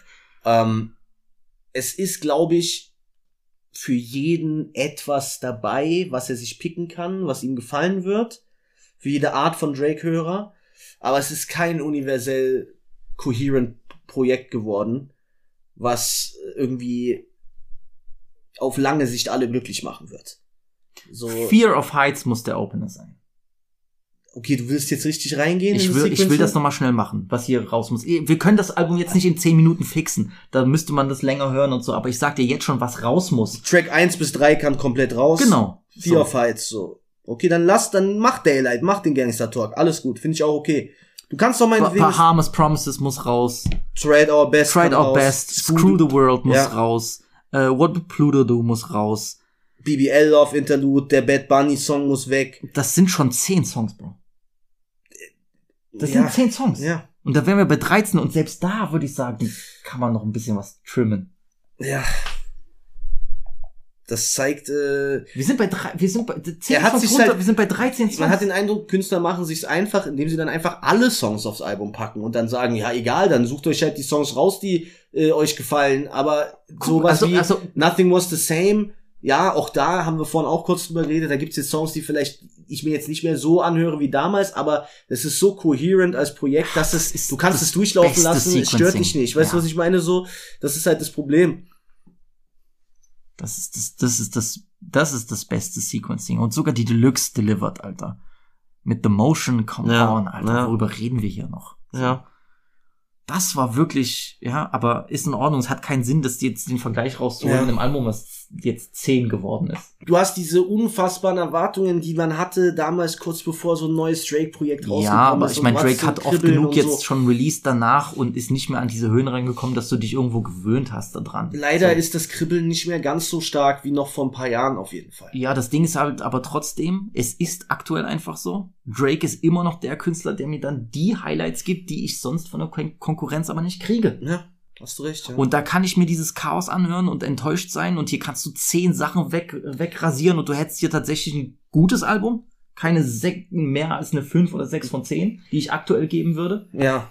Speaker 6: es ist, glaube ich, für jeden etwas dabei, was er sich picken kann, was ihm gefallen wird. Für jede Art von Drake-Hörer. Aber es ist kein universell coherent Projekt geworden, was irgendwie auf lange Sicht alle glücklich machen wird. So.
Speaker 3: Fear of Heights muss der Opener sein.
Speaker 6: Okay, du willst jetzt richtig reingehen?
Speaker 3: Ich will das nochmal schnell machen, was hier raus muss. Wir können das Album jetzt nicht in 10 Minuten fixen. Da müsste man das länger hören und so. Aber ich sag dir jetzt schon, was raus muss.
Speaker 6: Track 1 bis 3 kann komplett raus.
Speaker 3: Genau.
Speaker 6: Fear of Heights, so. Okay, dann mach Daylight, mach den Gangster Talk. Alles gut, finde ich auch okay. Du kannst doch meinetwegen...
Speaker 3: Bahamas Promises muss raus.
Speaker 6: Tried Our Best.
Speaker 3: Screw the World muss raus. What Would Pluto Do muss raus.
Speaker 6: BBL Love Interlude, der Bad Bunny Song muss weg.
Speaker 3: Das sind schon 10 Songs, Bro. Das sind 10 Songs.
Speaker 6: Ja.
Speaker 3: Und da wären wir bei 13 und selbst da würde ich sagen, kann man noch ein bisschen was trimmen.
Speaker 6: Ja. Das zeigt,
Speaker 3: wir sind bei 10 Songs runter, wir sind bei 13 Songs.
Speaker 6: Man hat den Eindruck, Künstler machen sich's einfach, indem sie dann einfach alle Songs aufs Album packen und dann sagen, ja, egal, dann sucht euch halt die Songs raus, die euch gefallen, aber sowas wie Nothing Was the Same, ja, auch da haben wir vorhin auch kurz drüber geredet, da gibt's jetzt Songs, die vielleicht ich mir jetzt nicht mehr so anhöre wie damals, aber es ist so coherent als Projekt, dass du kannst es durchlaufen lassen, es stört dich nicht. Weißt du, was ich meine? So, das ist halt das Problem.
Speaker 3: Das ist das beste Sequencing. Und sogar die Deluxe delivered, Alter. Mit The Motion, come on, Alter. Worüber reden wir hier noch? So.
Speaker 6: Ja.
Speaker 3: Das war wirklich, aber ist in Ordnung. Es hat keinen Sinn, dass die jetzt den Vergleich rauszuholen in einem Album, was jetzt 10 geworden ist.
Speaker 6: Du hast diese unfassbaren Erwartungen, die man hatte damals kurz bevor so ein neues Drake-Projekt rausgekommen ist.
Speaker 3: Ja, aber ich meine, Drake hat oft genug jetzt schon released danach und ist nicht mehr an diese Höhen reingekommen, dass du dich irgendwo gewöhnt hast daran.
Speaker 6: Leider ist das Kribbeln nicht mehr ganz so stark wie noch vor ein paar Jahren auf jeden Fall.
Speaker 3: Ja, das Ding ist halt aber trotzdem, es ist aktuell einfach so. Drake ist immer noch der Künstler, der mir dann die Highlights gibt, die ich sonst von der Konkurrenz aber nicht kriege.
Speaker 6: Ja. Hast du recht, ja.
Speaker 3: Und da kann ich mir dieses Chaos anhören und enttäuscht sein und hier kannst du 10 Sachen wegrasieren und du hättest hier tatsächlich ein gutes Album. Keine mehr als eine 5 oder 6 von 10, die ich aktuell geben würde.
Speaker 6: Ja.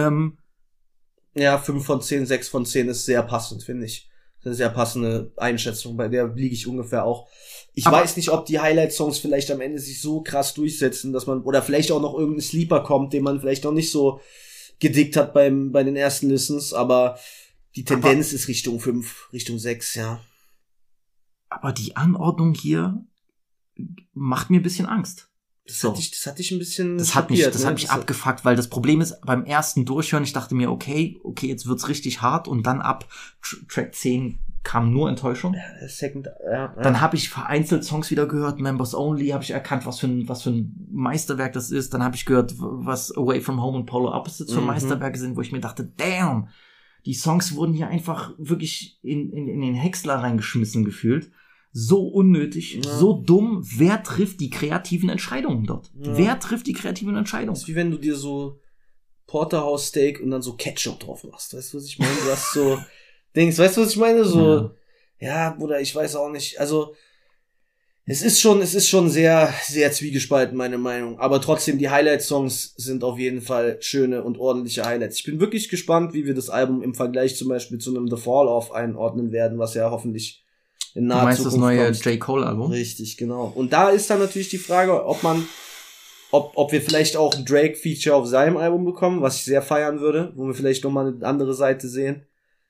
Speaker 6: Ja, 5 von 10, 6 von 10 ist sehr passend, finde ich. Das ist eine sehr passende Einschätzung, bei der liege ich ungefähr auch. Ich weiß nicht, ob die Highlight-Songs vielleicht am Ende sich so krass durchsetzen, dass man, oder vielleicht auch noch irgendein Sleeper kommt, den man vielleicht noch nicht so gedickt hat bei den ersten Listens, aber die Tendenz ist Richtung 5, Richtung 6, ja.
Speaker 3: Aber die Anordnung hier macht mir ein bisschen Angst.
Speaker 6: Das hat dich ein bisschen
Speaker 3: das hat mich abgefuckt, weil das Problem ist, beim ersten Durchhören, ich dachte mir, okay, jetzt wird's richtig hart und dann ab Track 10 kam nur Enttäuschung.
Speaker 6: Ja,
Speaker 3: Dann habe ich vereinzelt Songs wieder gehört, Members Only, habe ich erkannt, was für ein Meisterwerk das ist. Dann habe ich gehört, was Away From Home und Polar Opposites für Meisterwerke sind, wo ich mir dachte, damn, die Songs wurden hier einfach wirklich in den Häcksler reingeschmissen gefühlt. So unnötig, so dumm. Wer trifft die kreativen Entscheidungen dort? Ja. Wer trifft die kreativen Entscheidungen?
Speaker 6: Das ist wie wenn du dir so Porterhouse Steak und dann so Ketchup drauf machst. Weißt du, was ich meine? Du hast so Dings, weißt du, was ich meine? So, ja, Bruder, ich weiß auch nicht. Also, Es ist schon sehr, sehr zwiegespalten, meine Meinung. Aber trotzdem, die Highlight-Songs sind auf jeden Fall schöne und ordentliche Highlights. Ich bin wirklich gespannt, wie wir das Album im Vergleich zum Beispiel zu einem The Fall Off einordnen werden, was ja hoffentlich in naher Zukunft kommt.
Speaker 3: Du meinst das neue J. Cole-Album?
Speaker 6: Richtig, genau. Und da ist dann natürlich die Frage, ob wir vielleicht auch ein Drake-Feature auf seinem Album bekommen, was ich sehr feiern würde, wo wir vielleicht nochmal eine andere Seite sehen.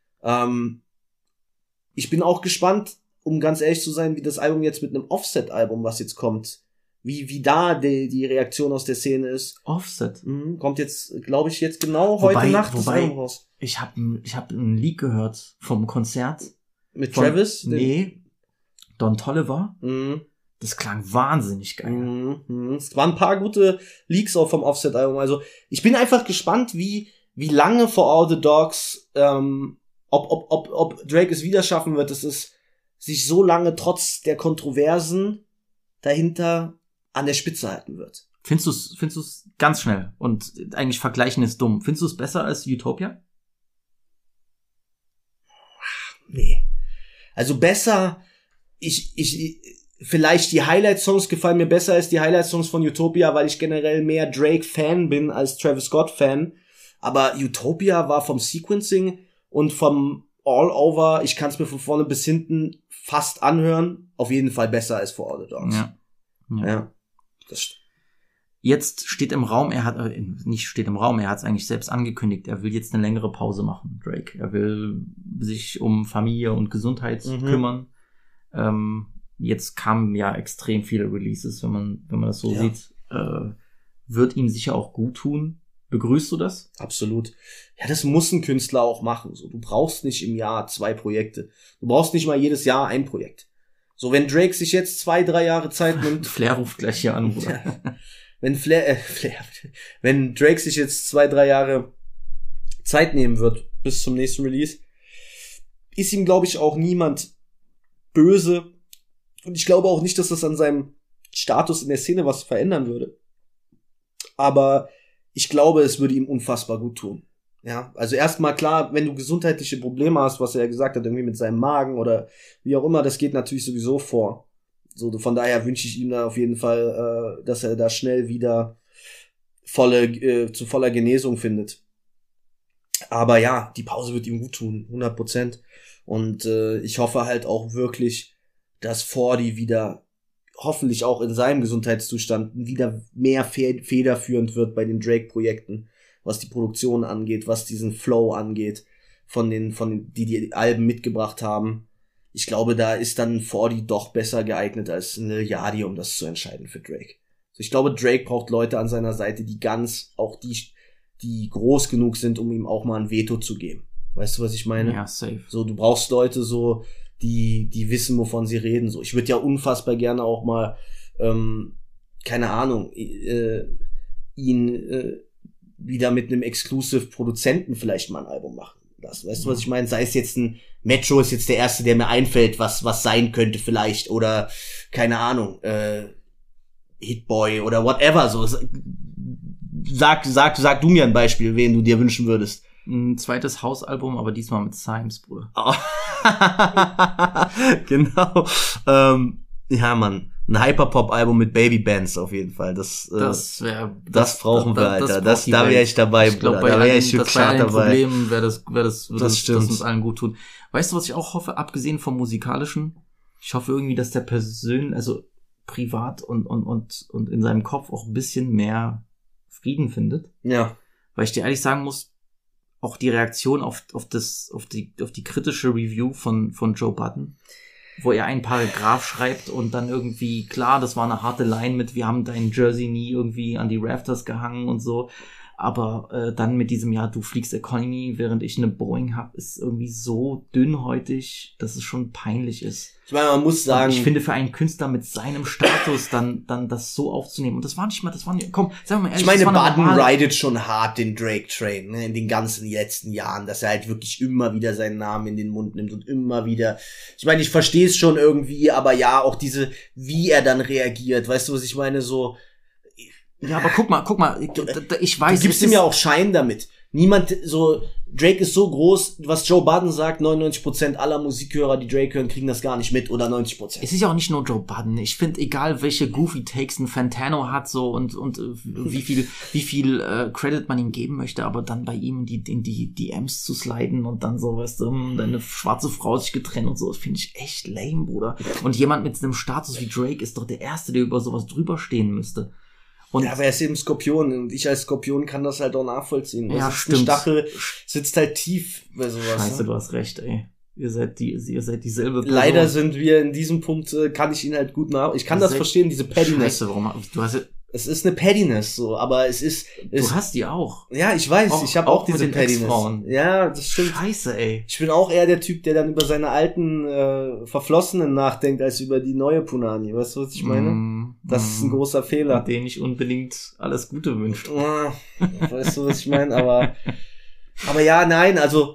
Speaker 6: Ich bin auch gespannt, um ganz ehrlich zu sein, wie das Album jetzt mit einem Offset-Album, was jetzt kommt, wie da die Reaktion aus der Szene ist.
Speaker 3: Offset?
Speaker 6: Kommt jetzt, glaube ich, jetzt genau heute Nacht das Album raus.
Speaker 3: Ich hab ein Leak gehört vom Konzert.
Speaker 6: Mit Travis?
Speaker 3: Nee, Don Toliver. Das klang wahnsinnig geil.
Speaker 6: Es waren ein paar gute Leaks auch vom Offset-Album. Also ich bin einfach gespannt, wie lange For All the Dogs, ob Drake es wieder schaffen wird, dass es sich so lange trotz der Kontroversen dahinter an der Spitze halten wird.
Speaker 3: Findest du's ganz schnell und eigentlich vergleichen ist dumm. Findest du es besser als Utopia?
Speaker 6: Nee. Also besser, vielleicht die Highlight-Songs gefallen mir besser als die Highlight-Songs von Utopia, weil ich generell mehr Drake-Fan bin als Travis Scott-Fan. Aber Utopia war vom Sequencing und vom All-Over, ich kann es mir von vorne bis hinten fast anhören, auf jeden Fall besser als For All the Dogs. Ja.
Speaker 3: Jetzt steht im Raum, er hat es eigentlich selbst angekündigt, er will jetzt eine längere Pause machen, Drake. Er will sich um Familie und Gesundheit kümmern. Jetzt kamen ja extrem viele Releases, wenn man das so sieht. Wird ihm sicher auch gut tun. Begrüßt du das?
Speaker 6: Absolut. Ja, das muss ein Künstler auch machen. So, du brauchst nicht im Jahr 2 Projekte. Du brauchst nicht mal jedes Jahr ein Projekt. So, wenn Drake sich jetzt 2-3 Jahre Zeit nimmt.
Speaker 3: Flair ruft gleich hier an, Bruder.
Speaker 6: Wenn Drake sich jetzt 2-3 Jahre Zeit nehmen wird bis zum nächsten Release, ist ihm, glaube ich, auch niemand böse. Und ich glaube auch nicht, dass das an seinem Status in der Szene was verändern würde. Aber ich glaube, es würde ihm unfassbar gut tun. Ja, also erstmal klar, wenn du gesundheitliche Probleme hast, was er ja gesagt hat, irgendwie mit seinem Magen oder wie auch immer, das geht natürlich sowieso vor. So, von daher wünsche ich ihm da auf jeden Fall, dass er da schnell wieder zu voller Genesung findet. Aber ja, die Pause wird ihm gut tun, 100%. Und ich hoffe halt auch wirklich, dass 40 wieder hoffentlich auch in seinem Gesundheitszustand wieder mehr federführend wird bei den Drake-Projekten, was die Produktion angeht, was diesen Flow angeht, die Alben mitgebracht haben. Ich glaube, da ist dann 40 doch besser geeignet als Lil Yachty, um das zu entscheiden für Drake. Also ich glaube, Drake braucht Leute an seiner Seite, die groß genug sind, um ihm auch mal ein Veto zu geben. Weißt du, was ich meine?
Speaker 3: Ja, safe.
Speaker 6: So, du brauchst Leute so, die wissen, wovon sie reden. So, ich würde ja unfassbar gerne auch mal, keine Ahnung, ihn wieder mit einem Exclusive-Produzenten vielleicht mal ein Album machen lassen. Weißt du, was ich meine? Sei es jetzt ein Metro ist jetzt der erste, der mir einfällt, was sein könnte vielleicht. Oder, keine Ahnung, Hitboy oder whatever. So, sag du mir ein Beispiel, wen du dir wünschen würdest.
Speaker 3: Ein zweites Hausalbum, aber diesmal mit Symes, Bruder.
Speaker 6: Oh. Genau. Ja, Mann. Ein Hyperpop-Album mit Babybands auf jeden Fall. Das brauchen wir, Alter. Da wäre ich dabei, Bruder. Da wäre ich wirklich dabei.
Speaker 3: Problem wäre das uns allen gut tun. Weißt du, was ich auch hoffe, abgesehen vom Musikalischen? Ich hoffe irgendwie, dass der also privat und in seinem Kopf auch ein bisschen mehr Frieden findet.
Speaker 6: Ja.
Speaker 3: Weil ich dir ehrlich sagen muss, auch die Reaktion auf die kritische Review von Joe Budden, wo er ein Paragraph schreibt und dann irgendwie, klar, das war eine harte Line mit, wir haben dein Jersey nie irgendwie an die Rafters gehangen und so, aber dann mit diesem Jahr, du fliegst Economy, während ich eine Boeing hab, ist irgendwie so dünnhäutig, dass es schon peinlich ist.
Speaker 6: Ich meine, man muss sagen,
Speaker 3: und ich finde, für einen Künstler mit seinem Status dann das so aufzunehmen, und komm, sagen wir mal ehrlich,
Speaker 6: ich meine, Budden ridet schon hart den Drake-Train, ne, in den ganzen letzten Jahren, dass er halt wirklich immer wieder seinen Namen in den Mund nimmt und immer wieder, ich meine, ich verstehe es schon irgendwie, aber ja, auch wie er dann reagiert, weißt du, was ich meine, so.
Speaker 3: Ja, aber guck mal, ich weiß.
Speaker 6: Du gibst ihm ja auch Schein damit. niemand so, Drake ist so groß, was Joe Budden sagt, 99% aller Musikhörer, die Drake hören, kriegen das gar nicht mit oder 90%.
Speaker 3: Es ist ja auch nicht nur Joe Budden. Ich finde, egal welche Goofy Takes ein Fantano hat so und wie viel Credit man ihm geben möchte, aber dann bei ihm in die DMs zu sliden und dann so, weißt du, deine schwarze Frau sich getrennt und so, das finde ich echt lame, Bruder. Und jemand mit einem Status wie Drake ist doch der Erste, der über sowas drüber stehen müsste. Und
Speaker 6: ja, aber er ist eben Skorpion und ich als Skorpion kann das halt auch nachvollziehen.
Speaker 3: Ja,
Speaker 6: das
Speaker 3: stimmt.
Speaker 6: Ein Stachel sitzt halt tief bei sowas.
Speaker 3: Scheiße,
Speaker 6: ne?
Speaker 3: du hast recht, ey. Ihr seid dieselbe Person.
Speaker 6: Leider sind wir in diesem Punkt, kann ich ihn halt gut ich kann das verstehen, diese Pettiness.
Speaker 3: Scheiße, warum? Du hast ja,
Speaker 6: es ist eine Pettiness, so, aber du
Speaker 3: hast die auch.
Speaker 6: Ja, ich weiß, ich habe auch diese
Speaker 3: mit den
Speaker 6: Pettiness.
Speaker 3: Ex-Frauen.
Speaker 6: Ja, das stimmt.
Speaker 3: Scheiße, ey.
Speaker 6: Ich bin auch eher der Typ, der dann über seine alten Verflossenen nachdenkt, als über die neue Punani. Weißt du, was ich meine? Das ist ein großer Fehler.
Speaker 3: Den ich unbedingt alles Gute wünsche.
Speaker 6: Weißt du, was ich meine? Aber ja, nein, also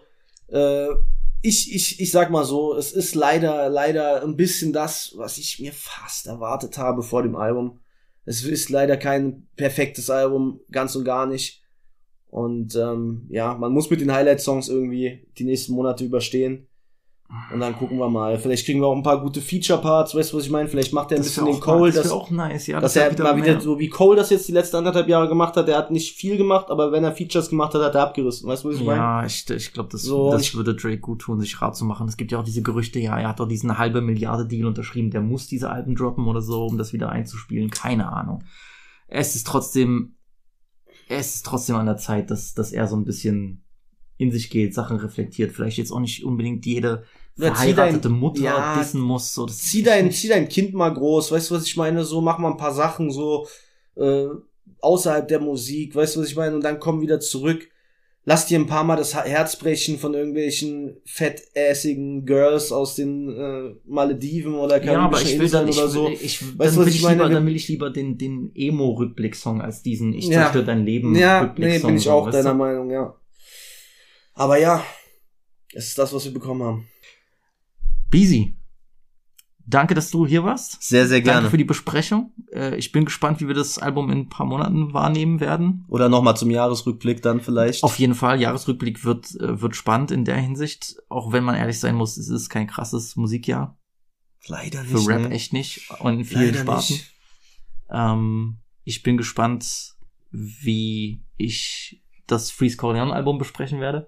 Speaker 6: ich sag mal so, es ist leider ein bisschen das, was ich mir fast erwartet habe vor dem Album. Es ist leider kein perfektes Album, ganz und gar nicht. Und man muss mit den Highlight-Songs irgendwie die nächsten Monate überstehen. Und dann gucken wir mal. Vielleicht kriegen wir auch ein paar gute Feature-Parts, weißt du, was ich meine? Vielleicht macht er ein bisschen den Cole.
Speaker 3: Das wäre auch nice, ja.
Speaker 6: Dass er mal wieder, so wie Cole das jetzt die letzten 1,5 Jahre gemacht hat, der hat nicht viel gemacht, aber wenn er Features gemacht hat, hat er abgerissen. Weißt du, was ich meine?
Speaker 3: Ja, ich glaube, das würde Drake gut tun, sich rat zu machen. Es gibt ja auch diese Gerüchte, ja, er hat doch diesen 500 Milliarden Deal unterschrieben, der muss diese Alben droppen oder so, um das wieder einzuspielen. Keine Ahnung. Es ist trotzdem an der Zeit, dass er so ein bisschen in sich geht, Sachen reflektiert, vielleicht jetzt auch nicht unbedingt jede verheiratete Mutter dissen muss. So, das
Speaker 6: zieh dein Kind mal groß, weißt du, was ich meine? So, mach mal ein paar Sachen so außerhalb der Musik, weißt du, was ich meine? Und dann komm wieder zurück. Lass dir ein paar Mal das Herz brechen von irgendwelchen fettässigen Girls aus den Malediven oder karibischen Inseln oder so.
Speaker 3: Weißt du, was ich meine? Dann will ich lieber den Emo-Rückblick-Song als diesen Ich zerstöre dein Leben-Rückblick-Song.
Speaker 6: Ja, nee, bin ich auch deiner Meinung, ja. Aber ja, es ist das, was wir bekommen haben.
Speaker 3: Beezy, danke, dass du hier warst.
Speaker 6: Sehr, sehr gerne.
Speaker 3: Danke für die Besprechung. Ich bin gespannt, wie wir das Album in ein paar Monaten wahrnehmen werden.
Speaker 6: Oder nochmal zum Jahresrückblick dann vielleicht.
Speaker 3: Auf jeden Fall, Jahresrückblick wird spannend in der Hinsicht. Auch wenn man ehrlich sein muss, es ist kein krasses Musikjahr.
Speaker 6: Leider nicht.
Speaker 3: Für Rap echt nicht. Und in vielen Sparten. Ich bin gespannt, wie ich das Freeze Corleone Album besprechen werde.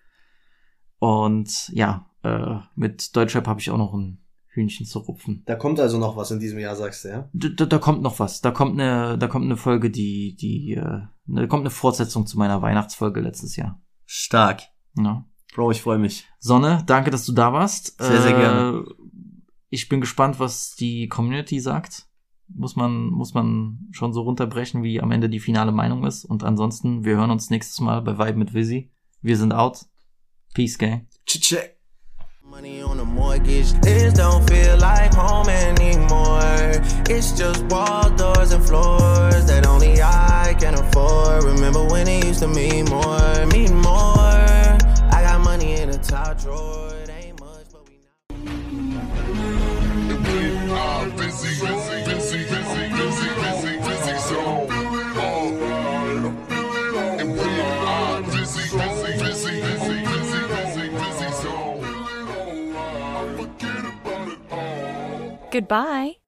Speaker 3: Und ja, mit Deutschrap habe ich auch noch ein Hühnchen zu rupfen.
Speaker 6: Da kommt also noch was in diesem Jahr, sagst du, ja?
Speaker 3: Da kommt noch was. Da kommt eine Folge, da kommt eine Fortsetzung zu meiner Weihnachtsfolge letztes Jahr.
Speaker 6: Stark.
Speaker 3: Ja.
Speaker 6: Bro, ich freue mich.
Speaker 3: Sonne, danke, dass du da warst.
Speaker 6: Sehr, sehr gerne.
Speaker 3: Ich bin gespannt, was die Community sagt. Muss man schon so runterbrechen, wie am Ende die finale Meinung ist. Und ansonsten, wir hören uns nächstes Mal bei Vibe mit Vizzy. Wir sind out. Peace, gang.
Speaker 6: Check.
Speaker 5: Money on the mortgage, this don't feel like home anymore. It's just wall doors and floors that only I can afford. Remember when it used to mean more. I got money in the top drawer. It ain't much, but we
Speaker 10: Goodbye.